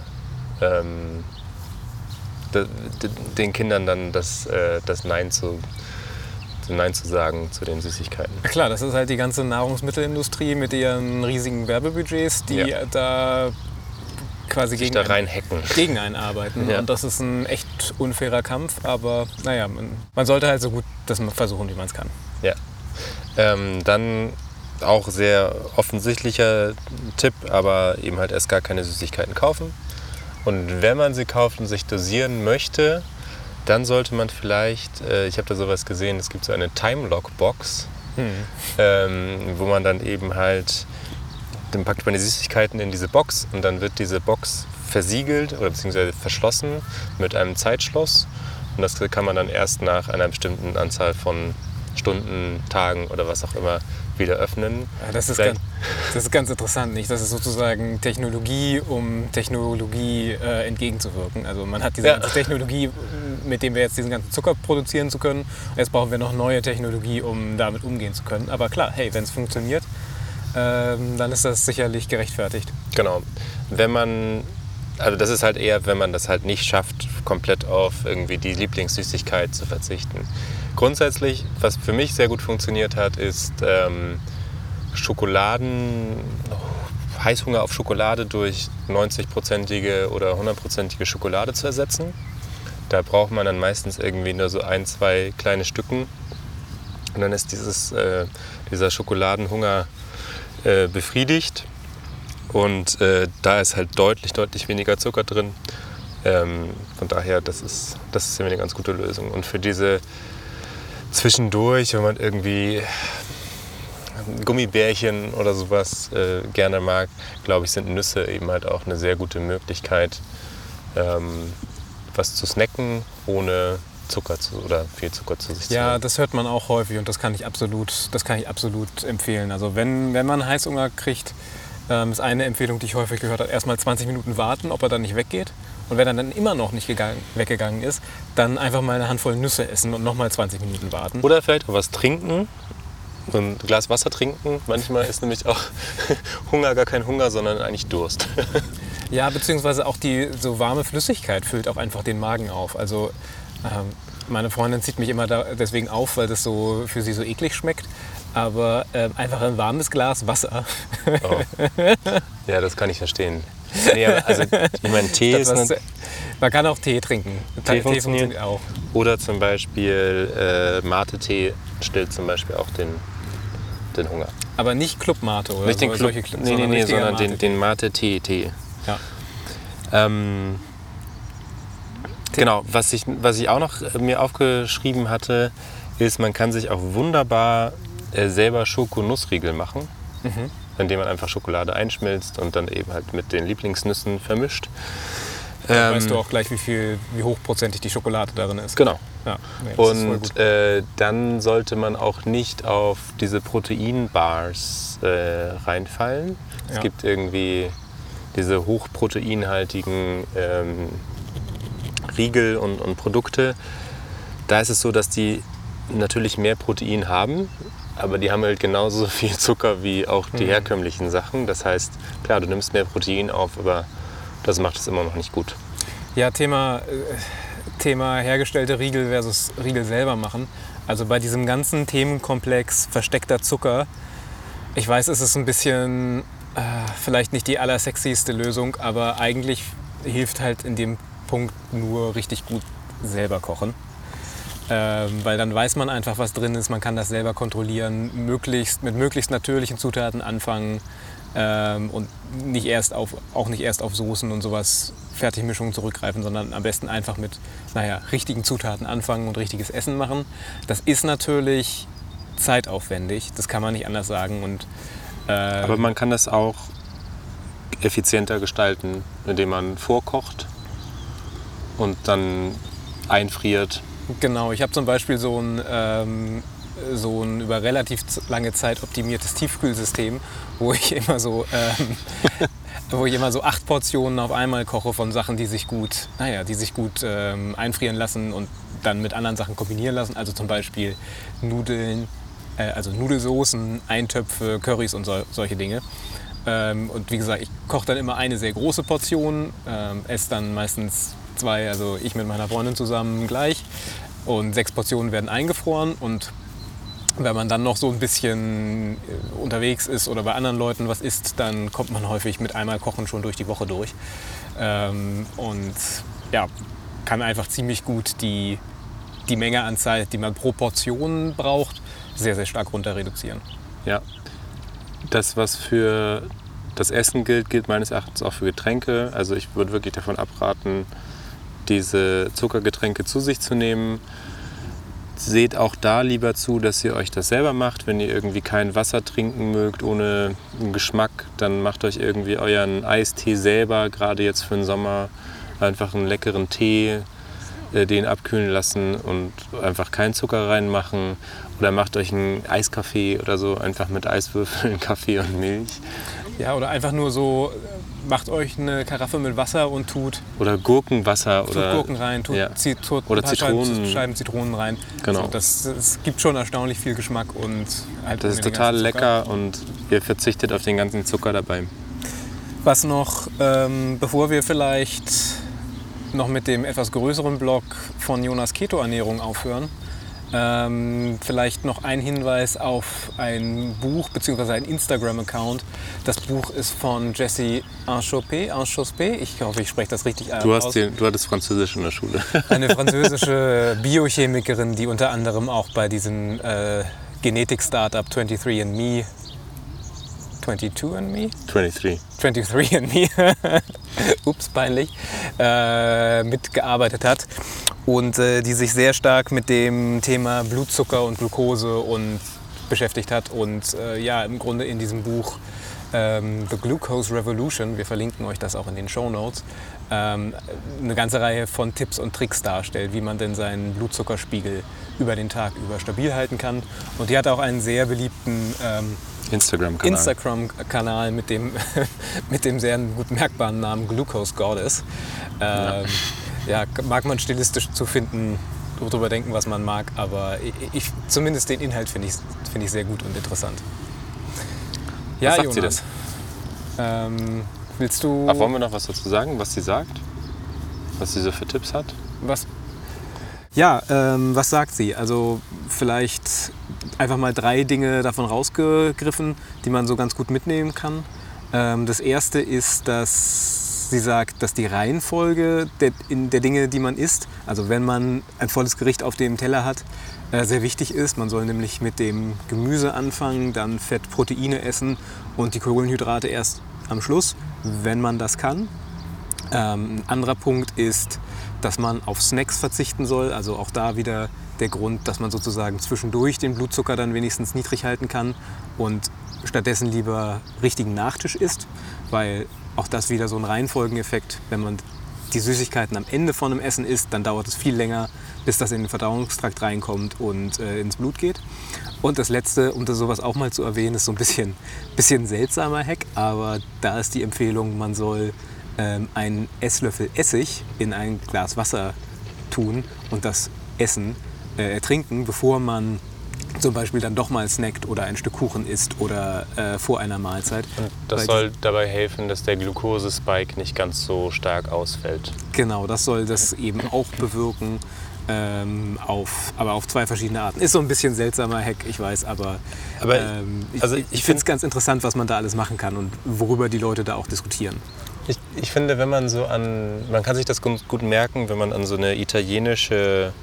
den Kindern dann das Nein zu sagen zu den Süßigkeiten. Ja, klar, das ist halt die ganze Nahrungsmittelindustrie mit ihren riesigen Werbebudgets, die da quasi gegen einen arbeiten. Ja. Und das ist ein echt unfairer Kampf, aber naja, man sollte halt so gut das versuchen, wie man es kann. Ja. Dann auch sehr offensichtlicher Tipp, aber eben halt erst gar keine Süßigkeiten kaufen. Und wenn man sie kauft und sich dosieren möchte, dann sollte man vielleicht, ich habe da sowas gesehen, es gibt so eine Time-Lock-Box, wo man dann eben halt, dann packt man die Süßigkeiten in diese Box und dann wird diese Box versiegelt oder beziehungsweise verschlossen mit einem Zeitschloss. Und das kann man dann erst nach einer bestimmten Anzahl von Stunden, Tagen oder was auch immer wieder öffnen. Ja, das ist ganz interessant, nicht? Das ist sozusagen Technologie, um Technologie entgegenzuwirken. Also man hat diese ganze Technologie, mit der wir jetzt diesen ganzen Zucker produzieren zu können. Jetzt brauchen wir noch neue Technologie, um damit umgehen zu können. Aber klar, hey, wenn es funktioniert, dann ist das sicherlich gerechtfertigt. Genau. Also das ist halt eher, wenn man das halt nicht schafft, komplett auf irgendwie die Lieblingssüßigkeit zu verzichten. Grundsätzlich, was für mich sehr gut funktioniert hat, ist Heißhunger auf Schokolade durch 90-prozentige oder 100-prozentige Schokolade zu ersetzen. Da braucht man dann meistens irgendwie nur so 1, 2 kleine Stücken. Und dann ist dieser Schokoladenhunger befriedigt. Und da ist halt deutlich weniger Zucker drin. Von daher, das ist eine ganz gute Lösung. Und für diese zwischendurch, wenn man irgendwie Gummibärchen oder sowas gerne mag, glaube ich, sind Nüsse eben halt auch eine sehr gute Möglichkeit, was zu snacken, ohne oder viel Zucker zu sich zu haben. Ja, das hört man auch häufig und das kann ich absolut empfehlen. Also wenn man Heißhunger kriegt, ist eine Empfehlung, die ich häufig gehört habe, erstmal 20 Minuten warten, ob er dann nicht weggeht. Und wenn er dann immer noch nicht weggegangen ist, dann einfach mal eine Handvoll Nüsse essen und nochmal 20 Minuten warten. Oder vielleicht auch was trinken, so ein Glas Wasser trinken. Manchmal ist nämlich auch Hunger gar kein Hunger, sondern eigentlich Durst. Ja, beziehungsweise auch die so warme Flüssigkeit füllt auch einfach den Magen auf. Also meine Freundin zieht mich immer deswegen auf, weil das so für sie so eklig schmeckt. Aber einfach ein warmes Glas Wasser. Oh. Ja, das kann ich verstehen. Nee, also ich meine, Tee ist... Man kann auch Tee trinken. Tee funktioniert auch. Oder zum Beispiel Mate-Tee stillt zum Beispiel auch den Hunger. Aber nicht Club Mate oder nicht so, den Club, sondern den Mate-Tee. Ja. Genau, was ich auch noch mir aufgeschrieben hatte, ist, man kann sich auch wunderbar selber Schokonussriegel machen, indem man einfach Schokolade einschmilzt und dann eben halt mit den Lieblingsnüssen vermischt. Weißt du auch gleich, wie hochprozentig die Schokolade darin ist. Genau. Ja, nee, das ist voll Und gut. dann sollte man auch nicht auf diese Proteinbars reinfallen. Es gibt irgendwie diese hochproteinhaltigen Riegel und Produkte. Da ist es so, dass die natürlich mehr Protein haben, aber die haben halt genauso viel Zucker wie auch die herkömmlichen Sachen. Das heißt, klar, du nimmst mehr Protein auf, aber das macht es immer noch nicht gut. Ja, Thema hergestellte Riegel versus Riegel selber machen. Also bei diesem ganzen Themenkomplex versteckter Zucker, ich weiß, es ist ein bisschen vielleicht nicht die allersexieste Lösung, aber eigentlich hilft halt in dem Punkt nur richtig gut selber kochen. Weil dann weiß man einfach, was drin ist, man kann das selber kontrollieren, mit möglichst natürlichen Zutaten anfangen und auch nicht erst auf Soßen und sowas, Fertigmischungen zurückgreifen, sondern am besten einfach mit richtigen Zutaten anfangen und richtiges Essen machen. Das ist natürlich zeitaufwendig, das kann man nicht anders sagen. Aber man kann das auch effizienter gestalten, indem man vorkocht und dann einfriert. Genau, ich habe zum Beispiel so ein über relativ lange Zeit optimiertes Tiefkühlsystem, wo ich immer so 8 Portionen auf einmal koche von Sachen, die sich gut einfrieren lassen und dann mit anderen Sachen kombinieren lassen. Also zum Beispiel Nudeln, also Nudelsoßen, Eintöpfe, Currys und solche Dinge. Und wie gesagt, ich koche dann immer eine sehr große Portion, esse dann meistens 2, also ich mit meiner Freundin zusammen gleich. Und 6 Portionen werden eingefroren. Und wenn man dann noch so ein bisschen unterwegs ist oder bei anderen Leuten was isst, dann kommt man häufig mit einmal Kochen schon durch die Woche durch. Und ja, kann einfach ziemlich gut die Menge an Zeit, die man pro Portion braucht, sehr, sehr stark runter reduzieren. Ja, das, was für das Essen gilt meines Erachtens auch für Getränke. Also ich würde wirklich davon abraten, diese Zuckergetränke zu sich zu nehmen. Seht auch da lieber zu, dass ihr euch das selber macht. Wenn ihr irgendwie kein Wasser trinken mögt ohne einen Geschmack, dann macht euch irgendwie euren Eistee selber, gerade jetzt für den Sommer. Einfach einen leckeren Tee, den abkühlen lassen und einfach keinen Zucker reinmachen. Oder macht euch einen Eiskaffee oder so, einfach mit Eiswürfeln, Kaffee und Milch. Ja, oder einfach nur so, macht euch eine Karaffe mit Wasser und tut... Oder Gurkenwasser. Tut Gurken rein, tut oder ein paar Scheiben Zitronen rein. Genau. Also das gibt schon erstaunlich viel Geschmack und halt das ist total lecker und ihr verzichtet auf den ganzen Zucker dabei. Was noch, bevor wir vielleicht noch mit dem etwas größeren Blog von Jonas Keto-Ernährung aufhören, vielleicht noch ein Hinweis auf ein Buch bzw. ein Instagram-Account. Das Buch ist von Jessie Inchauspé. Ich hoffe, ich spreche das richtig aus. Du hattest Französisch in der Schule. Eine französische Biochemikerin, die unter anderem auch bei diesem Genetik-Startup 23andMe 23andMe? Ups, peinlich. Mitgearbeitet hat. Und die sich sehr stark mit dem Thema Blutzucker und Glucose beschäftigt hat. Und im Grunde in diesem Buch The Glucose Revolution, wir verlinken euch das auch in den Shownotes, eine ganze Reihe von Tipps und Tricks darstellt, wie man denn seinen Blutzuckerspiegel über den Tag über stabil halten kann. Und die hat auch einen sehr beliebten Instagram-Kanal mit dem sehr gut merkbaren Namen Glucose Goddess. Mag man stilistisch zu finden, darüber denken, was man mag, aber zumindest den Inhalt finde ich sehr gut und interessant. Ja, was sagt Jonas, sie denn? Willst du... Wollen wir noch was dazu sagen, was sie sagt? Was sie so für Tipps hat? Was sagt sie? Also vielleicht einfach mal 3 Dinge davon rausgegriffen, die man so ganz gut mitnehmen kann. Das erste ist, dass sie sagt, dass die Reihenfolge der Dinge, die man isst, also wenn man ein volles Gericht auf dem Teller hat, sehr wichtig ist. Man soll nämlich mit dem Gemüse anfangen, dann Fett, Proteine essen und die Kohlenhydrate erst am Schluss, wenn man das kann. Ein anderer Punkt ist, dass man auf Snacks verzichten soll. Also auch da wieder der Grund, dass man sozusagen zwischendurch den Blutzucker dann wenigstens niedrig halten kann und stattdessen lieber richtigen Nachtisch isst, weil auch das wieder so ein Reihenfolgeneffekt, wenn man die Süßigkeiten am Ende von einem Essen isst, dann dauert es viel länger, bis das in den Verdauungstrakt reinkommt und ins Blut geht. Und das Letzte, um das sowas auch mal zu erwähnen, ist so ein bisschen seltsamer Hack, aber da ist die Empfehlung, man soll einen Esslöffel Essig in ein Glas Wasser tun und das Essen trinken, bevor man zum Beispiel dann doch mal snackt oder ein Stück Kuchen isst oder vor einer Mahlzeit. Und das soll dabei helfen, dass der Glukosespike nicht ganz so stark ausfällt. Genau, das soll das eben auch bewirken, aber auf 2 verschiedene Arten. Ist so ein bisschen seltsamer Hack, ich weiß, aber ich finde es ganz interessant, was man da alles machen kann und worüber die Leute da auch diskutieren. Ich finde, wenn man man kann sich das gut merken, wenn man an so eine italienisches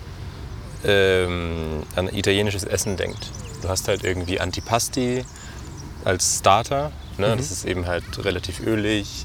Essen denkt. Du hast halt irgendwie Antipasti als Starter, ne? Das ist eben halt relativ ölig,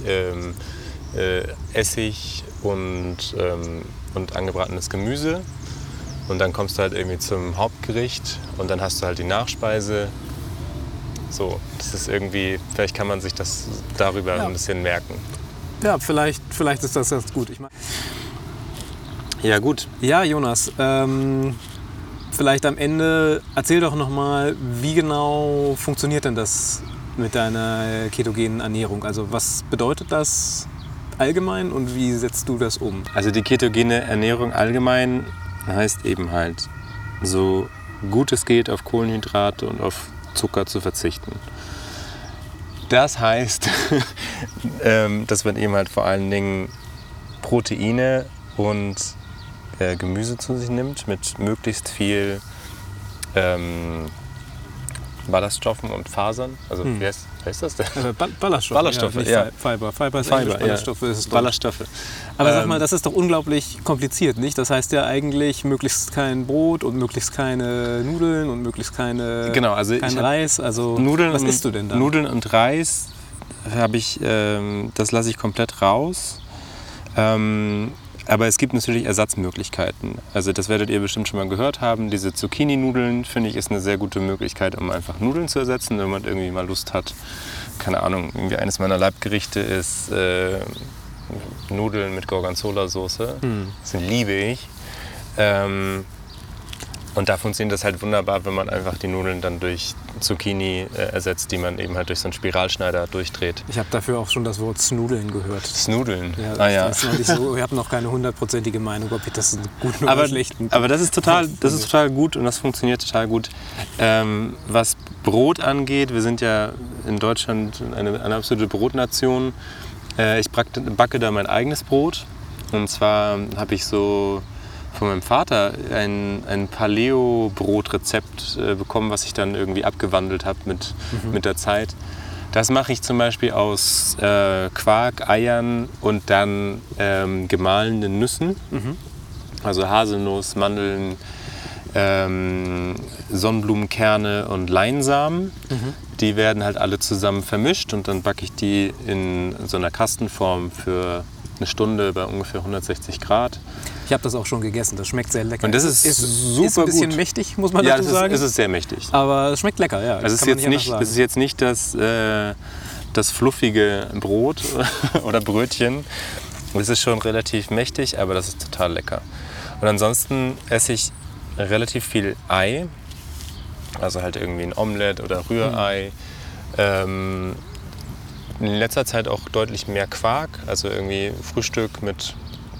Essig und angebratenes Gemüse. Und dann kommst du halt irgendwie zum Hauptgericht und dann hast du halt die Nachspeise. So, das ist irgendwie, vielleicht kann man sich das darüber ein bisschen merken. Ja, vielleicht ist das ganz gut. Ja, gut. Ja, Jonas, vielleicht am Ende erzähl doch nochmal, wie genau funktioniert denn das mit deiner ketogenen Ernährung? Also was bedeutet das allgemein und wie setzt du das um? Also die ketogene Ernährung allgemein heißt eben halt, so gut es geht auf Kohlenhydrate und auf Zucker zu verzichten. Das heißt, dass man eben halt vor allen Dingen Proteine und Gemüse zu sich nimmt mit möglichst viel Ballaststoffen und Fasern. Also wie heißt das denn? Ballaststoffe. Ballaststoffe, ja. Fiber ist Englisch, Ballaststoffe ist es. Ballaststoffe. Aber sag mal, das ist doch unglaublich kompliziert, nicht? Das heißt ja eigentlich möglichst kein Brot und möglichst keine Nudeln und möglichst kein Reis. Also was isst du denn da? Nudeln und Reis das lasse ich komplett raus. Aber es gibt natürlich Ersatzmöglichkeiten. Also das werdet ihr bestimmt schon mal gehört haben. Diese Zucchini-Nudeln, finde ich, ist eine sehr gute Möglichkeit, um einfach Nudeln zu ersetzen, wenn man irgendwie mal Lust hat. Keine Ahnung, irgendwie eines meiner Leibgerichte ist Nudeln mit Gorgonzola-Soße. Das liebe ich. Und da funktioniert das halt wunderbar, wenn man einfach die Nudeln dann durch Zucchini ersetzt, die man eben halt durch so einen Spiralschneider durchdreht. Ich habe dafür auch schon das Wort Snudeln gehört. Snudeln? Ja, das ist noch nicht so, ich habe noch keine 100%ige Meinung, ob ich das gut oder schlecht finde. Aber das ist total gut und das funktioniert total gut. Was Brot angeht, wir sind ja in Deutschland eine absolute Brotnation. Ich backe da mein eigenes Brot. Und zwar habe ich so von meinem Vater ein Paleo-Brotrezept bekommen, was ich dann irgendwie abgewandelt habe mit der Zeit. Das mache ich zum Beispiel aus Quark, Eiern und dann gemahlenen Nüssen. Also Haselnuss, Mandeln, Sonnenblumenkerne und Leinsamen. Die werden halt alle zusammen vermischt und dann backe ich die in so einer Kastenform für eine Stunde bei ungefähr 160 Grad. Ich habe das auch schon gegessen, das schmeckt sehr lecker. Und das ist super ist ein bisschen gut. Mächtig, muss man dazu sagen. Ja, es ist sehr mächtig. Aber es schmeckt lecker, ja. Also es ist jetzt nicht das fluffige Brot oder Brötchen. Es ist schon relativ mächtig, aber das ist total lecker. Und ansonsten esse ich relativ viel Ei. Also halt irgendwie ein Omelett oder Rührei. In letzter Zeit auch deutlich mehr Quark, also irgendwie Frühstück mit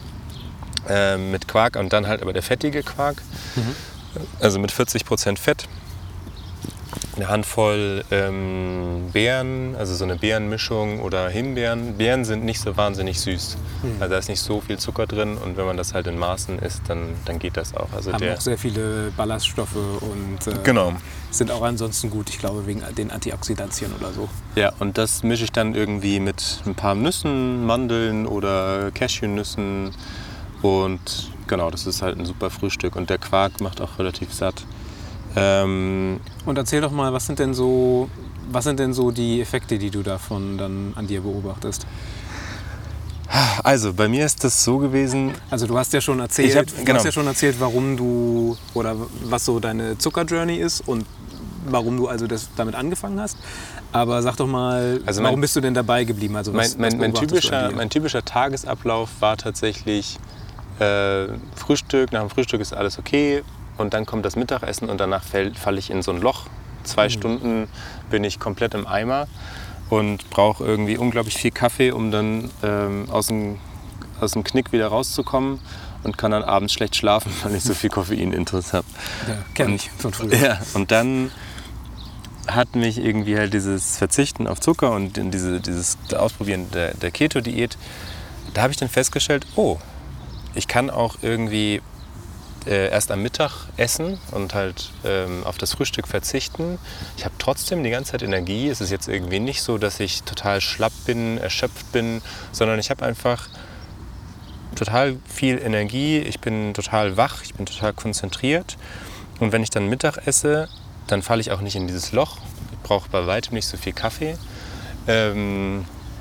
Quark und dann halt aber der fettige Quark, also mit 40% Fett. Eine Handvoll Beeren, also so eine Beerenmischung oder Himbeeren. Beeren sind nicht so wahnsinnig süß, also da ist nicht so viel Zucker drin und wenn man das halt in Maßen isst, dann geht das auch. Also haben auch sehr viele Ballaststoffe und sind auch ansonsten gut, ich glaube wegen den Antioxidantien oder so. Ja, und das mische ich dann irgendwie mit ein paar Nüssen, Mandeln oder Cashewnüssen und genau, das ist halt ein super Frühstück und der Quark macht auch relativ satt. Und erzähl doch mal, was sind denn so die Effekte, die du davon dann an dir beobachtest? Also, bei mir ist das so gewesen. Also du hast ja schon erzählt, warum du oder was so deine Zucker-Journey ist und warum du also damit angefangen hast. Aber sag doch mal, warum bist du denn dabei geblieben? Also mein typischer Tagesablauf war tatsächlich Frühstück. Nach dem Frühstück ist alles okay und dann kommt das Mittagessen und danach falle ich in so ein Loch. 2 Stunden bin ich komplett im Eimer und brauche irgendwie unglaublich viel Kaffee, um dann aus dem Knick wieder rauszukommen und kann dann abends schlecht schlafen, weil ich so viel Koffein-Intus habe. Ja, kenn ich von früher. Ja, und dann hat mich irgendwie halt dieses Verzichten auf Zucker und dieses Ausprobieren der Keto-Diät, da habe ich dann festgestellt, ich kann auch irgendwie erst am Mittag essen und halt auf das Frühstück verzichten. Ich habe trotzdem die ganze Zeit Energie. Es ist jetzt irgendwie nicht so, dass ich total schlapp bin, erschöpft bin, sondern ich habe einfach total viel Energie. Ich bin total wach, ich bin total konzentriert. Und wenn ich dann Mittag esse, dann falle ich auch nicht in dieses Loch. Ich brauche bei weitem nicht so viel Kaffee. Habe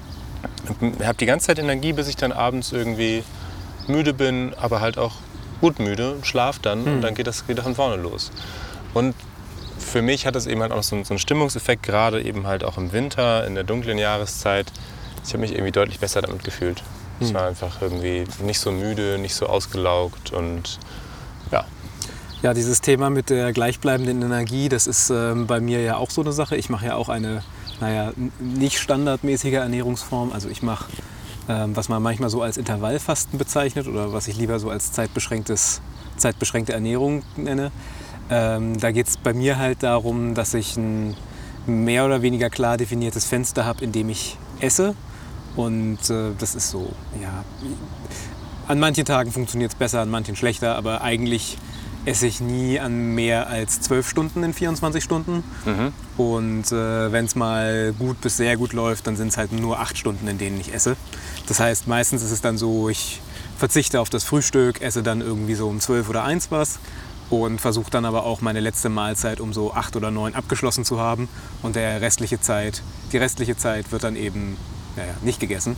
die ganze Zeit Energie, bis ich dann abends irgendwie müde bin, aber halt auch gut müde, schlaf dann und dann geht das wieder von vorne los. Und für mich hat das eben halt auch so einen Stimmungseffekt, gerade eben halt auch im Winter, in der dunklen Jahreszeit. Ich habe mich irgendwie deutlich besser damit gefühlt. Ich war einfach irgendwie nicht so müde, nicht so ausgelaugt und ja. Ja, dieses Thema mit der gleichbleibenden Energie, das ist bei mir ja auch so eine Sache. Ich mache ja auch eine, nicht standardmäßige Ernährungsform. Also ich mache, was man manchmal so als Intervallfasten bezeichnet oder was ich lieber so als zeitbeschränkte Ernährung nenne. Da geht es bei mir halt darum, dass ich ein mehr oder weniger klar definiertes Fenster habe, in dem ich esse. Und das ist so, ja, an manchen Tagen funktioniert es besser, an manchen schlechter, aber eigentlich esse ich nie an mehr als 12 Stunden in 24 Stunden. Und wenn es mal gut bis sehr gut läuft, dann sind es halt nur 8 Stunden, in denen ich esse. Das heißt, meistens ist es dann so, ich verzichte auf das Frühstück, esse dann irgendwie so um 12 oder 1 was und versuche dann aber auch meine letzte Mahlzeit um so 8 oder 9 abgeschlossen zu haben. Und die restliche Zeit wird dann eben nicht gegessen.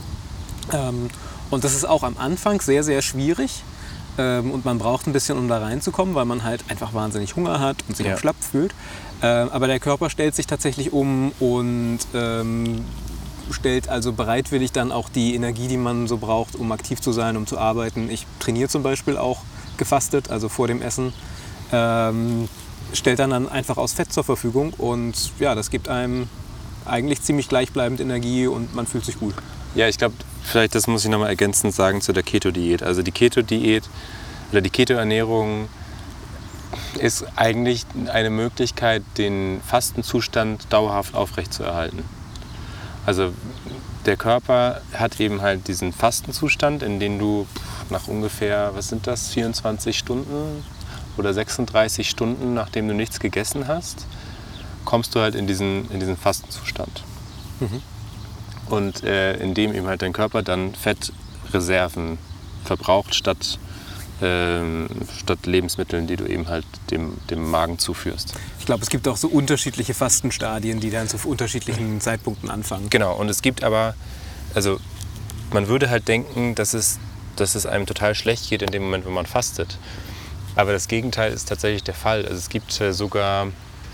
Und das ist auch am Anfang sehr, sehr schwierig. Und man braucht ein bisschen, um da reinzukommen, weil man halt einfach wahnsinnig Hunger hat und sich schlapp fühlt. Aber der Körper stellt sich tatsächlich um und stellt also bereitwillig dann auch die Energie, die man so braucht, um aktiv zu sein, um zu arbeiten. Ich trainiere zum Beispiel auch gefastet, also vor dem Essen. Stellt dann einfach aus Fett zur Verfügung und ja, das gibt einem eigentlich ziemlich gleichbleibend Energie und man fühlt sich gut. Ja, ich glaube, vielleicht das muss ich nochmal ergänzend sagen zu der Keto-Diät. Also die Keto-Diät oder die Keto-Ernährung ist eigentlich eine Möglichkeit, den Fastenzustand dauerhaft aufrechtzuerhalten. Also der Körper hat eben halt diesen Fastenzustand, in dem du nach ungefähr, 24 Stunden oder 36 Stunden, nachdem du nichts gegessen hast, kommst du halt in diesen Fastenzustand. Und in dem eben halt dein Körper dann Fettreserven verbraucht statt Lebensmitteln, die du eben halt dem Magen zuführst. Ich glaube, es gibt auch so unterschiedliche Fastenstadien, die dann zu unterschiedlichen Zeitpunkten anfangen. Genau, und es gibt aber, also man würde halt denken, dass es einem total schlecht geht in dem Moment, wo man fastet. Aber das Gegenteil ist tatsächlich der Fall. Also es gibt sogar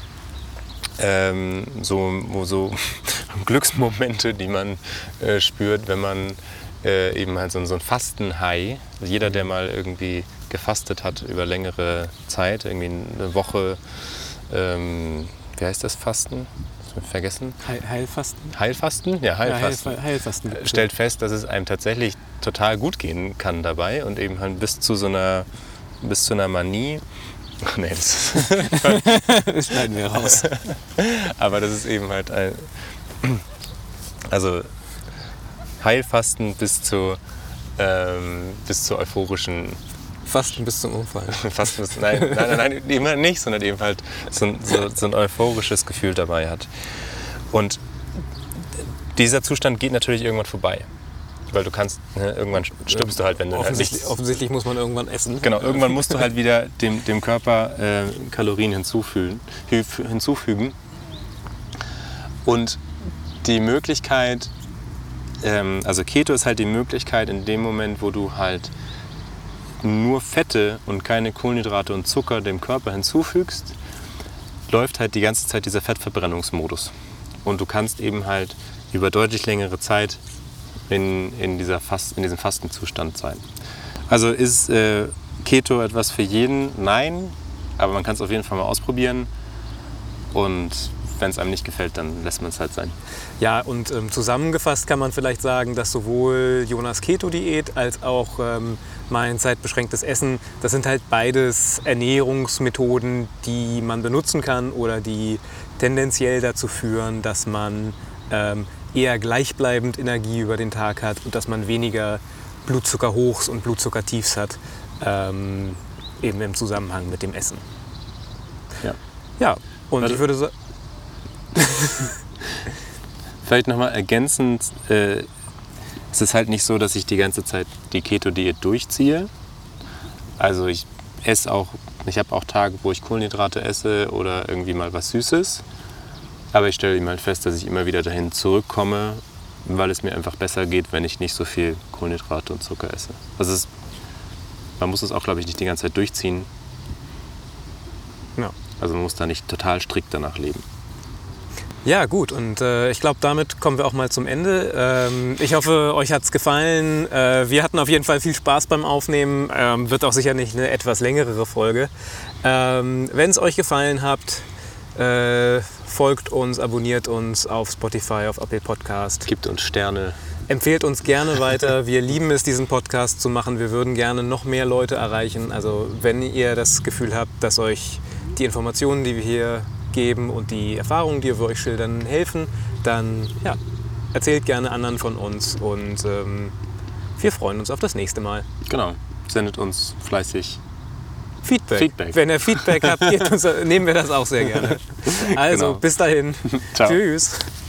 so Glücksmomente, die man spürt, wenn man eben halt so ein Fasten-High. Also jeder, der mal irgendwie gefastet hat über längere Zeit, irgendwie eine Woche, wie heißt das Fasten? Vergessen? Heilfasten? Heilfasten? Ja, Heilfasten. Ja, Heilfasten. Stellt fest, dass es einem tatsächlich total gut gehen kann dabei und eben halt bis zu einer Manie. Nee, das schneiden wir raus. Aber das ist eben halt also Heilfasten bis zu euphorischen Fasten bis zum Unfall. Nein, eben nicht, sondern eben halt so ein euphorisches Gefühl dabei hat. Und dieser Zustand geht natürlich irgendwann vorbei. Weil du kannst, irgendwann stirbst du halt, wenn du offensichtlich muss man irgendwann essen. Genau, irgendwann musst du halt wieder dem Körper Kalorien hinzufügen. Und die Möglichkeit, also Keto ist halt die Möglichkeit in dem Moment, wo du halt nur Fette und keine Kohlenhydrate und Zucker dem Körper hinzufügst, läuft halt die ganze Zeit dieser Fettverbrennungsmodus. Und du kannst eben halt über deutlich längere Zeit in diesem Fastenzustand sein. Also ist Keto etwas für jeden? Nein, aber man kann es auf jeden Fall mal ausprobieren. Und wenn es einem nicht gefällt, dann lässt man es halt sein. Ja, und zusammengefasst kann man vielleicht sagen, dass sowohl Jonas Keto-Diät als auch mein zeitbeschränktes Essen, das sind halt beides Ernährungsmethoden, die man benutzen kann oder die tendenziell dazu führen, dass man eher gleichbleibend Energie über den Tag hat und dass man weniger Blutzuckerhochs und Blutzuckertiefs hat, eben im Zusammenhang mit dem Essen. Ja. Ja, und ich würde sagen... Vielleicht nochmal ergänzend, es ist halt nicht so, dass ich die ganze Zeit die Keto-Diät durchziehe. Also ich habe auch Tage, wo ich Kohlenhydrate esse oder irgendwie mal was Süßes. Aber ich stelle halt fest, dass ich immer wieder dahin zurückkomme, weil es mir einfach besser geht, wenn ich nicht so viel Kohlenhydrate und Zucker esse. Also man muss es auch, glaube ich, nicht die ganze Zeit durchziehen. Ja. Also man muss da nicht total strikt danach leben. Ja, gut. Und ich glaube, damit kommen wir auch mal zum Ende. Ich hoffe, euch hat es gefallen. Wir hatten auf jeden Fall viel Spaß beim Aufnehmen. Wird auch sicher nicht eine etwas längere Folge. Wenn es euch gefallen hat, folgt uns, abonniert uns auf Spotify, auf Apple Podcast. Gibt uns Sterne. Empfehlt uns gerne weiter. Wir lieben es, diesen Podcast zu machen. Wir würden gerne noch mehr Leute erreichen. Also wenn ihr das Gefühl habt, dass euch die Informationen, die wir hier geben und die Erfahrungen, die wir euch schildern, helfen, dann ja, erzählt gerne anderen von uns und wir freuen uns auf das nächste Mal. Genau, sendet uns fleißig Feedback. Wenn ihr Feedback habt, nehmen wir das auch sehr gerne. Also, genau. Bis dahin. Ciao. Tschüss.